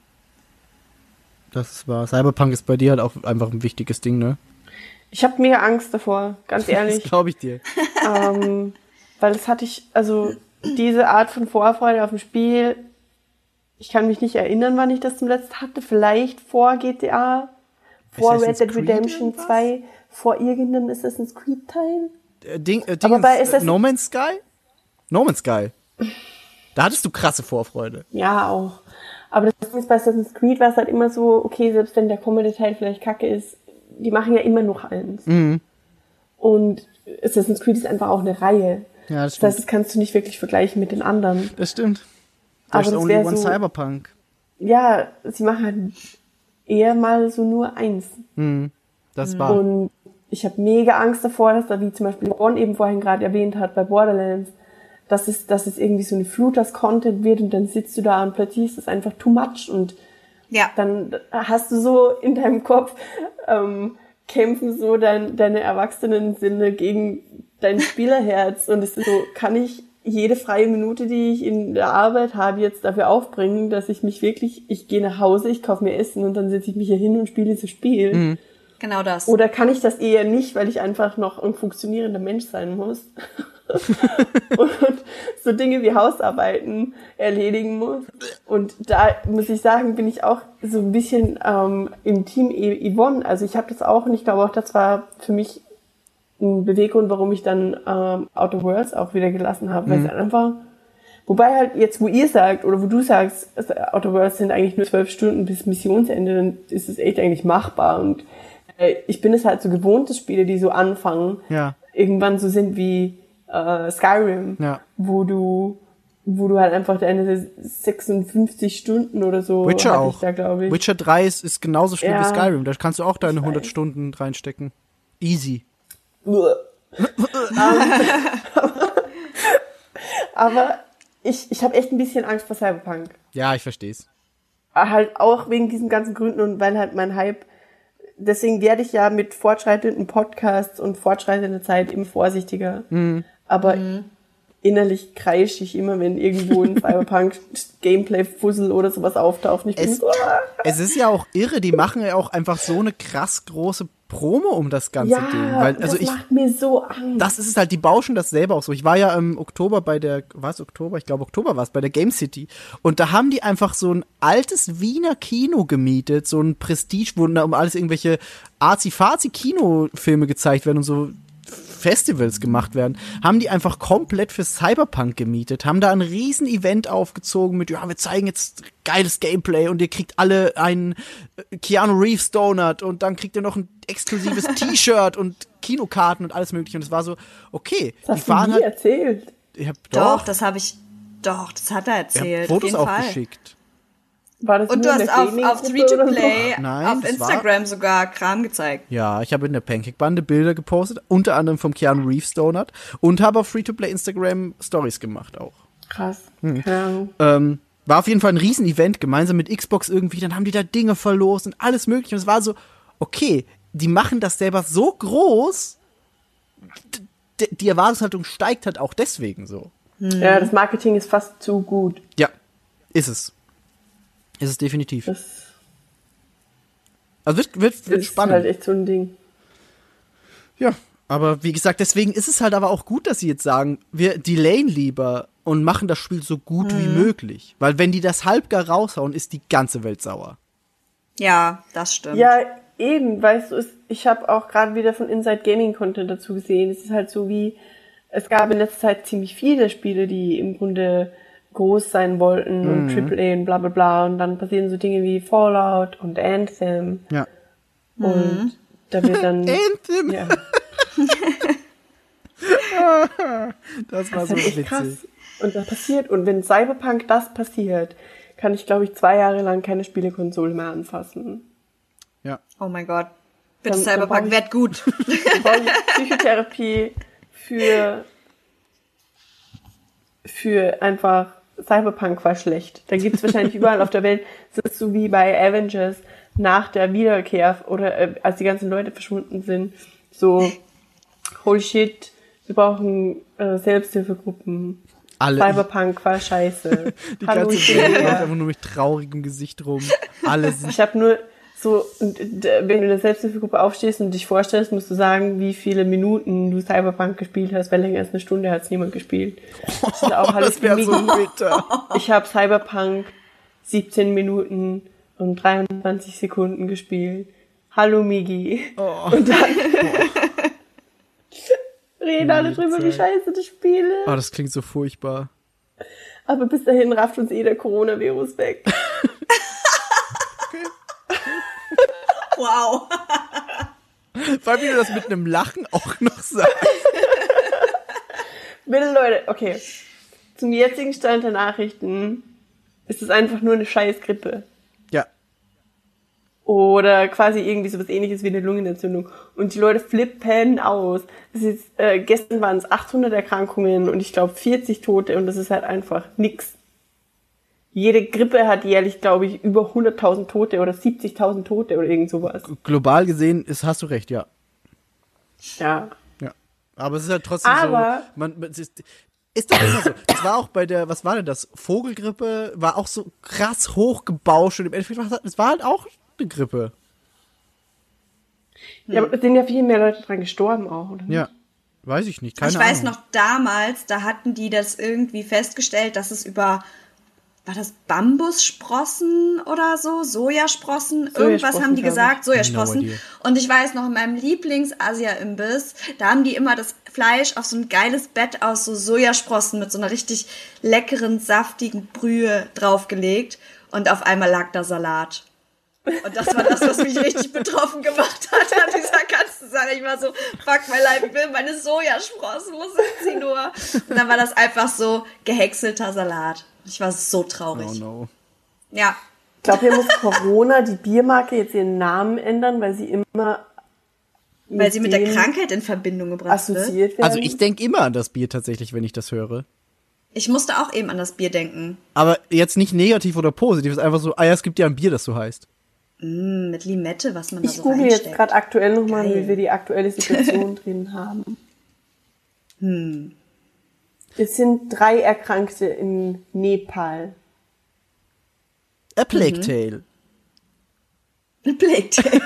Das war, Cyberpunk ist bei dir halt auch einfach ein wichtiges Ding, ne? Ich habe mega Angst davor, ganz ehrlich. Das glaube ich dir. ähm, weil das hatte ich, also diese Art von Vorfreude auf dem Spiel, ich kann mich nicht erinnern, wann ich das zum letzten hatte. Vielleicht vor G T A, vor Red Dead Redemption irgendwas? zwei, vor irgendeinem Assassin's Creed Teil. Äh, Ding, äh, Ding Aber ist, bei No Man's Sky? No Man's Sky. Da hattest du krasse Vorfreude. Ja, auch. Aber das ist bei Assassin's Creed war es halt immer so, okay, selbst wenn der kommende Teil vielleicht kacke ist, die machen ja immer noch eins. Mhm. Und Assassin's Creed ist einfach auch eine Reihe. Ja, das, das heißt, das kannst du nicht wirklich vergleichen mit den anderen. Das stimmt. There's Aber only one so, Cyberpunk. Ja, sie machen halt eher mal so nur eins. Mhm. Das war. Und ich habe mega Angst davor, dass da, wie zum Beispiel Ron eben vorhin gerade erwähnt hat, bei Borderlands, dass es, dass es irgendwie so eine Flut-Content wird und dann sitzt du da und plötzlich ist es einfach too much und ja. dann hast du so in deinem Kopf ähm, kämpfen so dein, deine Erwachsenen-Sinne gegen dein Spielerherz und es ist so, kann ich jede freie Minute, die ich in der Arbeit habe, jetzt dafür aufbringen, dass ich mich wirklich, ich gehe nach Hause, ich kaufe mir Essen und dann setze ich mich hier hin und spiele dieses Spiel. Mhm. Genau das. Oder kann ich das eher nicht, weil ich einfach noch ein funktionierender Mensch sein muss und so Dinge wie Hausarbeiten erledigen muss. Und da muss ich sagen, bin ich auch so ein bisschen ähm, im Team Yvonne. Also ich habe das auch und ich glaube auch, das war für mich ein Beweggrund, warum ich dann ähm, Outer Worlds auch wieder gelassen habe, weil mhm. es einfach, wobei halt jetzt, wo ihr sagt oder wo du sagst, also Outer Worlds sind eigentlich nur zwölf Stunden bis Missionsende, dann ist es echt eigentlich machbar und äh, ich bin es halt so gewohnt, dass Spiele, die so anfangen, ja. irgendwann so sind wie äh, Skyrim, ja. wo du wo du halt einfach deine sechsundfünfzig Stunden oder so Witcher auch. Da, glaube ich. Witcher drei ist, ist genauso schlimm ja. wie Skyrim, da kannst du auch deine hundert Stunden reinstecken. Easy. Aber ich, ich habe echt ein bisschen Angst vor Cyberpunk. Ja, ich versteh's. Halt auch wegen diesen ganzen Gründen und weil halt mein Hype, deswegen werde ich ja mit fortschreitenden Podcasts und fortschreitender Zeit immer vorsichtiger. Mhm. Aber mhm. innerlich kreische ich immer, wenn irgendwo ein Cyberpunk-Gameplay-Fussel oder sowas auftaucht. Ich bin es, so, ah. es ist ja auch irre, die machen ja auch einfach so eine krass große Promo um das ganze ja, Ding. Weil, also das ich, macht mir so Angst. Das ist es halt, die bauschen das selber auch so. Ich war ja im Oktober bei der, war es Oktober? Ich glaube Oktober war es, bei der Game City. Und da haben die einfach so ein altes Wiener Kino gemietet, so ein Prestige, wo da um alles irgendwelche Arzi-Fazi-Kinofilme gezeigt werden und so Festivals gemacht werden, haben die einfach komplett für Cyberpunk gemietet, haben da ein riesen Event aufgezogen mit, ja, wir zeigen jetzt geiles Gameplay und ihr kriegt alle einen Keanu Reeves Donut und dann kriegt ihr noch ein exklusives T-Shirt und Kinokarten und alles mögliche und es war so, okay. Das hast die waren du nie halt, erzählt. Ich hab, doch, doch, das habe ich, doch, das hat er erzählt. Ich hab Fotos auf jeden auch Fall. geschickt. War das Und nur du hast auf, auf Gaming-Gruppe oder Free-to-Play, so? Nein, auf das Instagram war- sogar Kram gezeigt. Ja, ich habe in der Pancake-Bande Bilder gepostet, unter anderem vom Keanu Reeves Donut und habe auf Free-to-Play Instagram Stories gemacht auch. Krass. Hm. Keine Ahnung. Ähm, war auf jeden Fall ein Riesen-Event, gemeinsam mit Xbox irgendwie, dann haben die da Dinge verlost und alles mögliche und es war so, okay, die machen das selber so groß, d- d- die Erwartungshaltung steigt halt auch deswegen so. Ja, das Marketing ist fast zu gut. Ja, ist es. Ist es definitiv. Das Also wird, wird, wird ist spannend. halt echt so ein Ding. Ja, aber wie gesagt, deswegen ist es halt aber auch gut, dass sie jetzt sagen, wir delayen lieber und machen das Spiel so gut Mhm. wie möglich. Weil wenn die das halbgar raushauen, ist die ganze Welt sauer. Ja, das stimmt. Ja, eben, weißt du, es- ich habe auch gerade wieder von Inside Gaming Content dazu gesehen. Es ist halt so wie, es gab in letzter Zeit ziemlich viele Spiele, die im Grunde groß sein wollten und Triple A und bla bla bla. Und dann passieren so Dinge wie Fallout und Anthem. Ja. Und da wird dann... Anthem! Ja, Das war das so ist echt witzig. krass. Und das passiert. Und wenn Cyberpunk das passiert, kann ich, glaube ich, zwei Jahre lang keine Spielekonsole mehr anfassen. Ja. Oh mein Gott. Bitte, Dann- dann Cyberpunk, brauch ich- werd gut. Wir brauchen Psychotherapie für, für einfach Cyberpunk war schlecht. Da gibt's wahrscheinlich überall auf der Welt, es ist so wie bei Avengers nach der Wiederkehr oder äh, als die ganzen Leute verschwunden sind, so holy shit, wir brauchen äh, Selbsthilfegruppen. Alle. Cyberpunk war scheiße. Die Hallo, ganze ich bin Welt läuft hier. einfach nur mit traurigem Gesicht rum. Alle sind. Ich habe nur so, und, d- wenn du in der Selbsthilfegruppe aufstehst und dich vorstellst, musst du sagen, wie viele Minuten du Cyberpunk gespielt hast, weil länger als eine Stunde hat es niemand gespielt. Das ist auch alles Das wäre so Migi. bitter. Ich habe Cyberpunk siebzehn Minuten und dreiundzwanzig Sekunden gespielt. Hallo Migi. Oh. Und dann reden alle drüber, wie Zeit. scheiße das Spiel ist. Oh, das klingt so furchtbar. Aber bis dahin rafft uns eh der Coronavirus weg. Wow. Vor allem, wie du das mit einem Lachen auch noch sagst. Bitte Leute, okay. Zum jetzigen Stand der Nachrichten ist es einfach nur eine scheiß Grippe. Ja. Oder quasi irgendwie sowas ähnliches wie eine Lungenentzündung. Und die Leute flippen aus. Das ist, äh, gestern waren es achthundert Erkrankungen und ich glaube vierzig Tote und das ist halt einfach nix. Jede Grippe hat jährlich, glaube ich, über hunderttausend Tote oder siebzigtausend Tote oder irgend sowas. Global gesehen ist, hast du recht, ja. Ja. Ja. Aber es ist halt trotzdem Aber- so. Man, man, es ist, ist doch immer so. Das war auch bei der, was war denn das? Vogelgrippe war auch so krass hochgebauscht und im Endeffekt war es war halt auch eine Grippe. Ja, aber es sind ja viel mehr Leute dran gestorben auch, oder? Ja. Weiß ich nicht. Keine ich weiß Ahnung. noch, damals, da hatten die das irgendwie festgestellt, dass es über, war das Bambussprossen oder so? Sojasprossen? Irgendwas haben die glaub ich. gesagt, Sojasprossen. No idea. Und ich weiß noch, in meinem Lieblings-Asia-Imbiss, da haben die immer das Fleisch auf so ein geiles Bett aus so Sojasprossen mit so einer richtig leckeren, saftigen Brühe draufgelegt. Und auf einmal lag da Salat. Und das war das, was mich richtig betroffen gemacht hat an dieser ganzen Sache. Ich war so, fuck my life, ich will meine Sojasprossen, wo sind sie nur? Und dann war das einfach so gehäckselter Salat. Ich war so traurig. Oh no. Ja, Ich glaube, hier muss Corona die Biermarke jetzt ihren Namen ändern, weil sie immer weil sie mit der dem Krankheit in Verbindung gebracht wird. assoziiert werden. Also ich denke immer an das Bier tatsächlich, wenn ich das höre. Ich musste auch eben an das Bier denken. Aber jetzt nicht negativ oder positiv, es ist einfach so, ah ja, es gibt ja ein Bier, das so heißt. Mm, mit Limette, was man da Ich so google jetzt reinsteckt. gerade aktuell nochmal, Geil. wie wir die aktuelle Situation drin haben. Hm. Es sind drei Erkrankte in Nepal. A Plague Tale. Plague Tale.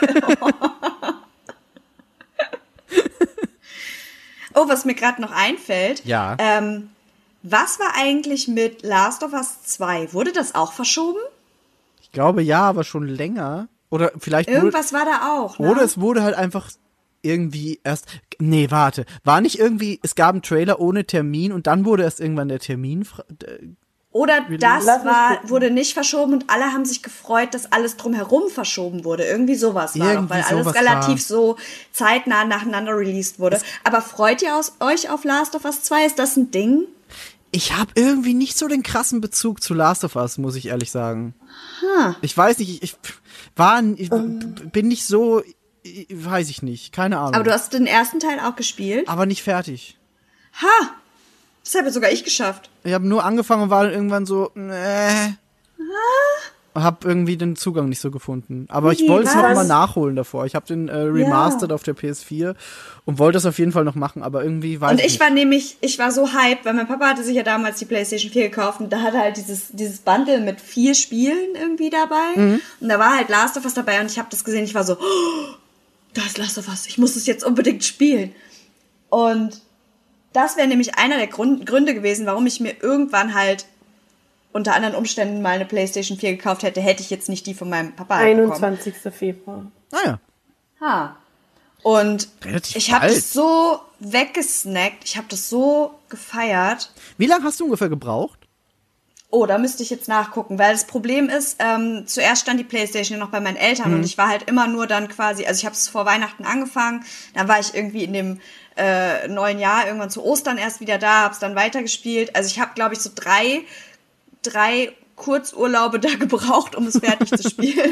Oh, was mir gerade noch einfällt. Ja. Ähm, was war eigentlich mit Last of Us zwei? Wurde das auch verschoben? Ich glaube ja, aber schon länger. Oder vielleicht wurde, Irgendwas war da auch, ne? oder es wurde halt einfach irgendwie erst, nee, warte, war nicht irgendwie, es gab einen Trailer ohne Termin und dann wurde erst irgendwann der Termin, fra- d- Oder das Lass mich war, gucken. wurde nicht verschoben und alle haben sich gefreut, dass alles drumherum verschoben wurde. Irgendwie sowas war Irgendwie doch, weil alles sowas relativ war. so zeitnah nacheinander released wurde. Aber freut ihr aus, euch auf Last of Us zwei? Ist das ein Ding? ich habe irgendwie nicht so den krassen Bezug zu Last of Us, muss ich ehrlich sagen. Ich weiß nicht, ich, ich war, ich bin nicht so, ich, weiß ich nicht, keine Ahnung. Aber du hast den ersten Teil auch gespielt? aber nicht fertig. Ha! Das habe sogar ich geschafft. Ich habe nur angefangen und war dann irgendwann so, äh, habe irgendwie den Zugang nicht so gefunden. Aber ich Wie, wollte es was? noch mal nachholen davor. Ich habe den äh, remastered Ja. auf der P S vier und wollte es auf jeden Fall noch machen, aber irgendwie weiß Und ich ich nicht. war nämlich, ich war so hyped, weil mein Papa hatte sich ja damals die PlayStation vier gekauft und da hatte halt dieses, dieses Bundle mit vier Spielen irgendwie dabei. Mhm. Und da war halt Last of Us dabei und ich habe das gesehen, ich war so, oh, da ist Last of Us, ich muss es jetzt unbedingt spielen. Und das wäre nämlich einer der Grund, Gründe gewesen, warum ich mir irgendwann halt unter anderen Umständen mal eine PlayStation vier gekauft hätte, hätte ich jetzt nicht die von meinem Papa halt bekommen. einundzwanzigster Februar. Naja. Ha. Und Relativ ich habe bald. das so weggesnackt, ich habe das so gefeiert. Wie lange hast du ungefähr gebraucht? Oh, da müsste ich jetzt nachgucken, weil das Problem ist, ähm, zuerst stand die PlayStation ja noch bei meinen Eltern und ich war halt immer nur dann quasi, also ich habe es vor Weihnachten angefangen, dann war ich irgendwie in dem äh, neuen Jahr irgendwann zu Ostern erst wieder da, habe es dann weitergespielt. Also ich habe, glaube ich, so drei, drei Kurzurlaube da gebraucht, um es fertig zu spielen.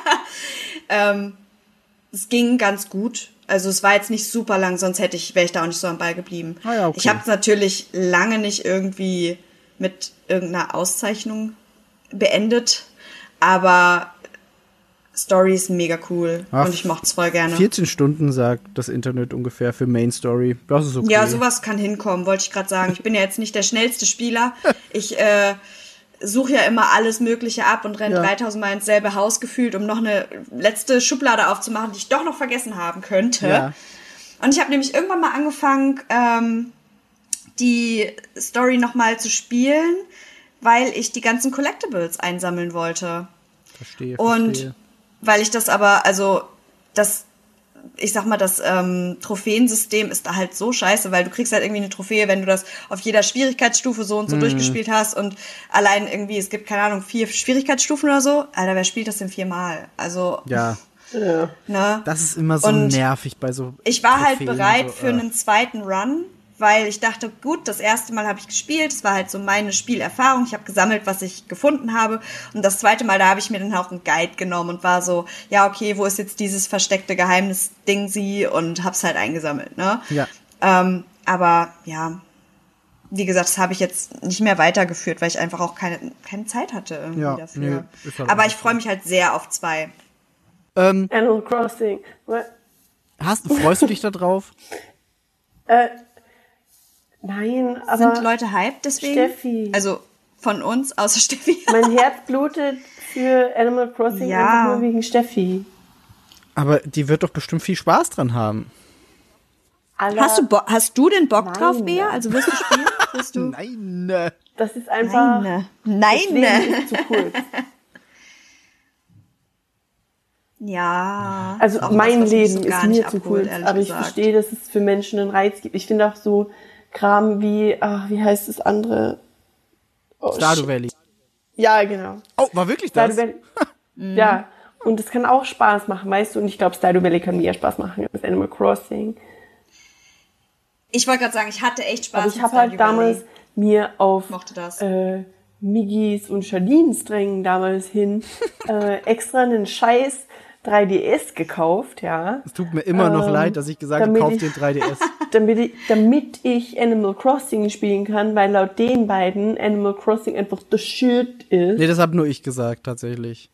ähm, es ging ganz gut. Also es war jetzt nicht super lang, sonst hätte ich, wäre ich da auch nicht so am Ball geblieben. Ah ja, okay. Ich habe es natürlich lange nicht irgendwie mit irgendeiner Auszeichnung beendet, aber Story ist mega cool Ach, und ich mochte es voll gerne. vierzehn Stunden sagt das Internet ungefähr für Main Story. Das ist okay. Ja, sowas kann hinkommen, wollte ich gerade sagen. Ich bin ja jetzt nicht der schnellste Spieler. Ich äh, suche ja immer alles Mögliche ab und renne Ja. dreitausend Mal ins selbe Haus gefühlt, um noch eine letzte Schublade aufzumachen, die ich doch noch vergessen haben könnte. Ja. Und ich habe nämlich irgendwann mal angefangen, ähm, die Story nochmal zu spielen, weil ich die ganzen Collectibles einsammeln wollte. Verstehe, Und verstehe. weil ich das aber, also das, ich sag mal, das ähm, Trophäensystem ist da halt so scheiße, weil du kriegst halt irgendwie eine Trophäe, wenn du das auf jeder Schwierigkeitsstufe so und so durchgespielt hast und allein irgendwie, es gibt, keine Ahnung, vier Schwierigkeitsstufen oder so. Alter, wer spielt das denn viermal? Also, Ja, Ja. ne? das ist immer so Und nervig bei so Ich war halt Trophäen, bereit so, für äh. einen zweiten Run, weil ich dachte, gut, das erste Mal habe ich gespielt, es war halt so meine Spielerfahrung, ich habe gesammelt, was ich gefunden habe und das zweite Mal, da habe ich mir dann auch einen Guide genommen und war so, ja okay, wo ist jetzt dieses versteckte Geheimnis-Ding sie und hab's halt eingesammelt, ne? Ja. Ähm, aber ja, wie gesagt, das habe ich jetzt nicht mehr weitergeführt, weil ich einfach auch keine, keine Zeit hatte irgendwie Ja, dafür. nee, ist halt aber einfach ich freue mich halt sehr auf zwei. Ähm, Animal Crossing. What? hast, freust du dich da drauf? Äh, nein, aber Sind Leute hyped deswegen? Steffi. Also von uns, außer Steffi. mein Herz blutet für Animal Crossing Ja. einfach nur wegen Steffi. Aber die wird doch bestimmt viel Spaß dran haben. Aller, Hast du, Bo- hast du denn Bock Nein. drauf, Bea? Also wirst du spielen? Wirst du? Nein. äh. das ist einfach... Nein. das Leben Nein. ist zu kurz. Ja. Also auch mein was, was mich Leben so gar ist nicht mir zu abholt, kurz, ehrlich aber ich gesagt. verstehe, dass es für Menschen einen Reiz gibt. Ich finde auch so Kram wie, ach, wie heißt das andere? Oh, Stardew shit. Valley. Ja, genau. Oh, war wirklich das? Stardew Valley. Ja, und das kann auch Spaß machen, weißt du? Und ich glaube, Stardew Valley kann mehr Spaß machen als Animal Crossing. Ich wollte gerade sagen, ich hatte echt Spaß. Aber ich mit habe halt Stardew damals Valley. mir auf Mochte das. äh, Miggis und Charlines Drängen damals hin äh, extra einen scheiß drei D S gekauft, ja. Es tut mir immer noch Ähm, leid, dass ich gesagt habe, damit kauf ich- den drei D S. damit ich, damit ich Animal Crossing spielen kann, weil laut den beiden Animal Crossing einfach the shit ist. Nee, das habe nur ich gesagt, tatsächlich.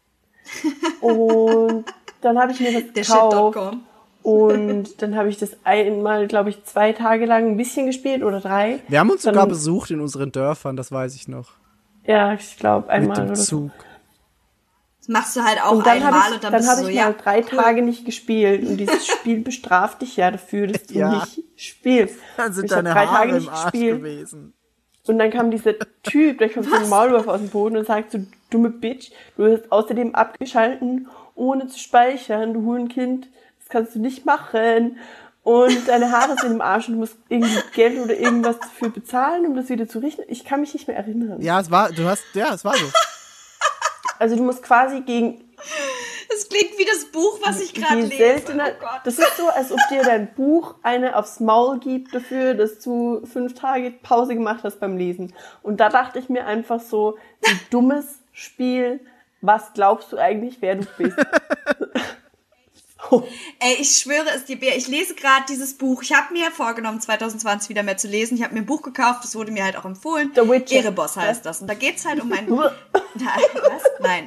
Und dann habe ich mir das Der Shit Punkt gekauft. com. Und dann habe ich das einmal, glaube ich, zwei Tage lang ein bisschen gespielt oder drei. Wir haben uns dann, sogar besucht in unseren Dörfern, das weiß ich noch. Ja, ich glaube Mit einmal dem oder so. Zug. Das machst du halt auch Und dann habe einmal ich, und dann, dann bist hab du so, ich ja, mal drei Tage nicht gespielt. Und dieses Spiel bestraft dich ja dafür, dass du Ja. nicht spielst. Dann Und sind ich hab deine drei Haare Tage im nicht Arsch gespielt. gewesen. Und dann kam dieser Typ, der kommt so ein Maulwurf aus dem Boden und sagt so, dumme Bitch, du hast außerdem abgeschalten, ohne zu speichern, du Hurenkind, das kannst du nicht machen. Und deine Haare sind im Arsch und du musst irgendwie Geld oder irgendwas dafür bezahlen, um das wieder zu richten. Ich kann mich nicht mehr erinnern. Ja, es war, du hast, ja, es war so. Also du musst quasi gegen das klingt wie das Buch, was ich gerade je lese. seltener, Oh Gott. das ist so, als ob dir dein Buch eine aufs Maul gibt dafür, dass du fünf Tage Pause gemacht hast beim Lesen. Und da dachte ich mir einfach so, ein dummes Spiel, was glaubst du eigentlich, wer du bist? Oh. Ey, ich schwöre es dir, Bea, ich lese gerade dieses Buch. Ich habe mir vorgenommen, zwanzig zwanzig wieder mehr zu lesen. Ich habe mir ein Buch gekauft, das wurde mir halt auch empfohlen. The Witcher. Erebos heißt das. Und da geht's halt um ein... Nein, was? Nein.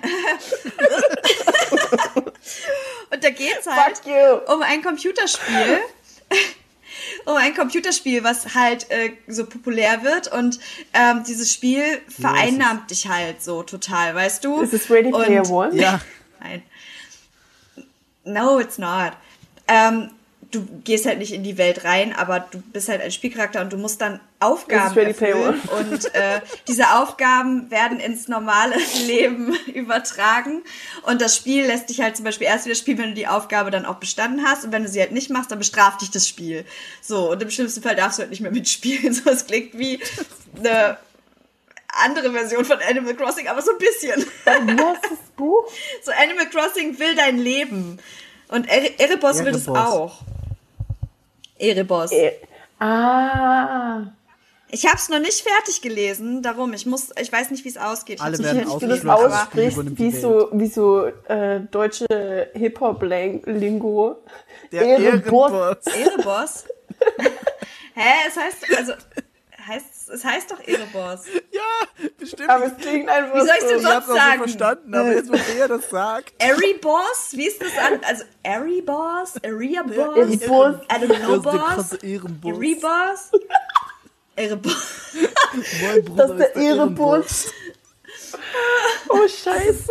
Und da geht's halt Fuck you. um ein Computerspiel... um ein Computerspiel, was halt äh, so populär wird und ähm, dieses Spiel vereinnahmt dich halt so total, weißt du? Ist es Ready Player Und- One? Ja. Nein. No, it's not. Ähm, du gehst halt nicht in die Welt rein, aber du bist halt ein Spielcharakter und du musst dann Aufgaben Ready Player erfüllen. Und äh, diese Aufgaben werden ins normale Leben übertragen. Und das Spiel lässt dich halt zum Beispiel erst wieder spielen, wenn du die Aufgabe dann auch bestanden hast. Und wenn du sie halt nicht machst, dann bestraft dich das Spiel. So, und im schlimmsten Fall darfst du halt nicht mehr mitspielen. So, es klingt wie eine andere Version von Animal Crossing, aber so ein bisschen. Wie heißt das Buch? So, Animal Crossing will dein Leben. Und Ere- Erebos will das Erebos. auch. Erebos. Äh, ah. Ich habe es noch nicht fertig gelesen, darum, ich muss, ich weiß nicht, wie es ausgeht. Ich Alle hab's werden nicht Wenn du das ausgeschlossen, aber aussprichst, übernimmt wie die so, wie so äh, deutsche Hip-Hop-Lingo. Der Erebos. Erebos. Erebos? Hä, es heißt, also, heißt, es heißt doch Erebos. Ja, bestimmt. Aber es klingt einfach Wie soll ich's denn so. ich hab's sonst auch so sagen? verstanden, aber jetzt, wo er das sagt. Erebos? Wie ist das an? Also, Erebos? Erebos? Erebos. I don't know, Das ist der Boss? krasse Ehrenboss. Erebos? Erebos. Mein Bruder Das ist der Erebus. Oh, scheiße.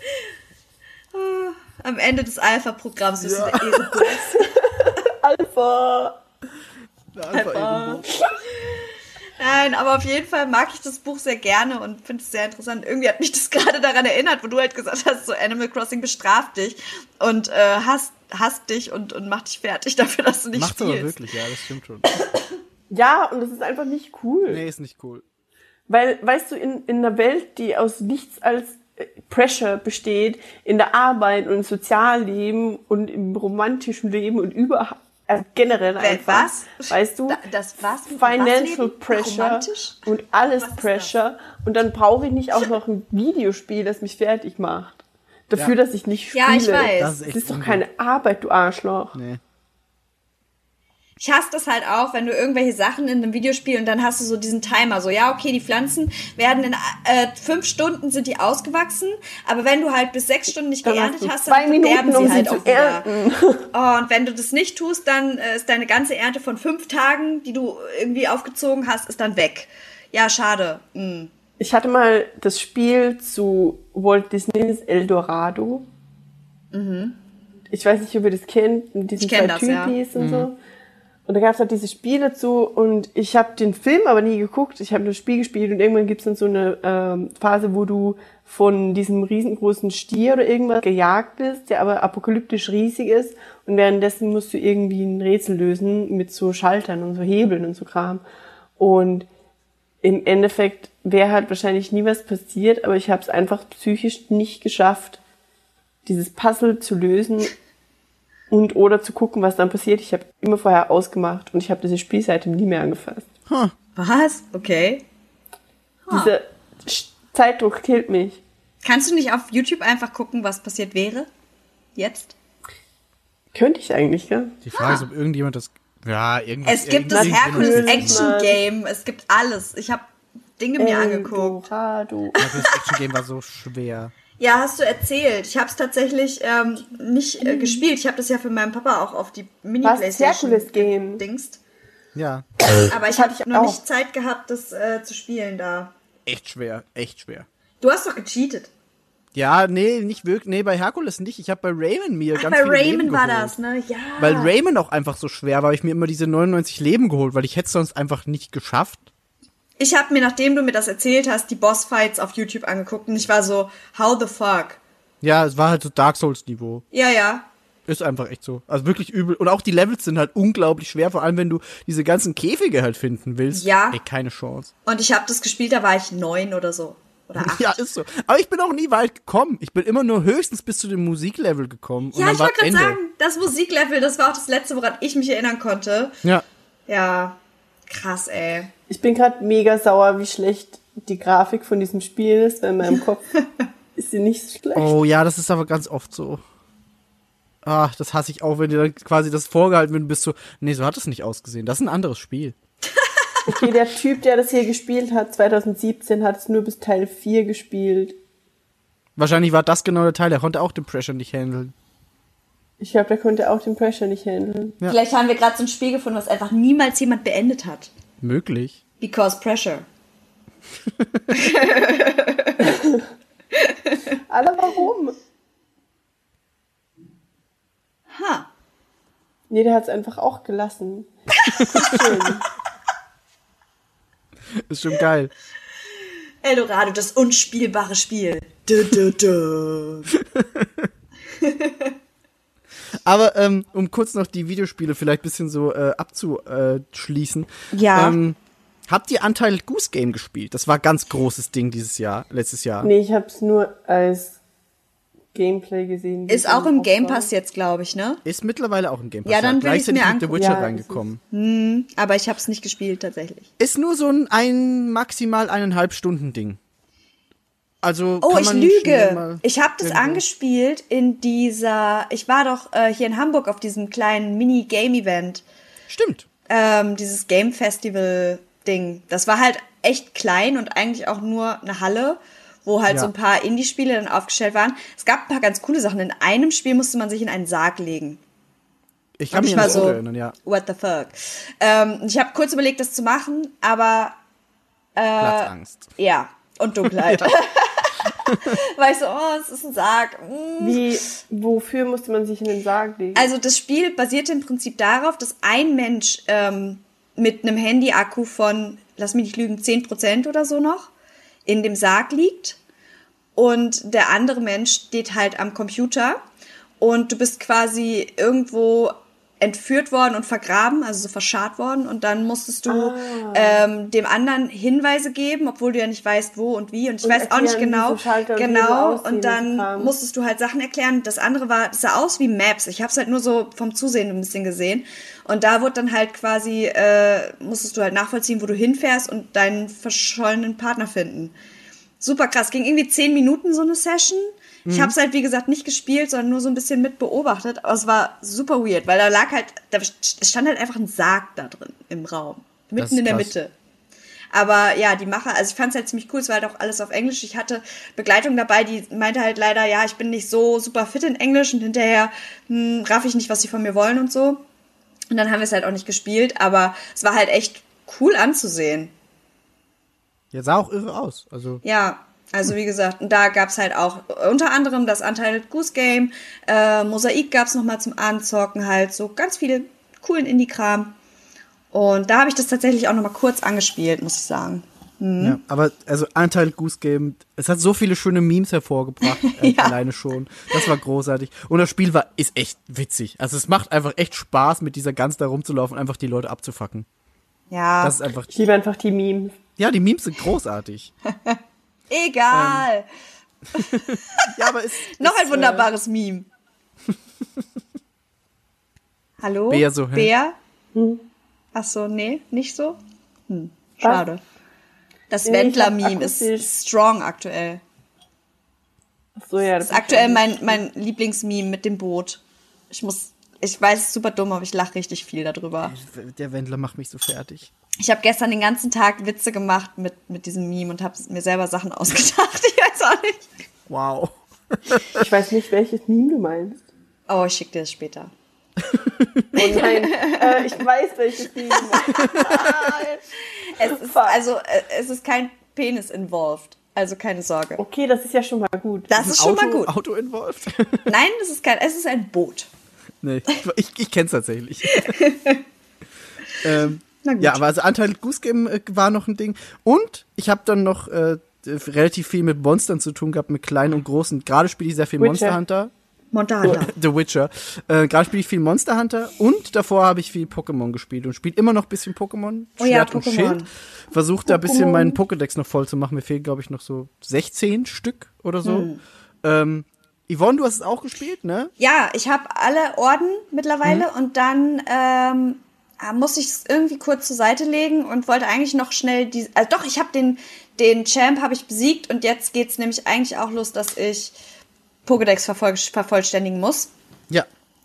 Am Ende des Alpha-Programms ist Ja. der Erebos. Alpha. Der Alpha-Ehrenboss. Nein, aber auf jeden Fall mag ich das Buch sehr gerne und finde es sehr interessant. Irgendwie hat mich das gerade daran erinnert, wo du halt gesagt hast, so Animal Crossing bestraft dich und äh, hasst, hasst dich und, und macht dich fertig dafür, dass du nicht Macht's spielst. aber wirklich, ja, das stimmt schon. Ja, und das ist einfach nicht cool. Nee, ist nicht cool. Weil, weißt du, in, in einer Welt, die aus nichts als äh, Pressure besteht, in der Arbeit und im Sozialleben und im romantischen Leben und überhaupt, äh, generell Wer- einfach. was? Weißt du? Da- das was? Financial Was Pressure Romantisch? und alles Was ist Pressure. Und dann brauche ich nicht auch noch ein Videospiel, das mich fertig macht. Dafür, Ja. dass ich nicht spiele. Ja, ich weiß. Das ist Das echt ist doch ungut. keine Arbeit, du Arschloch. Nee. Ich hasse das halt auch, wenn du irgendwelche Sachen in einem Videospiel und dann hast du so diesen Timer, so ja, okay, die Pflanzen werden in äh, fünf Stunden sind die ausgewachsen, aber wenn du halt bis sechs Stunden nicht Dann geerntet hast du hast, zwei dann Minuten, verderben um sie sie halt zu auch wieder. ernten. Oh, und wenn du das nicht tust, dann äh, ist deine ganze Ernte von fünf Tagen, die du irgendwie aufgezogen hast, ist dann weg. Ja, schade. Mm. Ich hatte mal das Spiel zu Walt Disney's El Dorado. Ich weiß nicht, ob ihr das kennt, mit diesen Ich kenn zwei das, ja. Typis und so. Und da gab es halt diese Spiele dazu und ich habe den Film aber nie geguckt. Ich habe das Spiel gespielt und irgendwann gibt es dann so eine ähm, Phase, wo du von diesem riesengroßen Stier oder irgendwas gejagt bist, der aber apokalyptisch riesig ist und währenddessen musst du irgendwie ein Rätsel lösen mit so Schaltern und so Hebeln und so Kram. Und im Endeffekt wäre halt wahrscheinlich nie was passiert, aber ich habe es einfach psychisch nicht geschafft, dieses Puzzle zu lösen und oder zu gucken, was dann passiert. Ich habe immer vorher ausgemacht und ich habe diese Spiel seitdem nie mehr angefasst. Was? Okay. Dieser Sch- Zeitdruck killt mich. Kannst du nicht auf YouTube einfach gucken, was passiert wäre? Jetzt? Könnte ich eigentlich, gell? Die Frage ist, ob irgendjemand das... Ja, irgendwas... Es gibt das irgendjemand- Herkules Natürlich, Action Mann. Game. Es gibt alles. Ich habe Dinge mir angeguckt. Eldorado. Ja, das Action Game war so schwer. Ja, hast du erzählt. Ich habe es tatsächlich ähm, nicht äh, gespielt. Ich habe das ja für meinen Papa auch auf die Was? Mini-Playstation Herkules Game? gedingst. Ja, Aber ich hatte habe ich noch auch. nicht Zeit gehabt, das äh, zu spielen da. echt schwer, echt schwer. Du hast doch gecheatet. Ja, nee, nicht wirklich. Nee, bei Herkules nicht. Ich habe bei Rayman mir Ach, ganz bei viele Leben Rayman war geholt. das, ne? Ja. Weil Rayman auch einfach so schwer war, habe ich mir immer diese neunundneunzig Leben geholt, weil ich hätte es sonst einfach nicht geschafft. Ich habe mir, nachdem du mir das erzählt hast, die Bossfights auf YouTube angeguckt und ich war so, how the fuck? Ja, es war halt so Dark Souls-Niveau. Ja, ja. Ist einfach echt so. Also wirklich übel. Und auch die Levels sind halt unglaublich schwer, vor allem wenn du diese ganzen Käfige halt finden willst. Ja. Ey, keine Chance. Und ich habe das gespielt, da war ich neun oder so. Oder acht. Ja, ist so. Aber ich bin auch nie weit gekommen. Ich bin immer nur höchstens bis zu dem Musiklevel gekommen. Und Ja, dann ich war wollte gerade Ende. sagen, das Musiklevel, das war auch das letzte, woran ich mich erinnern konnte. Ja. Ja, krass, ey. Ich bin gerade mega sauer, wie schlecht die Grafik von diesem Spiel ist, weil in meinem Kopf ist sie nicht so schlecht. Oh ja, das ist aber ganz oft so. Ach, das hasse ich auch, wenn dir dann quasi das vorgehalten wird und bist so, nee, so hat es nicht ausgesehen. Das ist ein anderes Spiel. Okay, der Typ, der das hier gespielt hat, zwanzig siebzehn, hat es nur bis Teil vier gespielt. Wahrscheinlich war das genau der Teil, der konnte auch den Pressure nicht handeln. Ich glaube, der konnte auch den Pressure nicht handeln. Ja. Vielleicht haben wir gerade so ein Spiel gefunden, was einfach niemals jemand beendet hat. Möglich. Because Pressure. Aber warum? Ha. Nee, der hat es einfach auch gelassen. Schön. Ist schon geil. Eldorado, das unspielbare Spiel. Du, du, du. Aber ähm, um kurz noch die Videospiele vielleicht ein bisschen so äh, abzuschließen. Ja. Ähm, habt ihr Untitled Goose Game gespielt? Das war ein ganz großes Ding dieses Jahr, letztes Jahr. Nee, ich hab's nur als Gameplay gesehen. Ist auch im Game Pass jetzt, glaube ich, ne? Ist mittlerweile auch im Game Pass. Ja, dann will ich's gleichzeitig mir mit The angucken. Witcher Ja, reingekommen. Hm, aber ich habe es nicht gespielt, tatsächlich. Ist nur so ein, ein maximal eineinhalb Stunden Ding. Also Oh, kann ich man schnell lüge. mal Ich habe das irgendwo- angespielt in dieser, ich war doch äh, hier in Hamburg auf diesem kleinen Mini-Game-Event. Stimmt. Ähm, dieses Game-Festival-Ding. Das war halt echt klein und eigentlich auch nur eine Halle, wo halt Ja. so ein paar Indie-Spiele dann aufgestellt waren. Es gab ein paar ganz coole Sachen. In einem Spiel musste man sich in einen Sarg legen. Ich kann Und mich ich an war das so, Foto erinnern, ja. what the fuck. Ähm, ich habe kurz überlegt, das zu machen, aber Platzangst. ja, und Dunkelheit. Weil ich so, oh, es ist ein Sarg. Mm. Wie, wofür musste man sich in den Sarg legen? Also das Spiel basierte im Prinzip darauf, dass ein Mensch ähm, mit einem Handy-Akku von, lass mich nicht lügen, zehn Prozent oder so noch, in dem Sarg liegt. Und der andere Mensch steht halt am Computer. Und du bist quasi irgendwo entführt worden und vergraben, also so verscharrt worden. Und dann musstest du Ah. ähm, dem anderen Hinweise geben, obwohl du ja nicht weißt, wo und wie. Und ich Und weiß auch nicht erklären, genau. wie so Schalter und Hebel Genau. aussehen Und dann und Kram. musstest du halt Sachen erklären. Das andere war, das sah aus wie Maps. Ich habe es halt nur so vom Zusehen ein bisschen gesehen. Und da wurde dann halt quasi, äh, musstest du halt nachvollziehen, wo du hinfährst und deinen verschollenen Partner finden. Super krass. Ging irgendwie zehn Minuten so eine Session. Ich habe es halt, wie gesagt, nicht gespielt, sondern nur so ein bisschen mit beobachtet. Aber es war super weird, weil da lag halt, da stand halt einfach ein Sarg da drin im Raum. Das Mitten ist in der krass. Mitte. Aber ja, die Macher, also ich fand es halt ziemlich cool, es war halt auch alles auf Englisch. Ich hatte Begleitung dabei, die meinte halt leider, ja, ich bin nicht so super fit in Englisch und hinterher hm, raff ich nicht, was sie von mir wollen und so. Und dann haben wir es halt auch nicht gespielt, aber es war halt echt cool anzusehen. Ja, sah auch irre aus. Also Ja, also wie gesagt, und da gab's halt auch unter anderem das Untitled Goose Game, äh, Mosaik gab's noch mal zum Anzocken, halt so ganz viele coolen Indie-Kram. Und da habe ich das tatsächlich auch noch mal kurz angespielt, muss ich sagen. ja, aber also Untitled Goose Game, es hat so viele schöne Memes hervorgebracht, äh, Ja. alleine schon. Das war großartig. Und das Spiel war ist echt witzig. Also es macht einfach echt Spaß, mit dieser Gans da rumzulaufen, einfach die Leute abzufacken. Ja, Das ist einfach. Ich liebe einfach die Memes. Ja, die Memes sind großartig. egal. Ja, aber es Noch ist, ein wunderbares Meme. Hallo? Bea so, hä? Bea? Hm. Ach so, nee, nicht so? Hm, schade. Das Nee, ich hab Wendler-Meme ist akustisch- strong aktuell. Ach so, ja, Das ist aktuell mein, mein Lieblingsmeme mit dem Boot. Ich muss, ich weiß, es ist super dumm, aber ich lache richtig viel darüber. Äh, der Wendler macht mich so fertig. Ich habe gestern den ganzen Tag Witze gemacht mit, mit diesem Meme und habe mir selber Sachen ausgedacht. Ich weiß auch nicht. Wow. Ich weiß nicht, welches Meme du meinst. Oh, ich schicke dir das später. Oh nein, äh, ich weiß, welches Meme du meinst. Nein. Es ist, Fuck. also, äh, es ist kein Penis involved. Also keine Sorge. Okay, das ist ja schon mal gut. Das ist schon Auto, mal gut. Auto involved? Nein, es ist kein, es ist ein Boot. Nee, ich, ich kenn's tatsächlich. ähm, Na gut. ja, aber also Untitled Goose Game äh, war noch ein Ding. Und ich habe dann noch äh, relativ viel mit Monstern zu tun gehabt, mit kleinen und großen. Gerade spiele ich sehr viel Witcher. Monster Hunter. Montana. The Witcher. Äh, Gerade spiele ich viel Monster Hunter und davor habe ich viel Pokémon gespielt und spiele immer noch ein bisschen Pokémon. Oh ja, Schwert und Pokémon. Schild. Versuche da ein bisschen Pokémon. meinen Pokédex noch voll zu machen. Mir fehlen, glaube ich, noch so sechzehn Stück oder so. Hm. Ähm, Yvonne, du hast es auch gespielt, ne? Ja, ich habe alle Orden mittlerweile Mhm. und dann ähm, musste ich es irgendwie kurz zur Seite legen und wollte eigentlich noch schnell die. Also doch, ich habe den den Champ habe ich besiegt und jetzt geht's nämlich eigentlich auch los, dass ich Pokédex vervoll, vervollständigen muss. Ja.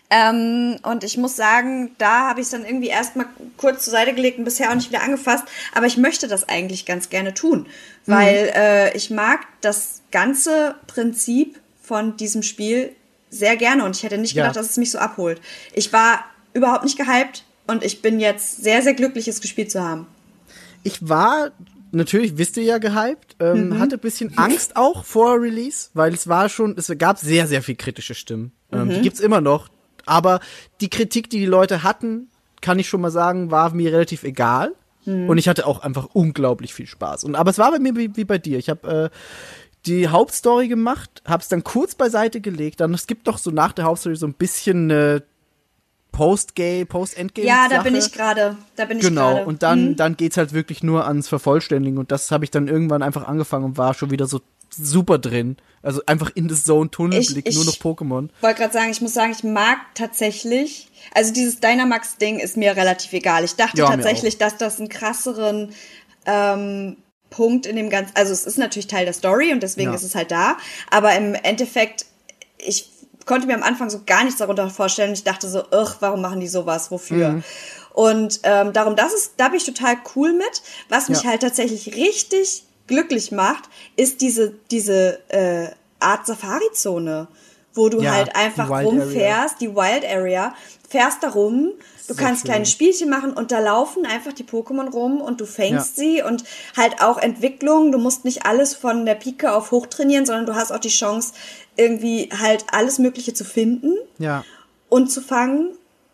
Ähm, und ich muss sagen, da habe ich es dann irgendwie erstmal kurz zur Seite gelegt und bisher auch nicht wieder angefasst. Aber ich möchte das eigentlich ganz gerne tun, weil mhm. äh, ich mag das ganze Prinzip von diesem Spiel sehr gerne und ich hätte nicht gedacht, ja. dass es mich so abholt. Ich war überhaupt nicht gehypt und ich bin jetzt sehr, sehr glücklich, es gespielt zu haben. Ich war, natürlich wisst ihr ja, gehypt, ähm, mhm. hatte ein bisschen Angst auch vor Release, weil es war schon, es gab sehr, sehr viel kritische Stimmen. Ähm, mhm. Die gibt's immer noch. Aber die Kritik, die die Leute hatten, kann ich schon mal sagen, war mir relativ egal. Mhm. Und ich hatte auch einfach unglaublich viel Spaß. Und aber es war bei mir wie, wie bei dir. Ich habe äh, die Hauptstory gemacht, habe es dann kurz beiseite gelegt. Dann es gibt doch so nach der Hauptstory so ein bisschen äh, Post-Gay, Post-Endgame. Ja, da bin ich gerade. Da bin ich genau. gerade. Und dann mhm. dann geht's halt wirklich nur ans Vervollständigen. Und das habe ich dann irgendwann einfach angefangen und war schon wieder so super drin. Also einfach in the Zone, Tunnelblick, ich, nur noch Pokémon. Ich wollte gerade sagen, ich muss sagen, ich mag tatsächlich, also dieses Dynamax-Ding ist mir relativ egal. Ich dachte ja, tatsächlich, dass das einen krasseren ähm, Punkt in dem Ganzen, also es ist natürlich Teil der Story und deswegen ja. ist es halt da, aber im Endeffekt, ich konnte mir am Anfang so gar nichts darunter vorstellen. Ich dachte so, ugh, warum machen die sowas, wofür? Mhm. Und ähm, darum, das ist, da bin ich total cool mit. Was mich ja. halt tatsächlich richtig glücklich macht, ist diese diese äh, Art Safari-Zone, wo du ja, halt einfach rumfährst, die Wild Area, fährst da rum, du kannst schön. kleine Spielchen machen und da laufen einfach die Pokémon rum und du fängst ja. sie und halt auch Entwicklung, du musst nicht alles von der Pike auf hoch trainieren, sondern du hast auch die Chance, irgendwie halt alles Mögliche zu finden ja. und zu fangen.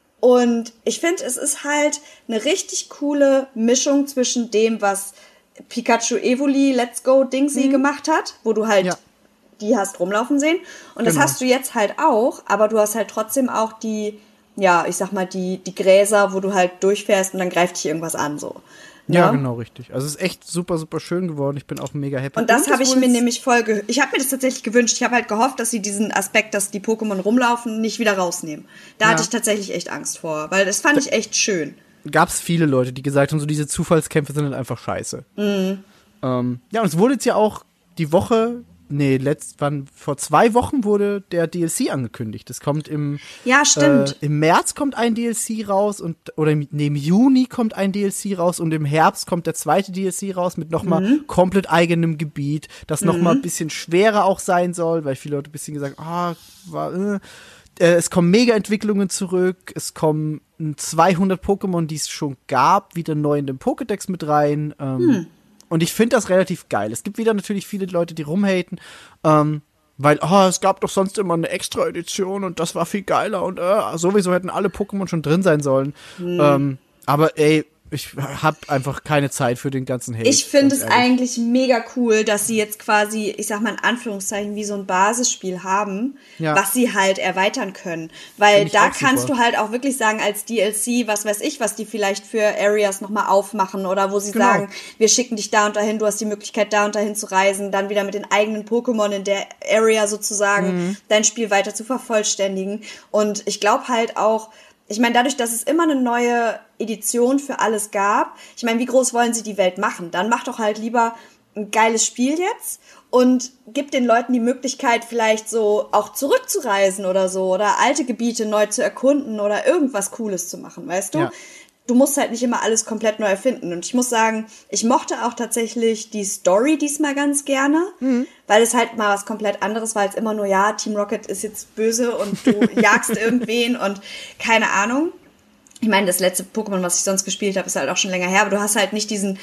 Und ich finde, es ist halt eine richtig coole Mischung zwischen dem, was Pikachu Evoli Let's Go Dingsy mhm. gemacht hat, wo du halt ja. die hast rumlaufen sehen. Und das genau. hast du jetzt halt auch, aber du hast halt trotzdem auch die, ja, ich sag mal, die, die Gräser, wo du halt durchfährst und dann greift dich irgendwas an, so. Ja, ja, genau, richtig. Also es ist echt super, super schön geworden. Ich bin auch mega happy. Und das habe ich mir nämlich voll ge- Ich habe mir das tatsächlich gewünscht. Ich habe halt gehofft, dass sie diesen Aspekt, dass die Pokémon rumlaufen, nicht wieder rausnehmen. Da ja. hatte ich tatsächlich echt Angst vor, weil das fand da- ich echt schön. Gab es viele Leute, die gesagt haben, so diese Zufallskämpfe sind halt einfach scheiße. Mhm. Ähm, ja, und es wurde jetzt ja auch die Woche, nee, letzt, wann, vor zwei Wochen wurde der D L C angekündigt. Das kommt im, ja, stimmt. Äh, im März kommt ein D L C raus und oder im, nee, im Juni kommt ein D L C raus und im Herbst kommt der zweite D L C raus mit nochmal mhm. komplett eigenem Gebiet, das mhm. nochmal ein bisschen schwerer auch sein soll, weil viele Leute ein bisschen gesagt, ah, war, äh, es kommen Mega-Entwicklungen zurück, es kommen zweihundert Pokémon, die es schon gab, wieder neu in den Pokédex mit rein. Ähm, hm. Und ich finde das relativ geil. Es gibt wieder natürlich viele Leute, die rumhaten, ähm, weil, oh, es gab doch sonst immer eine Extra-Edition und das war viel geiler und äh, sowieso hätten alle Pokémon schon drin sein sollen. Hm. Ähm, aber ey, ich habe einfach keine Zeit für den ganzen Hate. Ich finde es ehrlich. eigentlich mega cool, dass sie jetzt quasi, ich sag mal in Anführungszeichen, wie so ein Basisspiel haben, ja. was sie halt erweitern können. Weil da kannst super. du halt auch wirklich sagen, als D L C, was weiß ich, was die vielleicht für Areas nochmal aufmachen oder wo sie genau. sagen, wir schicken dich da und dahin, du hast die Möglichkeit da und dahin zu reisen, dann wieder mit den eigenen Pokémon in der Area sozusagen mhm. dein Spiel weiter zu vervollständigen. Und ich glaube halt auch, ich meine, dadurch, dass es immer eine neue Edition für alles gab, ich meine, wie groß wollen sie die Welt machen? Dann mach doch halt lieber ein geiles Spiel jetzt und gib den Leuten die Möglichkeit, vielleicht so auch zurückzureisen oder so oder alte Gebiete neu zu erkunden oder irgendwas Cooles zu machen, weißt du? Ja. Du musst halt nicht immer alles komplett neu erfinden. Und ich muss sagen, ich mochte auch tatsächlich die Story diesmal ganz gerne, mhm. weil es halt mal was komplett anderes war als immer nur, ja, Team Rocket ist jetzt böse und du jagst irgendwen und keine Ahnung. Ich meine, das letzte Pokémon, was ich sonst gespielt habe, ist halt auch schon länger her, aber du hast halt nicht diesen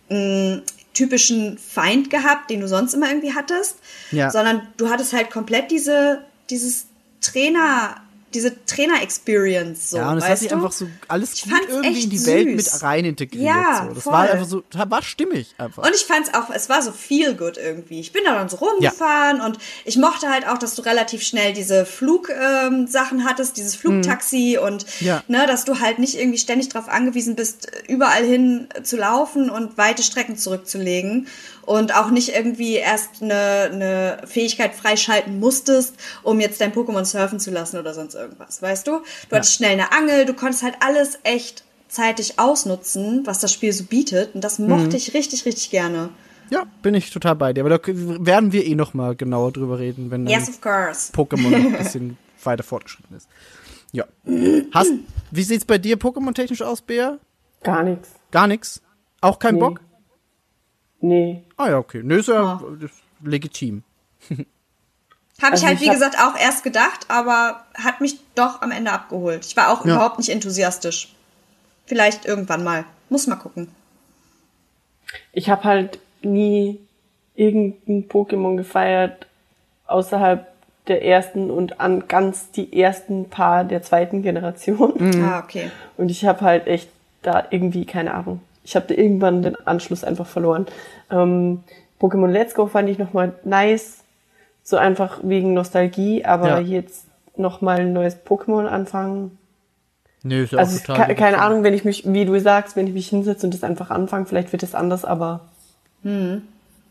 mh, typischen Feind gehabt, den du sonst immer irgendwie hattest, ja. sondern du hattest halt komplett diese dieses Trainer- diese Trainer-Experience, so, ja, und es weißt hat sich du? einfach so alles gut irgendwie in die Welt süß. mit rein integriert. Ja, so. Das voll. war einfach so, war stimmig einfach. Und ich fand's auch, es war so feel good irgendwie. Ich bin da dann so rumgefahren ja. und ich mochte halt auch, dass du relativ schnell diese Flugsachen ähm, hattest, dieses Flugtaxi mhm. und ja. ne, dass du halt nicht irgendwie ständig darauf angewiesen bist, überall hin zu laufen und weite Strecken zurückzulegen. Und auch nicht irgendwie erst eine, eine Fähigkeit freischalten musstest, um jetzt dein Pokémon surfen zu lassen oder sonst irgendwas, weißt du? Du ja. hattest schnell eine Angel, du konntest halt alles echt zeitig ausnutzen, was das Spiel so bietet. Und das mochte mhm. ich richtig, richtig gerne. Ja, bin ich total bei dir. Aber da werden wir eh noch mal genauer drüber reden, wenn dann yes, of course. Pokémon noch ein bisschen weiter fortgeschritten ist. Ja. Hast, wie sieht's bei dir Pokémon-technisch aus, Bea? Gar nichts. Gar nichts? Auch kein Nee. Bock? Nee. Ah ja, okay. Nö, ist ja Oh. ist legitim. Habe Also ich halt, ich wie hab- gesagt, auch erst gedacht, aber hat mich doch am Ende abgeholt. Ich war auch Ja. überhaupt nicht enthusiastisch. Vielleicht irgendwann mal. Muss mal gucken. Ich habe halt nie irgendein Pokémon gefeiert außerhalb der ersten und an ganz die ersten paar der zweiten Generation. Ah, okay. Und ich habe halt echt da irgendwie, keine Ahnung, ich habe da irgendwann den Anschluss einfach verloren. Ähm, Pokémon Let's Go fand ich nochmal nice, so einfach wegen Nostalgie, aber Ja. jetzt nochmal ein neues Pokémon anfangen. Nö, ist ja Also auch es- total ke- legitim. keine Ahnung, wenn ich mich, wie du sagst, wenn ich mich hinsetze und das einfach anfange, vielleicht wird es anders, aber Hm.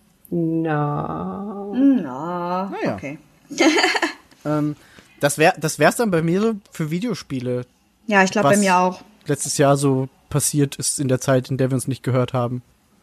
na. Na, Naja. okay. Ähm, das wär, das wär's dann bei mir so für Videospiele. Ja, ich glaube bei Was? mir auch. Letztes Jahr so passiert ist in der Zeit, in der wir uns nicht gehört haben.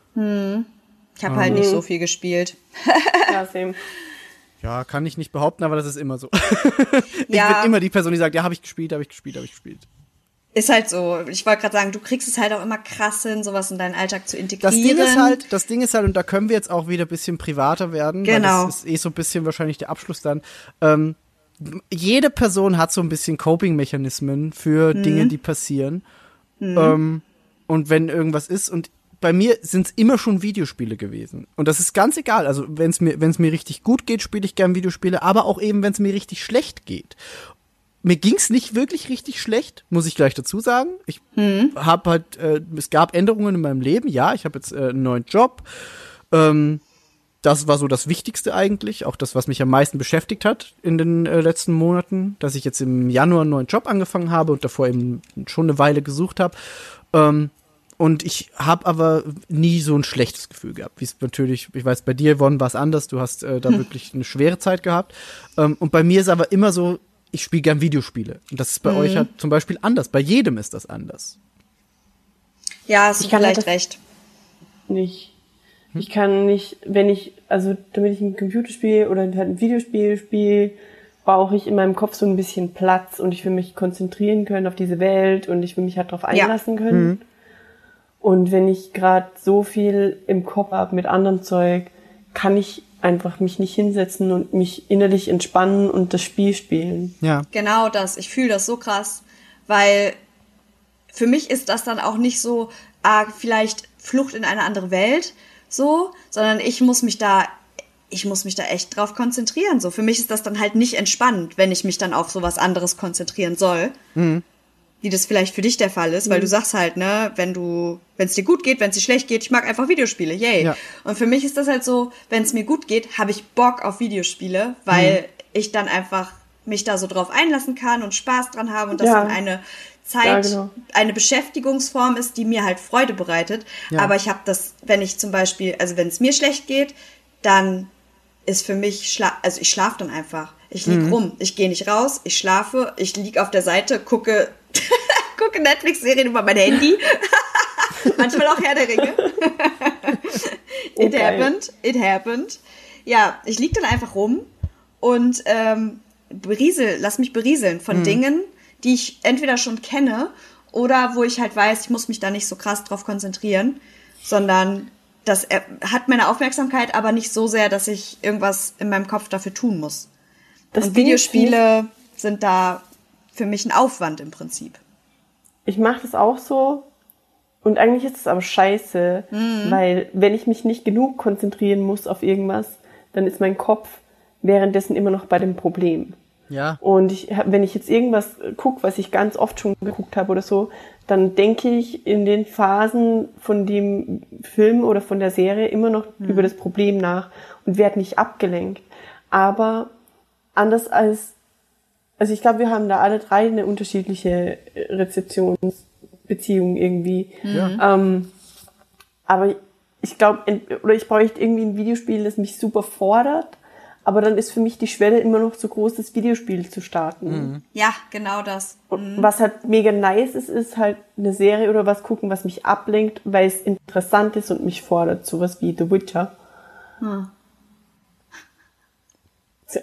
Ich habe halt nicht so viel gespielt. Ja, same. Ja, kann ich nicht behaupten, aber das ist immer so. Ich Ja. bin immer die Person, die sagt, ja, habe ich gespielt, habe ich gespielt, habe ich gespielt. Ist halt so. Ich wollte gerade sagen, du kriegst es halt auch immer krass hin, sowas in deinen Alltag zu Das integrieren. Ding ist halt, das Ding ist halt, und da können wir jetzt auch wieder ein bisschen privater werden, Genau. weil das ist eh so ein bisschen wahrscheinlich der Abschluss dann. Ähm, jede Person hat so ein bisschen Coping-Mechanismen für Mhm. Dinge, die passieren. Ähm, und wenn irgendwas ist, und bei mir sind es immer schon Videospiele gewesen. Und das ist ganz egal. Also wenn es mir, wenn es mir richtig gut geht, spiele ich gern Videospiele, aber auch eben, wenn es mir richtig schlecht geht. Mir ging's nicht wirklich richtig schlecht, muss ich gleich dazu sagen. Ich habe halt, äh, es gab Änderungen in meinem Leben. Ja, ich habe jetzt äh, einen neuen Job. Ähm, das war so das Wichtigste eigentlich, auch das, was mich am meisten beschäftigt hat in den äh, letzten Monaten, dass ich jetzt im Januar einen neuen Job angefangen habe und davor eben schon eine Weile gesucht habe. Ähm, und ich habe aber nie so ein schlechtes Gefühl gehabt, wie es natürlich, ich weiß, bei dir, Yvonne, war es anders, du hast äh, da wirklich eine schwere Zeit gehabt. Ähm, und bei mir ist aber immer so, ich spiele gern Videospiele. Und das ist bei euch halt zum Beispiel anders. Bei jedem ist das anders. Ja, hast du Ich kann vielleicht das- recht. Nicht. Ich kann nicht, wenn ich, also damit ich ein Computerspiel oder halt ein Videospiel spiele, brauche ich in meinem Kopf so ein bisschen Platz und ich will mich konzentrieren können auf diese Welt und ich will mich halt darauf einlassen können. Und wenn ich gerade so viel im Kopf habe mit anderem Zeug, kann ich einfach mich nicht hinsetzen und mich innerlich entspannen und das Spiel spielen. Ja. Genau das. Ich fühle das so krass, weil für mich ist das dann auch nicht so, ah, vielleicht Flucht in eine andere Welt, so, sondern ich muss mich da, ich muss mich da echt drauf konzentrieren. So, für mich ist das dann halt nicht entspannend, wenn ich mich dann auf sowas anderes konzentrieren soll. Wie das vielleicht für dich der Fall ist, weil du sagst halt, ne, wenn du, wenn es dir gut geht, wenn es dir schlecht geht, ich mag einfach Videospiele, yay. Ja. Und für mich ist das halt so, wenn es mir gut geht, habe ich Bock auf Videospiele, weil ich dann einfach mich da so drauf einlassen kann und Spaß dran habe und das Ja. dann eine Zeit, Ja, genau. eine Beschäftigungsform ist, die mir halt Freude bereitet. Ja. Aber ich habe das, wenn ich zum Beispiel, also wenn es mir schlecht geht, dann ist für mich, schla also ich schlafe dann einfach. Ich lieg rum, ich gehe nicht raus, ich schlafe, ich lieg auf der Seite, gucke, gucke Netflix-Serien über mein Handy. Manchmal auch Herr der Ringe. It Okay. happened, it happened. Ja, ich lieg dann einfach rum und ähm, beriesel, lass mich berieseln von Dingen, die ich entweder schon kenne oder wo ich halt weiß, ich muss mich da nicht so krass drauf konzentrieren, sondern das äh, hat meine Aufmerksamkeit, aber nicht so sehr, dass ich irgendwas in meinem Kopf dafür tun muss. Das Und Ding ist Videospiele sind da für mich ein Aufwand im Prinzip. Ich mache das auch so und eigentlich ist es aber scheiße, weil wenn ich mich nicht genug konzentrieren muss auf irgendwas, dann ist mein Kopf währenddessen immer noch bei dem Problem. Ja. Und ich, hab- wenn ich jetzt irgendwas gucke, was ich ganz oft schon geguckt habe oder so, dann denke ich in den Phasen von dem Film oder von der Serie immer noch über das Problem nach und werde nicht abgelenkt. Aber anders als, also ich glaube, wir haben da alle drei eine unterschiedliche Rezeptionsbeziehung irgendwie. Ja. Ähm, aber ich glaube, oder ich bräuchte irgendwie ein Videospiel, das mich super fordert, aber dann ist für mich die Schwelle immer noch zu groß, das Videospiel zu starten. Ja, genau das. Und was halt mega nice ist, ist halt eine Serie oder was gucken, was mich ablenkt, weil es interessant ist und mich fordert, sowas wie The Witcher.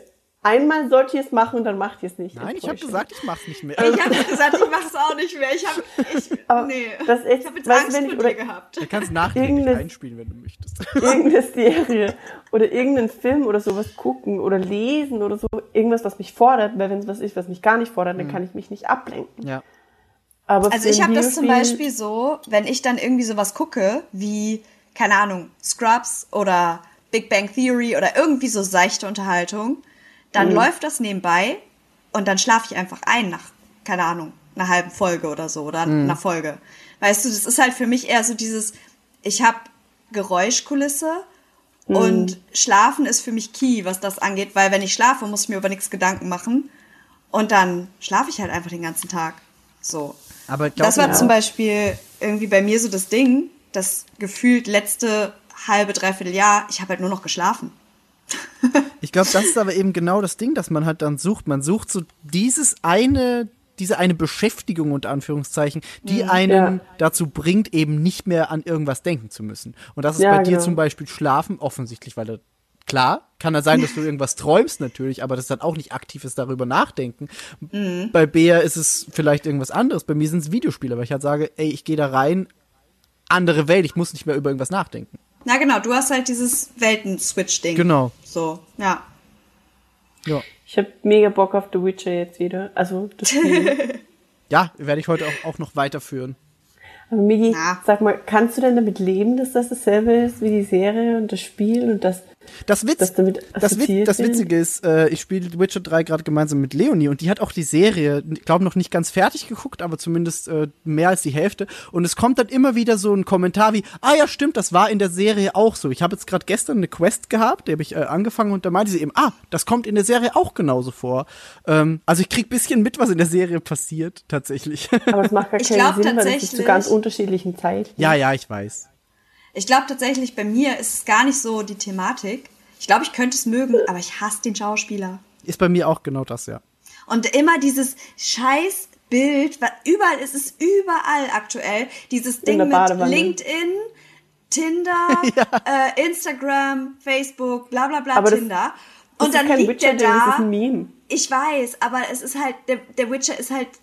einmal sollt ihr es machen und dann macht ihr es nicht. Nein, ich habe gesagt, ich mach's nicht mehr. Ich habe gesagt, ich mach's auch nicht mehr. Ich habe ich Aber nee. das ist echt, ich habe jetzt weißt Angst du, wenn vor ich, oder dir gehabt. Du kannst nachträglich Irgendeine- einspielen, wenn du möchtest. irgendeine Serie oder irgendeinen Film oder sowas gucken oder lesen oder so, irgendwas, was mich fordert, weil wenn es was ist, was mich gar nicht fordert, dann kann ich mich nicht ablenken. Ja. Aber Also für ich ein habe das zum Videospiel- Beispiel so, wenn ich dann irgendwie sowas gucke, wie, keine Ahnung, Scrubs oder Big Bang Theory oder irgendwie so seichte Unterhaltung, dann Mhm. läuft das nebenbei und dann schlafe ich einfach ein nach, keine Ahnung, einer halben Folge oder so oder einer Folge. Weißt du, das ist halt für mich eher so dieses, ich habe Geräuschkulisse und Schlafen ist für mich key, was das angeht, weil wenn ich schlafe, muss ich mir über nichts Gedanken machen und dann schlafe ich halt einfach den ganzen Tag. So. Aber glaub Das war mir zum auch- Beispiel irgendwie bei mir so das Ding, das gefühlt letzte halbe, dreiviertel Jahr, ich habe halt nur noch geschlafen. Ich glaube, das ist aber eben genau das Ding, dass man halt dann sucht. Man sucht so dieses eine, diese eine Beschäftigung unter Anführungszeichen, die einen Ja. dazu bringt, eben nicht mehr an irgendwas denken zu müssen. Und das ist Ja, bei dir genau. zum Beispiel Schlafen, offensichtlich, weil er, klar, kann ja sein, dass du irgendwas träumst natürlich, aber das ist dann auch nicht aktives darüber nachdenken. Bei Bea ist es vielleicht irgendwas anderes. Bei mir sind es Videospiele, weil ich halt sage, ey, ich gehe da rein, andere Welt, ich muss nicht mehr über irgendwas nachdenken. Na genau, du hast halt dieses Welten-Switch-Ding. Genau. So, ja. Ja. Ich habe mega Bock auf The Witcher jetzt wieder. Also das Spiel. Ja, werde ich heute auch, auch noch weiterführen. Aber Migi, Na. sag mal, kannst du denn damit leben, dass das dasselbe ist wie die Serie und das Spiel und das, Das, Witz, das damit das, Witz, assoziiert das wird? Witzige ist, äh, ich spiele The Witcher drei gerade gemeinsam mit Leonie und die hat auch die Serie, ich glaube, noch nicht ganz fertig geguckt, aber zumindest äh, mehr als die Hälfte. Und es kommt dann immer wieder so ein Kommentar wie, ah ja, stimmt, das war in der Serie auch so. Ich habe jetzt gerade gestern eine Quest gehabt, die habe ich äh, angefangen und da meinte sie eben, ah, das kommt in der Serie auch genauso vor. Ähm, also ich krieg bisschen mit, was in der Serie passiert, tatsächlich. Aber es macht gar Ich keinen glaub Sinn, weil es ist zu tatsächlich- ganz unterschiedlichen Zeiten. ja, ja, ich weiß. Ich glaube tatsächlich, bei mir ist es gar nicht so die Thematik. Ich glaube, ich könnte es mögen, aber ich hasse den Schauspieler. Ist bei mir auch genau das, ja. Und immer dieses scheiß Bild, was überall ist, ist überall aktuell. Dieses Ding der mit Badewanne. LinkedIn, Tinder, äh, Instagram, Facebook, bla bla bla, Aber das- Tinder. Das Und ist dann kein liegt der Witcher-Ding, das ist da. ein Meme. Ich weiß, aber es ist halt, der, der Witcher ist halt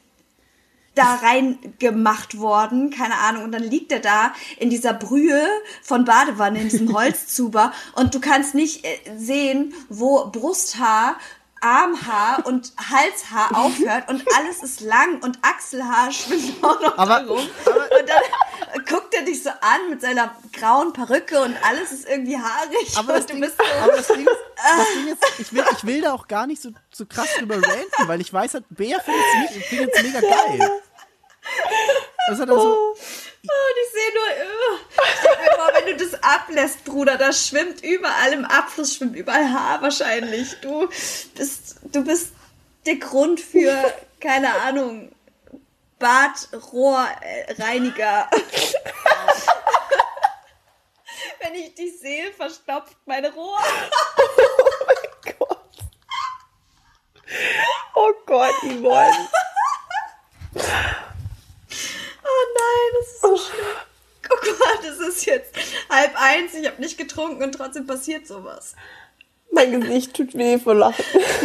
da reingemacht worden, keine Ahnung, und dann liegt er da in dieser Brühe von Badewanne, in diesem Holzzuber und du kannst nicht äh, sehen, wo Brusthaar, Armhaar und Halshaar aufhört und alles ist lang und Achselhaar schwimmt auch noch Aber- da rum und dann guckt er dich so an mit seiner grauen Perücke und alles ist irgendwie haarig Aber das, und du Ding, bist so, aber das Ding ist, das Ding ist ich, will, ich will da auch gar nicht so, so krass drüber ranten, weil ich weiß halt, Bea findet es findet mega geil. Das hat also, oh, und ich sehe nur, äh, ich denke mir mal, wenn du das ablässt, Bruder, da schwimmt überall im Abfluss, schwimmt überall Haar wahrscheinlich. Du bist, du bist der Grund für, keine Ahnung, Badrohrreiniger. Wenn ich dich sehe, verstopft meine Rohr. Oh Gott, Yvonne. Oh nein, das ist so schlimm. Guck mal, das ist jetzt halb eins, ich habe nicht getrunken und trotzdem passiert sowas. Mein Gesicht tut weh vor Lachen.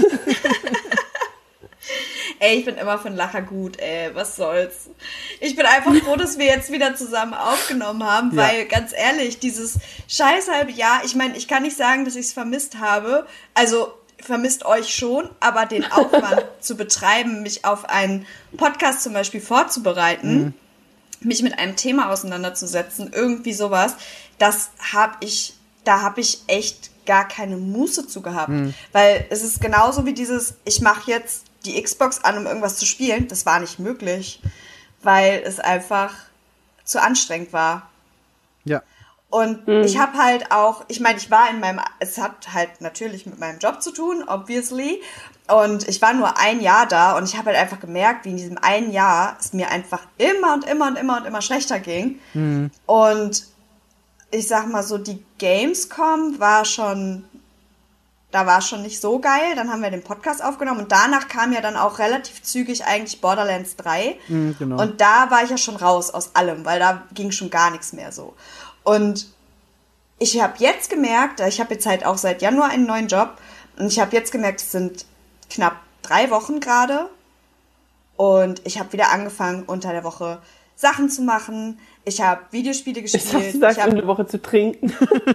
Ey, ich bin immer für einen Lacher gut, ey, was soll's. Ich bin einfach froh, dass wir jetzt wieder zusammen aufgenommen haben, Ja. weil, ganz ehrlich, dieses scheiß halbe Jahr, ich meine, ich kann nicht sagen, dass ich es vermisst habe, also vermisst euch schon, aber den Aufwand zu betreiben, mich auf einen Podcast zum Beispiel vorzubereiten, mich mit einem Thema auseinanderzusetzen, irgendwie sowas, das habe ich, da habe ich echt gar keine Muße zu gehabt. Weil es ist genauso wie dieses, ich mache jetzt die Xbox an, um irgendwas zu spielen. Das war nicht möglich, weil es einfach zu anstrengend war. ja. Und ich habe halt auch, ich meine, ich war in meinem, es hat halt natürlich mit meinem Job zu tun, obviously. Und ich war nur ein Jahr da und ich habe halt einfach gemerkt, wie in diesem einen Jahr es mir einfach immer und immer und immer und immer schlechter ging. Und ich sag mal so, die Gamescom war schon, da war schon nicht so geil. Dann haben wir den Podcast aufgenommen und danach kam ja dann auch relativ zügig eigentlich Borderlands drei. Mhm, genau. Und da war ich ja schon raus aus allem, weil da ging schon gar nichts mehr so. Und ich habe jetzt gemerkt, ich habe jetzt halt auch seit Januar einen neuen Job Und ich habe jetzt gemerkt, es sind knapp drei Wochen gerade. Und ich habe wieder angefangen, unter der Woche Sachen zu machen. Ich habe Videospiele gespielt. Ich habe gesagt, ich hab, um eine Woche zu trinken.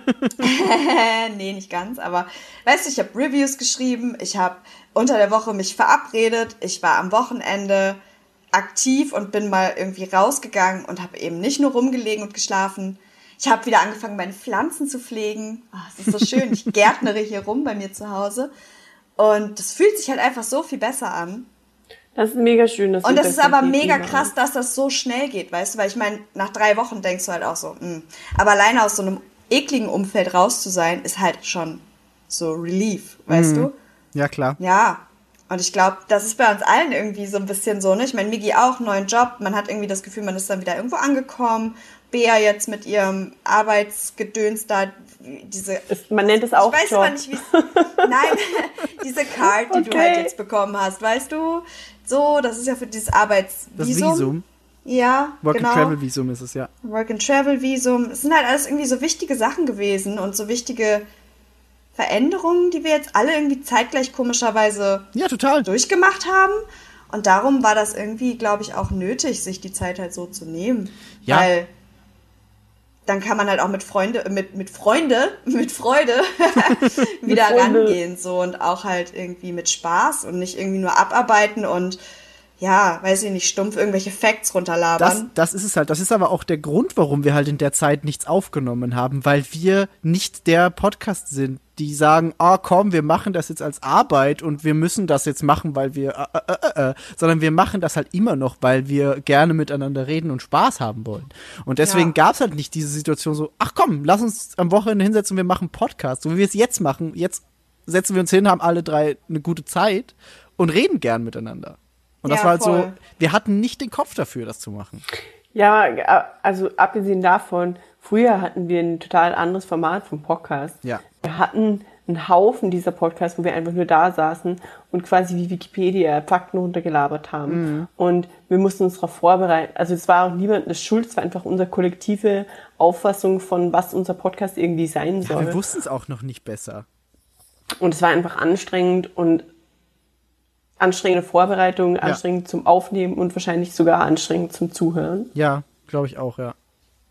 nee, nicht ganz, aber weißt du, ich habe Reviews geschrieben. Ich habe unter der Woche mich verabredet. Ich war am Wochenende aktiv und bin mal irgendwie rausgegangen und habe eben nicht nur rumgelegen und geschlafen. Ich habe wieder angefangen, meine Pflanzen zu pflegen. Oh, es ist so schön. Ich gärtnere hier rum bei mir zu Hause. Und das fühlt sich halt einfach so viel besser an. Das ist mega schön. Dass und das ist aber mega machen. krass, dass das so schnell geht, weißt du? Weil ich meine, nach drei Wochen denkst du halt auch so, mh. Aber alleine aus so einem ekligen Umfeld raus zu sein, ist halt schon so Relief, weißt mhm. du? Ja, klar. Ja, und ich glaube, das ist bei uns allen irgendwie so ein bisschen so, ne? Ich meine, Migi auch, neuen Job, man hat irgendwie das Gefühl, man ist dann wieder irgendwo angekommen. Bea jetzt mit ihrem Arbeitsgedöns da, diese... Man nennt es auch Ich weiß Job. aber nicht, wie Nein, diese Card, die okay. du halt jetzt bekommen hast, weißt du? So, das ist ja für dieses Arbeitsvisum. Das Visum? Ja, Work genau. and Travel Visum ist es, ja. Work and Travel Visum. Es sind halt alles irgendwie so wichtige Sachen gewesen und so wichtige Veränderungen, die wir jetzt alle irgendwie zeitgleich komischerweise ja, total. durchgemacht haben. Und darum war das irgendwie, glaube ich, auch nötig, sich die Zeit halt so zu nehmen. Ja. Weil dann kann man halt auch mit Freunde, mit, mit Freunde, mit Freude wieder mit Freunde. rangehen, so, und auch halt irgendwie mit Spaß und nicht irgendwie nur abarbeiten und ja, weiß ich nicht, stumpf irgendwelche Facts runterlabern. Das, das ist es halt. Das ist aber auch der Grund, warum wir halt in der Zeit nichts aufgenommen haben, weil wir nicht der Podcast sind, die sagen, ah, oh, komm, wir machen das jetzt als Arbeit und wir müssen das jetzt machen, weil wir, äh, äh, äh, äh, sondern wir machen das halt immer noch, weil wir gerne miteinander reden und Spaß haben wollen. Und deswegen ja. gab es halt nicht diese Situation so, ach komm, lass uns am Wochenende hinsetzen und wir machen Podcast, so wie wir es jetzt machen. Jetzt setzen wir uns hin, haben alle drei eine gute Zeit und reden gern miteinander. Und das ja, war halt voll. so, wir hatten nicht den Kopf dafür, das zu machen. Ja, also abgesehen davon, früher hatten wir ein total anderes Format vom Podcast. Ja. Wir hatten einen Haufen dieser Podcasts, wo wir einfach nur da saßen und quasi wie Wikipedia Fakten runtergelabert haben. Mhm. Und wir mussten uns darauf vorbereiten. Also es war auch niemandes Schuld, es war einfach unsere kollektive Auffassung von, was unser Podcast irgendwie sein soll. Ja, wir wussten es auch noch nicht besser. Und es war einfach anstrengend und anstrengende Vorbereitung, ja. anstrengend zum Aufnehmen und wahrscheinlich sogar anstrengend zum Zuhören. Ja, glaube ich auch, ja.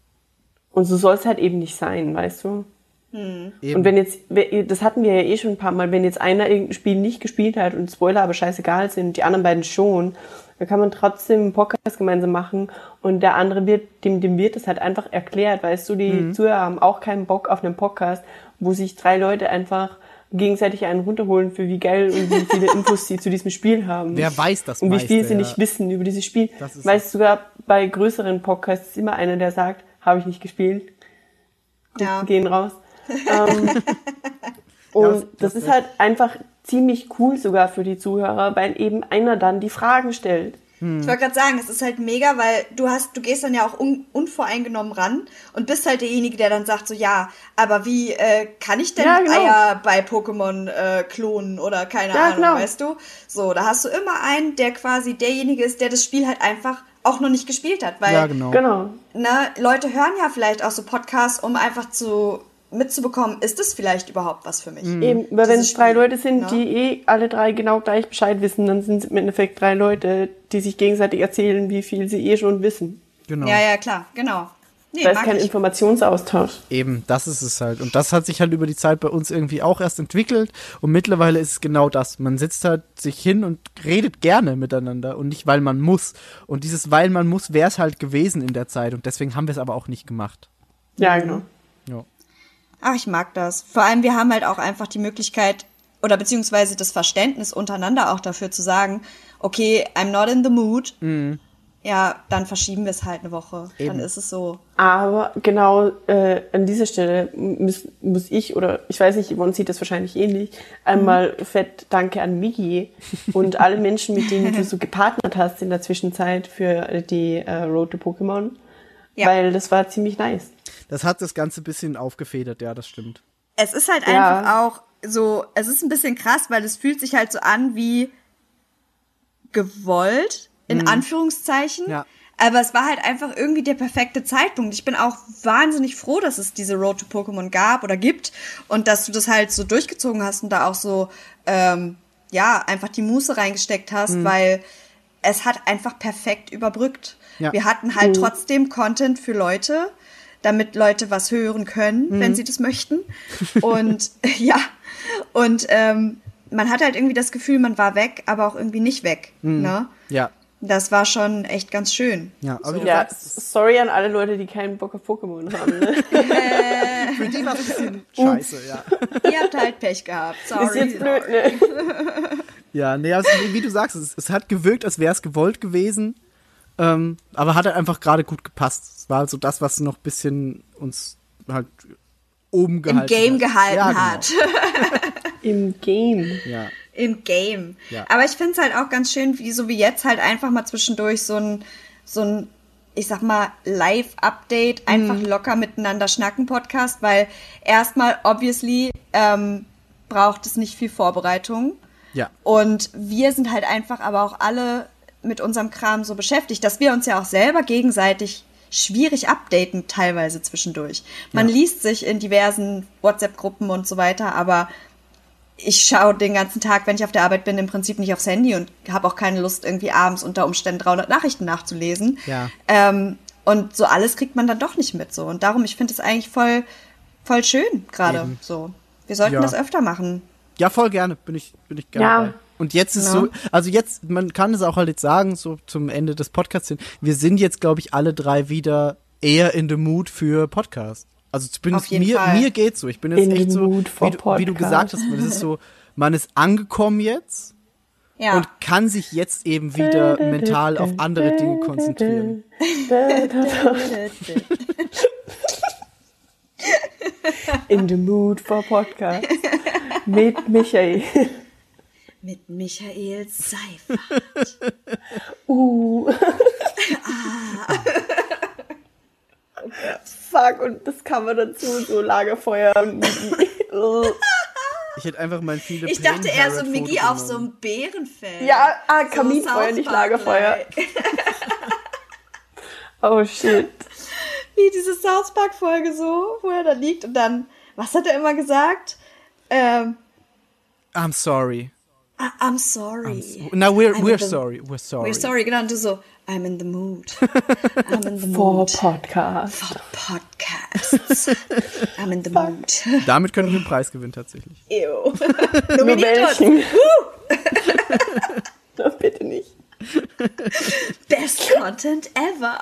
Und so soll es halt eben nicht sein, weißt du? Hm. Und wenn jetzt, das hatten wir ja eh schon ein paar Mal, wenn jetzt einer irgendein Spiel nicht gespielt hat und Spoiler aber scheißegal sind und die anderen beiden schon, dann kann man trotzdem einen Podcast gemeinsam machen und der andere wird, dem, dem wird das halt einfach erklärt, weißt du? Die mhm. Zuhörer haben auch keinen Bock auf einen Podcast, wo sich drei Leute einfach gegenseitig einen runterholen für wie geil und wie viele Infos sie zu diesem Spiel haben. Wer weiß das und wie meiste, viel sie ja. nicht wissen über dieses Spiel. Weißt du, sogar bei größeren Podcasts ist immer einer, der sagt, habe ich nicht gespielt. Ja. Gehen raus. ähm, und ja, das, das ist halt einfach ziemlich cool sogar für die Zuhörer, weil eben einer dann die Fragen stellt. Hm. Ich wollte gerade sagen, es ist halt mega, weil du hast, du gehst dann ja auch un, unvoreingenommen ran und bist halt derjenige, der dann sagt so, ja, aber wie äh, kann ich denn ja, genau. Eier bei Pokémon äh, klonen oder keine ja, Ahnung, genau. weißt du? So, da hast du immer einen, der quasi derjenige ist, der das Spiel halt einfach auch noch nicht gespielt hat, weil ja, genau. genau. Ne, Leute hören ja vielleicht auch so Podcasts, um einfach zu mitzubekommen, ist das vielleicht überhaupt was für mich? Mhm. Eben, weil wenn es drei Leute sind, ja. die eh alle drei genau gleich Bescheid wissen, dann sind es im Endeffekt drei Leute, die sich gegenseitig erzählen, wie viel sie eh schon wissen. Genau. Ja, ja, klar, genau. Nee, da ist kein ich. Informationsaustausch. Eben, das ist es halt. Und das hat sich halt über die Zeit bei uns irgendwie auch erst entwickelt. Und mittlerweile ist es genau das. Man sitzt halt sich hin und redet gerne miteinander und nicht, weil man muss. Und dieses weil man muss, wäre es halt gewesen in der Zeit. Und deswegen haben wir es aber auch nicht gemacht. Ja, genau. Ja. Ach, ich mag das. Vor allem, wir haben halt auch einfach die Möglichkeit oder beziehungsweise das Verständnis untereinander auch dafür zu sagen, okay, I'm not in the mood. Mhm. Ja, dann verschieben wir es halt eine Woche. Eben. Dann ist es so. Aber genau äh, an dieser Stelle muss, muss ich, oder ich weiß nicht, Yvonne sieht das wahrscheinlich ähnlich, einmal mhm. fett Danke an Migi und alle Menschen, mit denen du so gepartnert hast in der Zwischenzeit für die äh, Road to Pokémon. Ja. Weil das war ziemlich nice. Das hat das Ganze ein bisschen aufgefedert, ja, das stimmt. Es ist halt ja. einfach auch so, es ist ein bisschen krass, weil es fühlt sich halt so an wie gewollt, in mhm. Anführungszeichen. Ja. Aber es war halt einfach irgendwie der perfekte Zeitpunkt. Ich bin auch wahnsinnig froh, dass es diese Road to Pokémon gab oder gibt und dass du das halt so durchgezogen hast und da auch so, ähm, ja, einfach die Muße reingesteckt hast, mhm. weil es hat einfach perfekt überbrückt. Ja. Wir hatten halt mhm. trotzdem Content für Leute, damit Leute was hören können, mhm. wenn sie das möchten. Und ja, und ähm, man hat halt irgendwie das Gefühl, man war weg, aber auch irgendwie nicht weg. Mhm. Ne? Ja. Das war schon echt ganz schön. Ja, aber so. Ja, sorry an alle Leute, die keinen Bock auf Pokémon haben. Ne? äh, Für die war es ein bisschen scheiße, ja. Ihr habt halt Pech gehabt. Sorry. Ist jetzt blöd, ne? Ja, nee, also, wie du sagst, es, es hat gewirkt, als wäre es gewollt gewesen, ähm, aber hat halt einfach gerade gut gepasst. Es war also das, was noch ein bisschen uns halt oben gehalten Im Game hat. gehalten ja, genau. hat. Im Game. Ja. Im Game. Ja. Aber ich finde es halt auch ganz schön, wie so wie jetzt halt einfach mal zwischendurch so ein, so ein, ich sag mal, Live-Update, einfach mhm. locker miteinander schnacken Podcast, weil erstmal, obviously, ähm, braucht es nicht viel Vorbereitung. Ja. Und wir sind halt einfach aber auch alle mit unserem Kram so beschäftigt, dass wir uns ja auch selber gegenseitig schwierig updaten, teilweise zwischendurch. Man ja. liest sich in diversen WhatsApp-Gruppen und so weiter, aber ich schaue den ganzen Tag, wenn ich auf der Arbeit bin, im Prinzip nicht aufs Handy und habe auch keine Lust, irgendwie abends unter Umständen dreihundert Nachrichten nachzulesen. Ja. Ähm, und so alles kriegt man dann doch nicht mit so. Und darum, ich finde es eigentlich voll, voll schön gerade so. Wir sollten ja. das öfter machen. Ja, voll gerne. Bin ich, bin ich gerne ja. dabei. Und jetzt ist ja. so, also jetzt, man kann es auch halt jetzt sagen, so zum Ende des Podcasts hin, wir sind jetzt, glaube ich, alle drei wieder eher in the mood für Podcast. Also zumindest mir, Fall. mir geht's so. Ich bin jetzt in echt so, wie du, wie du gesagt hast, das ist so, man ist angekommen jetzt ja. und kann sich jetzt eben wieder mental auf andere Dinge konzentrieren. In the mood for Podcast. Mit Michael. Mit Michael Seifert. Uh. ah. Fuck, und das kann man dazu, so Lagerfeuer und Ich hätte einfach mal viele Ich dachte eher so Miggi auf so einem Bärenfell. Ja, ah, Kaminfeuer, so nicht Lagerfeuer. Oh shit. Wie diese South Park Folge so, wo er da liegt und dann, was hat er immer gesagt? Ähm, I'm sorry. I, I'm sorry. I'm so, no, we're, I'm we're the, sorry. We're sorry. We're sorry, genau. Und du so, I'm in the mood. I'm in the For mood. Podcast. For Podcasts. I'm in the mood. Damit können wir einen Preis gewinnen, tatsächlich. Ew. Nur welchen? Doch, bitte nicht. Best Content ever.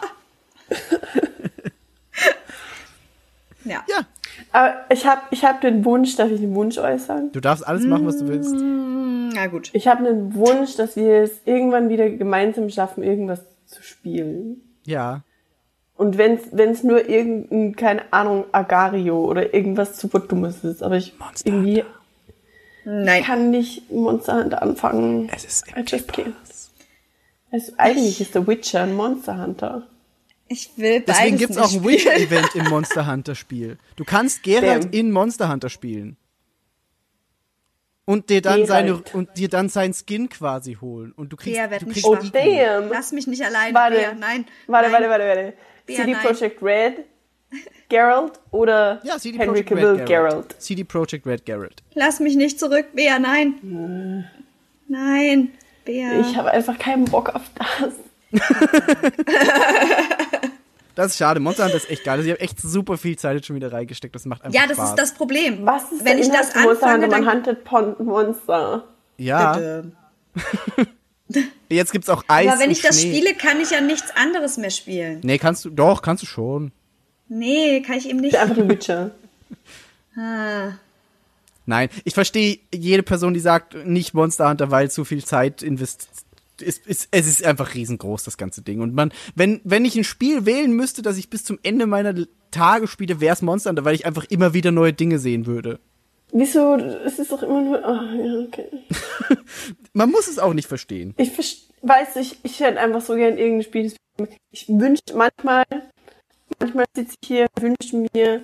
Ja. Ja. Aber ich habe ich hab den Wunsch, darf ich den Wunsch äußern? Du darfst alles machen, was du willst. Na gut. Ich habe einen Wunsch, dass wir es irgendwann wieder gemeinsam schaffen, irgendwas zu spielen. Ja. Und wenn es nur irgendein, keine Ahnung, Agario oder irgendwas super Dummes ist. Aber ich Monster irgendwie Nein. kann nicht Monster Hunter anfangen. Es ist I just can't. Also, eigentlich ist der Witcher ein Monster Hunter. Ich will beides Deswegen gibt's nicht auch ein Witcher-Event im Monster Hunter Spiel. Du kannst Geralt Damn. in Monster Hunter spielen. Und dir dann seine und dir dann seinen Skin quasi holen. Und du kriegst, Bea, du kriegst Oh damn! Lass mich nicht alleine, Warte, Bea, nein. Warte, nein. warte, warte, warte. Bea, C D nein. Projekt Red, Geralt oder ja, C D Henry Projekt Cavill, Red Geralt. C D Projekt Red Geralt. Lass mich nicht zurück, Bea, nein. Hm. Nein, Bea. Ich habe einfach keinen Bock auf das. Das ist schade. Monster Hunter ist echt geil. Also ich habe echt super viel Zeit jetzt schon wieder reingesteckt. Das macht einfach Ja, das Spaß. ist das Problem. Was ist Wenn ich das anfange, man dann... huntet Monster. Ja. Bitte. Jetzt gibt's auch Eis Aber wenn und ich das Schnee. spiele, kann ich ja nichts anderes mehr spielen. Nee, kannst du. Doch, kannst du schon. Nee, kann ich eben Ich nicht. bin einfach ein Witcher. Ah. Nein, ich verstehe jede Person, die sagt, nicht Monster Hunter, weil zu viel Zeit investiert. Es ist, es ist einfach riesengroß, das ganze Ding. Und man, wenn, wenn ich ein Spiel wählen müsste, das ich bis zum Ende meiner Tage spiele, wäre es Monster Hunter, weil ich einfach immer wieder neue Dinge sehen würde. Wieso? Es ist doch immer nur... Oh, ja, okay. Man muss es auch nicht verstehen. Ich verste- weiß, ich, ich hätte einfach so gern irgendein Spiel. Ich wünsche manchmal, manchmal sitze ich hier und wünsche mir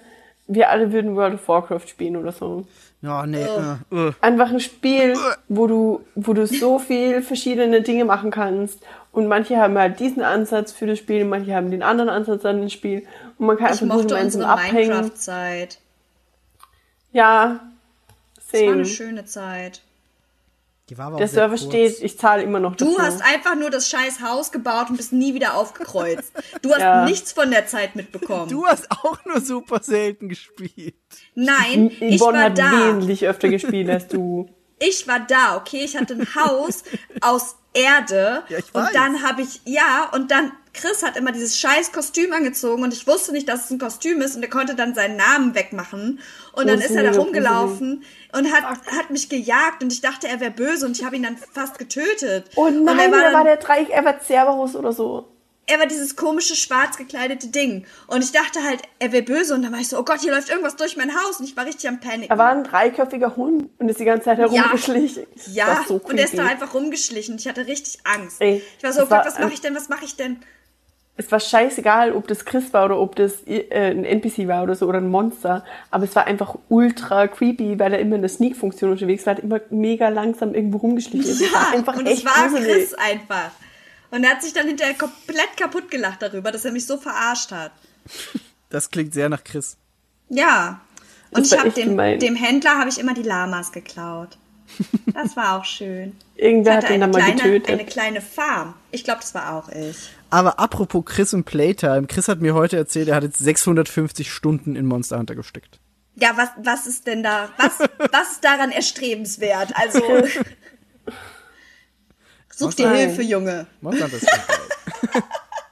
wir alle würden World of Warcraft spielen oder so. Ja, nee. Uh. Uh. Einfach ein Spiel, wo du, wo du so viel verschiedene Dinge machen kannst. Und manche haben halt diesen Ansatz für das Spiel, manche haben den anderen Ansatz an das Spiel. Und man kann Ich einfach nur mochte gemeinsam unsere abhängen. Minecraft-Zeit. Ja, Das war same. eine schöne Zeit. Die war aber Der auch sehr Server kurz. steht, ich zahle immer noch Du dafür. hast einfach nur das scheiß Haus gebaut und bist nie wieder aufgekreuzt. Du hast Ja. nichts von der Zeit mitbekommen. Du hast auch nur super selten gespielt. Nein, ich Yvonne war hat da. wesentlich öfter gespielt als du. Ich war da, okay? Ich hatte ein Haus aus Erde. Ja, ich weiß. Und dann habe ich, ja, und dann, Chris hat immer dieses scheiß Kostüm angezogen und ich wusste nicht, dass es ein Kostüm ist und er konnte dann seinen Namen wegmachen. Und dann Das ist ist er da mega rumgelaufen und hat, hat mich gejagt und ich dachte, er wäre böse und ich habe ihn dann fast getötet. Oh und nein, er war, da dann, war der Dreieck, er war Cerberus oder so. er war dieses komische, schwarz gekleidete Ding. Und ich dachte halt, er wäre böse und dann war ich so, oh Gott, hier läuft irgendwas durch mein Haus und ich war richtig am Paniken. Er war ein dreiköpfiger Hund und ist die ganze Zeit herumgeschlichen. Ja, Das ist so und er ist creepy. da einfach rumgeschlichen. Ich hatte richtig Angst. Ey, ich war so, oh das war Gott, was mache ein- ich denn, was mache ich denn? Es war scheißegal, ob das Chris war oder ob das äh, ein N P C war oder so oder ein Monster. Aber es war einfach ultra creepy, weil er immer in der Sneak-Funktion unterwegs war, hat immer mega langsam irgendwo rumgeschlichen. ist. Es war einfach und echt es war gruselig. Chris einfach. Und er hat sich dann hinterher komplett kaputt gelacht darüber, dass er mich so verarscht hat. Das klingt sehr nach Chris. Ja. Und Das ich war habe echt dem, gemein. dem Händler habe ich immer die Lamas geklaut. Das war auch schön. Irgendwer Ich hat hatte ihn eine dann mal kleine, getötet. eine kleine Farm. Ich glaube, das war auch ich. Aber apropos Chris und Playtime. Chris hat mir heute erzählt, er hat jetzt sechshundertfünfzig Stunden in Monster Hunter gesteckt. Ja, was, was ist denn da, was, was ist daran erstrebenswert? Also, such dir Nein. Hilfe, Junge. Monster Hunter ist schon geil.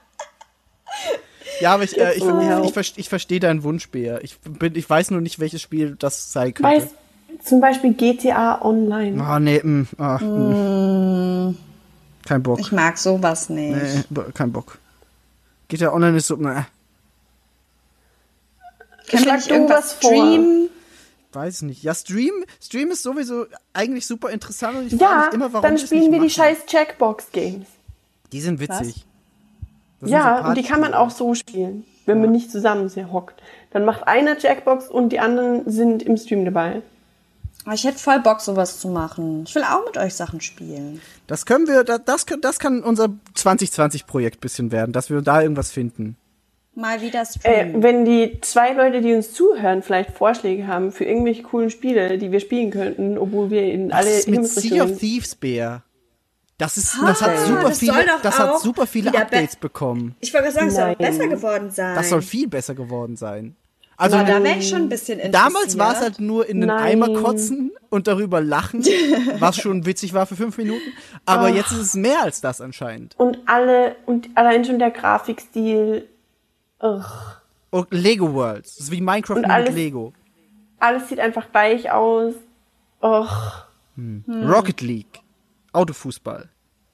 Ja, aber ich, äh, ich, ich, ich, verste- ich verstehe deinen Wunsch, Bea. Ich, bin, ich weiß nur nicht, welches Spiel das sein könnte. Weißt, zum Beispiel G T A Online. Ah, nee, mh, ah, mh. Kein Bock. Ich mag sowas nicht. Nee, bo- kein Bock. G T A Online ist so, ne, Können wir Schlag nicht du irgendwas was vor. streamen? weiß nicht. Ja, Stream, Stream ist sowieso eigentlich super interessant und ich frage Ja, mich immer, warum dann die es spielen nicht wir die machen. scheiß Jackbox-Games. Die sind witzig. Das sind Ja, so und die kann man Partyspiele. auch so spielen, wenn man nicht zusammen sehr hockt. Dann macht einer Jackbox und die anderen sind im Stream dabei. Aber ich hätte voll Bock, sowas zu machen. Ich will auch mit euch Sachen spielen. Das können wir, das, das, kann- das kann unser zwanzig zwanzig-Projekt bisschen werden, dass wir da irgendwas finden. Mal wieder Äh, streamen. wenn die zwei Leute, die uns zuhören, vielleicht Vorschläge haben für irgendwelche coolen Spiele, die wir spielen könnten, obwohl wir in alle Was ist mit Sea of Himmelsrichtungen... Thieves, Bär? Das ist, das hat super das viele, soll doch das hat auch super viele wieder Updates be- bekommen. Ich wollte gerade sagen, es soll auch Nein. besser geworden sein. Das soll viel besser geworden sein. Also Aber da wäre ich schon ein bisschen interessiert. damals war es halt nur in den Nein. Eimer kotzen und darüber lachen, was schon witzig war für fünf Minuten. Aber jetzt ist es mehr als das anscheinend. Und alle, und allein schon der Grafikstil, ugh, Und Lego Worlds. Das ist wie Minecraft Und nur mit alles- Lego. alles sieht einfach gleich aus. Ugh. Rocket League. Autofußball.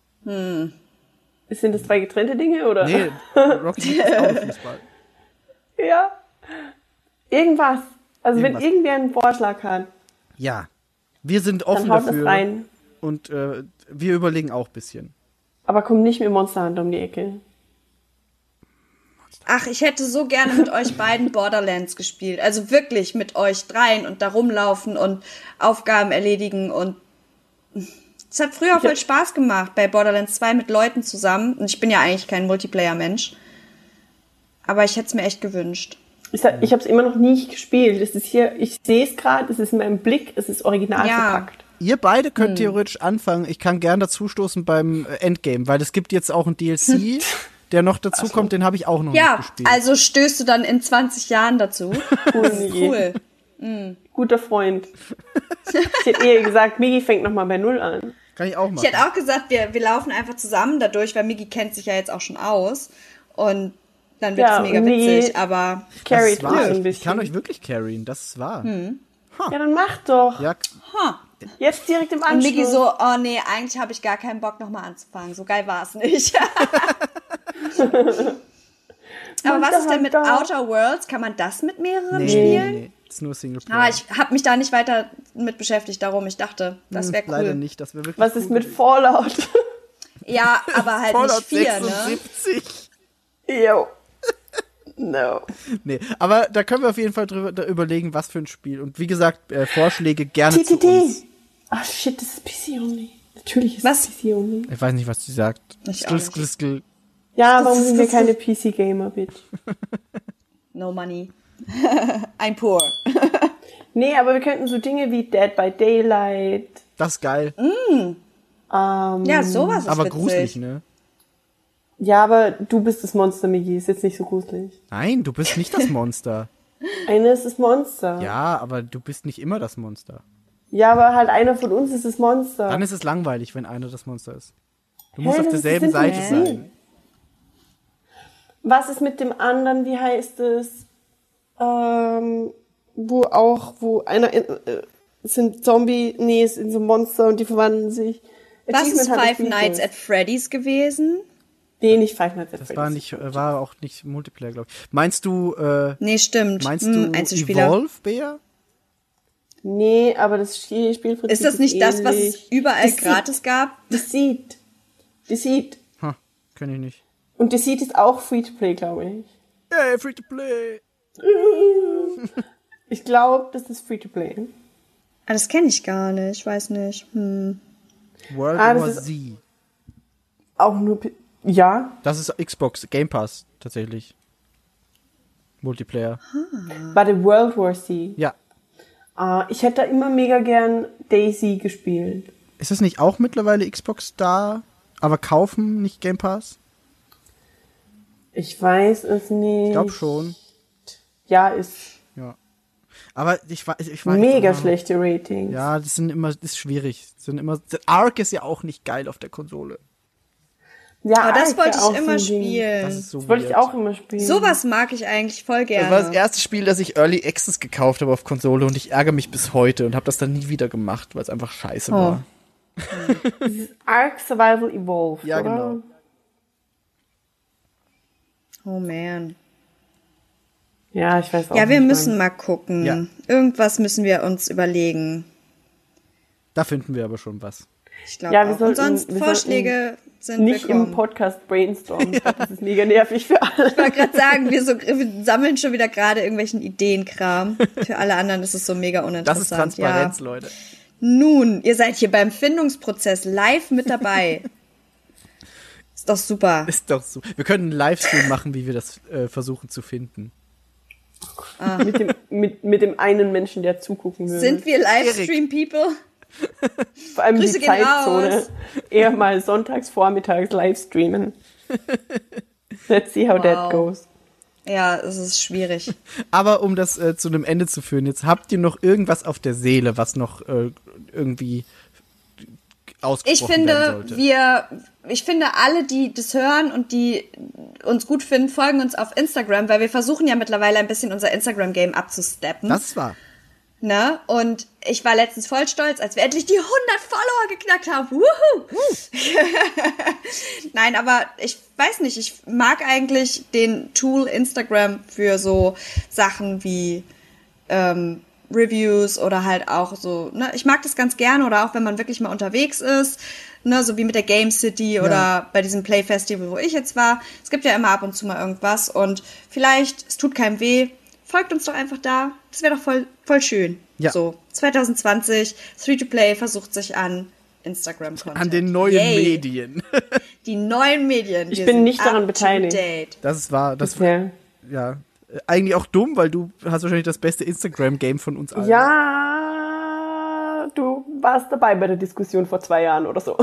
Sind das zwei getrennte Dinge, oder? Nee, Rocket League ist Autofußball. Ja. Irgendwas. Also Irgendwas. wenn irgendwer einen Vorschlag hat, Ja. Wir sind dann offen haut das dafür. rein. Und äh, wir überlegen auch ein bisschen. Aber komm nicht mit Monster Hunter um die Ecke. Ach, ich hätte so gerne mit euch beiden Borderlands gespielt. Also wirklich mit euch dreien und da rumlaufen und Aufgaben erledigen und es hat früher voll Spaß gemacht bei Borderlands zwei mit Leuten zusammen. Und ich bin ja eigentlich kein Multiplayer-Mensch. Aber ich hätte es mir echt gewünscht. Ich, sag, ich habe es immer noch nicht gespielt. Es ist hier, ich sehe es gerade, es ist in meinem Blick, es ist original Ja. verpackt. Ihr beide Hm. könnt theoretisch anfangen. Ich kann gern dazustoßen beim äh, Endgame, weil es gibt jetzt auch einen D L C, der noch dazu kommt, den habe ich auch noch Ja, nicht gespielt. also stößt du dann in zwanzig Jahren dazu. Cool, Migi. Cool. Guter Freund. Ich hätte eher gesagt, Migi fängt nochmal bei Null an. Kann ich auch Ich machen. hätte auch gesagt, wir, wir laufen einfach zusammen dadurch, weil Migi kennt sich ja jetzt auch schon aus. Und dann wird Ja, es mega und Migi- witzig, aber Das Carried ist wahr. mich Ich, ein ich bisschen. kann euch wirklich carryen, das ist wahr. Ja, dann mach doch. Ja, ha. Jetzt direkt im Und Anschluss. Migi so, oh nee, eigentlich habe ich gar keinen Bock nochmal anzufangen. So geil war es nicht. Aber was ist denn mit Hunter. Outer Worlds? Kann man das mit mehreren nee, nee, spielen? nee, das ist nur Singleplayer. Ah, ich habe mich da nicht weiter mit beschäftigt, darum ich dachte, das Hm, wäre cool. Leider nicht, das wäre wirklich Was cool ist mit gewesen. Fallout? Ja, aber halt Fallout nicht vier, ne? sechsundsiebzig. Jo. No. Nee, aber da können wir auf jeden Fall drüber da überlegen, was für ein Spiel. Und wie gesagt, äh, Vorschläge gerne T T zu T. uns. Ach shit, das ist P C only. Natürlich ist Was? es P C only. Ich weiß nicht, was die sagt. Ich auch Skill, nicht. skill, skill. Ja, Das warum ist- sind wir das keine ist- P C-Gamer, bitch? No money. Ein Poor. Nee, aber wir könnten so Dinge wie Dead by Daylight. Das ist geil. Ähm, Ja, sowas ist aber witzig. gruselig, ne? Ja, aber du bist das Monster, Migi. Ist jetzt nicht so gruselig. Nein, du bist nicht das Monster. Einer ist das Monster. Ja, aber du bist nicht immer das Monster. Ja, aber halt einer von uns ist das Monster. Dann ist es langweilig, wenn einer das Monster ist. Du musst Hä, auf das ist derselben simpel. Seite Hä? sein. Was ist mit dem anderen, wie heißt es? Ähm, wo auch, wo einer in, äh, sind Zombie, nee, es sind so Monster und die verwandeln sich. Das Achievement ist hat Five gespielt. Nights at Freddy's gewesen. Nee, nicht Five Nights at Das Freddy's. war nicht, äh, war auch nicht Multiplayer, glaube ich. Meinst du, äh, Nee, stimmt. meinst Hm, du Einzelspieler. Evolve, Bea? Nee, aber das Spiel- Spielprinzip Ist das nicht das, was es ähnlich. überall Deceit. gratis gab? Deceit. Deceit. Ha, kenn ich nicht. Und Deceit ist auch Free-to-Play, glaube ich. Yay, free to play. Ich glaube, das ist Free-to-Play. Ah, das kenne ich gar nicht. Ich weiß nicht. Hm. World Ah, das War ist- Z. Auch nur... P- Ja, Das ist Xbox Game Pass, tatsächlich. Multiplayer. warte, World War Z. Ja. Ah, ich hätte da immer mega gern Daisy gespielt. Ist das nicht auch mittlerweile Xbox da, aber kaufen, nicht Game Pass? Ich weiß es nicht. Ich glaube schon. Ja, ist Ja. Aber ich weiß, ich weiß. mega ah, schlechte Ratings. Ja, das sind immer, das ist schwierig. Das sind immer, Ark ist ja auch nicht geil auf der Konsole. Ja, Aber das Ark wollte wär auch ich so immer ein Ding. spielen. Das ist so Das wollte ich weird. auch immer spielen. Sowas mag ich eigentlich voll Das war das gerne. erste Spiel, das ich Early Access gekauft habe auf Konsole und ich ärgere mich bis heute und habe das dann nie wieder gemacht, weil es einfach scheiße Oh. war. Ark Survival Evolved, Ja, oder? genau. Oh man. Ja, ich weiß auch Ja, wir nicht, müssen Mann. mal gucken. Ja. Irgendwas müssen wir uns überlegen. Da finden wir aber schon was. Ich glaube Ja, wir auch. Und sollten- sonst wir Vorschläge sind Nicht im willkommen. Podcast brainstormen. Ich glaub, das ist mega nervig für alle. Ich wollte gerade sagen, wir, so, wir sammeln schon wieder gerade irgendwelchen Ideenkram. Für alle anderen ist es so mega Das uninteressant. ist Transparenz, Ja. Leute. Nun, ihr seid hier beim Findungsprozess live mit dabei. Ist doch super. Ist doch so. Wir können einen Livestream machen, wie wir das äh, versuchen zu finden. mit, dem, mit, mit dem einen Menschen, der zugucken würde. Sind wir Livestream-People? Vor allem Grüße die gehen Zeitzone. raus. Eher mal sonntags vormittags live streamen. Let's see how Wow. that goes. Ja, es ist schwierig. Aber um das äh, zu einem Ende zu führen, jetzt habt ihr noch irgendwas auf der Seele, was noch äh, irgendwie ausgesprochen Ich werden finde, sollte. wir, ich finde, alle, die das hören und die uns gut finden, folgen uns auf Instagram, weil wir versuchen ja mittlerweile ein bisschen unser Instagram-Game abzusteppen. Das war. Ne? Und ich war letztens voll stolz, als wir endlich die hundert Follower geknackt haben. Wuhu! Nein, aber ich weiß nicht, ich mag eigentlich den Tool Instagram für so Sachen wie ähm, Reviews oder halt auch so, ne, ich mag das ganz gerne oder auch wenn man wirklich mal unterwegs ist, ne, so wie mit der Game City oder Ja. bei diesem Play Festival, wo ich jetzt war. Es gibt ja immer ab und zu mal irgendwas und vielleicht, es tut keinem weh, folgt uns doch einfach da. Das wäre doch voll, voll schön. Ja. So, zwanzig zwanzig, Three to Play versucht sich an Instagram-Content. An den neuen Yay. Medien. Die neuen Medien. Ich wir bin sind nicht daran up to beteiligt. date. Das war, das Ja. ja, äh, eigentlich auch dumm, weil du hast wahrscheinlich das beste Instagram-Game von uns allen. Ja, du warst dabei bei der Diskussion vor zwei Jahren oder so.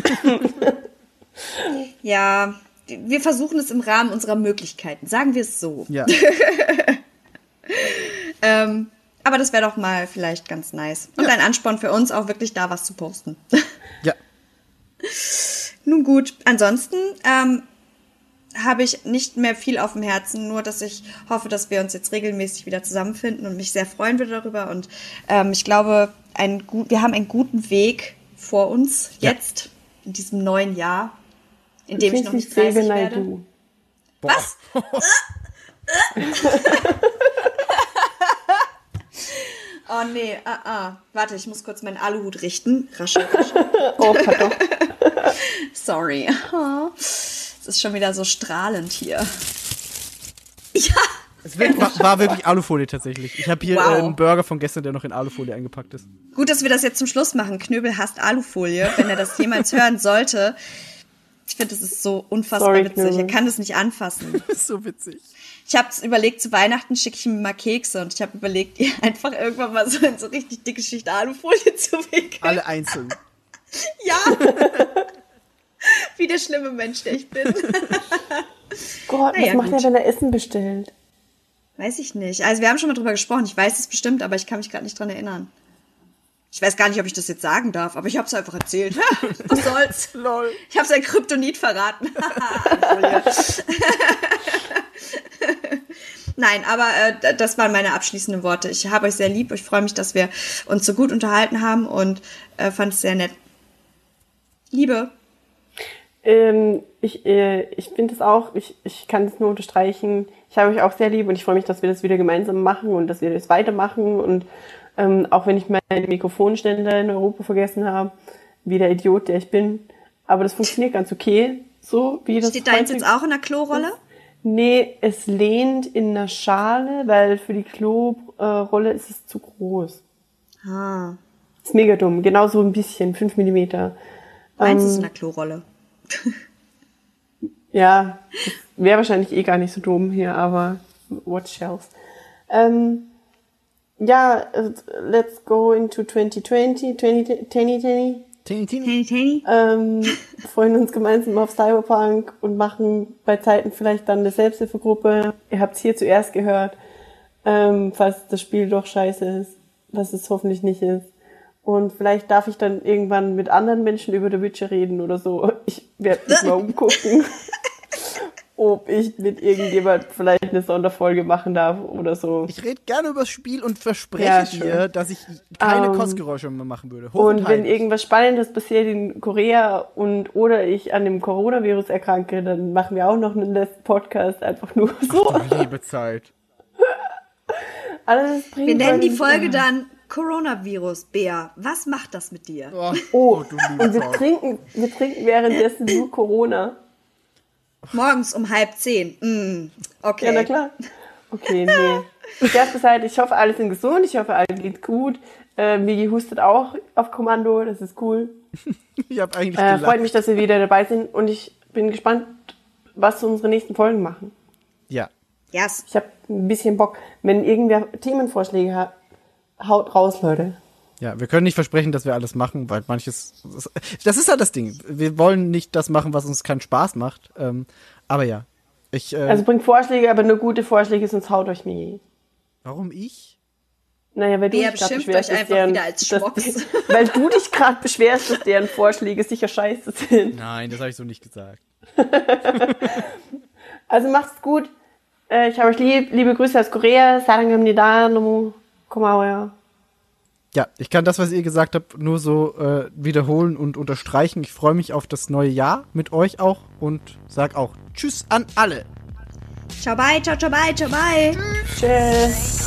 Ja, wir versuchen es im Rahmen unserer Möglichkeiten. Sagen wir es so. Ja. Ähm, aber das wäre doch mal vielleicht ganz nice. Und ein Ansporn für uns, auch wirklich da was zu posten. Ja. Nun gut, ansonsten ähm, habe ich nicht mehr viel auf dem Herzen, nur dass ich hoffe, dass wir uns jetzt regelmäßig wieder zusammenfinden und mich sehr freuen würde darüber. Und ähm, ich glaube, ein gut, wir haben einen guten Weg vor uns Ja. jetzt, in diesem neuen Jahr, in dem ich noch nicht Xavier dreißig werde. Naidoo. Was? Oh nee, ah, ah. Warte, ich muss kurz meinen Aluhut richten. Raschel, raschel. Oh, pardon. Sorry. Oh. Es ist schon wieder so strahlend hier. Ja, Es wird, war, war wirklich Alufolie tatsächlich. Ich habe hier Wow. äh, einen Burger von gestern, der noch in Alufolie eingepackt ist. Gut, dass wir das jetzt zum Schluss machen. Knöbel hasst Alufolie, wenn er das jemals hören sollte. Ich finde, das ist so unfassbar Sorry, witzig. Knöbel. Er kann das nicht anfassen. Das ist so witzig. Ich habe überlegt, zu Weihnachten schicke ich ihm mal Kekse und ich habe überlegt, ihr einfach irgendwann mal so in so richtig dicke Schicht Alufolie zu wickeln. Alle einzeln. Ja. Wie der schlimme Mensch, der ich bin. Gott, Naja, was macht gut. er, wenn er Essen bestellt? Weiß ich nicht. Also wir haben schon mal drüber gesprochen. Ich weiß es bestimmt, aber ich kann mich gerade nicht dran erinnern. Ich weiß gar nicht, ob ich das jetzt sagen darf, aber ich habe es einfach erzählt. Was soll's? Lol. Ich habe sein Kryptonit verraten. Nein, aber äh, das waren meine abschließenden Worte. Ich habe euch sehr lieb. Ich freue mich, dass wir uns so gut unterhalten haben und äh, fand es sehr nett. Liebe. Ähm, ich äh, ich finde es auch, ich, ich kann es nur unterstreichen. Ich habe euch auch sehr lieb und ich freue mich, dass wir das wieder gemeinsam machen und dass wir das weitermachen. Und ähm, auch wenn ich meine Mikrofonständer in Europa vergessen habe, wie der Idiot, der ich bin. Aber das funktioniert ganz okay, so wie das. Steht deins jetzt auch in der Klorolle? Nee, es lehnt in einer Schale, weil für die Klorolle ist es zu groß. Ah. Ist mega dumm. Genau so ein bisschen, fünf Millimeter. Meins Ähm, ist in der Klorolle. Ja, wäre wahrscheinlich eh gar nicht so dumm hier, aber what shells. Ähm, ja, äh, let's go into twenty twenty, twenty twenty. Tini, tini. Tini, Tini. Ähm, freuen uns gemeinsam auf Cyberpunk und machen bei Zeiten vielleicht dann eine Selbsthilfegruppe. Ihr habt es hier zuerst gehört, ähm, falls das Spiel doch scheiße ist, was es hoffentlich nicht ist. Und vielleicht darf ich dann irgendwann mit anderen Menschen über The Witcher reden oder so. Ich werde mich mal umgucken, ob ich mit irgendjemand vielleicht eine Sonderfolge machen darf oder so. Ich rede gerne über das Spiel und verspreche Ja, dir, schön. dass ich keine Ähm, Kostgeräusche mehr machen würde. Hoch Und und wenn heilig. irgendwas Spannendes passiert in Korea und oder ich an dem Coronavirus erkranke, dann machen wir auch noch einen letzten Podcast, einfach nur so. Liebe Zeit. Alles bringt Wir nennen die man- Folge dann Coronavirus. Bea, was macht das mit dir? Oh, Oh, du liebe und wir Zeit. trinken, wir trinken währenddessen nur Corona. Morgens um halb zehn. Mm, okay. Ja, na klar. Okay, nee. Erst Bescheid, ich hoffe, alle sind gesund, ich hoffe, allen geht's gut. Äh, Migi hustet auch auf Kommando, das ist cool. Ich habe eigentlich Äh, gelacht. freut mich, dass wir wieder dabei sind und ich bin gespannt, was unsere nächsten Folgen machen. Ja. Yes. Ich habe ein bisschen Bock. Wenn irgendwer Themenvorschläge hat, haut raus, Leute. Ja, wir können nicht versprechen, dass wir alles machen, weil manches. Das ist halt das Ding. Wir wollen nicht das machen, was uns keinen Spaß macht. Ähm, aber ja. Ich, äh, Also bringt Vorschläge, aber nur gute Vorschläge, sonst haut euch Migi. warum ich? Naja, weil du Wer dich gerade beschimpft beschwerst, euch dass einfach deren, wieder als dass Schmocks. die, weil du dich gerade beschwerst, dass deren Vorschläge sicher scheiße sind. Nein, das habe ich so nicht gesagt. Also macht's gut. Äh, Ich habe euch lieb. Liebe Grüße aus Korea. Sarangamnida, nomu, komauja. Ja, ich kann das, was ihr gesagt habt, nur so äh, wiederholen und unterstreichen. Ich freue mich auf das neue Jahr mit euch auch und sag auch Tschüss an alle. Ciao, bye, ciao, ciao, bye, ciao, bye. Tschüss.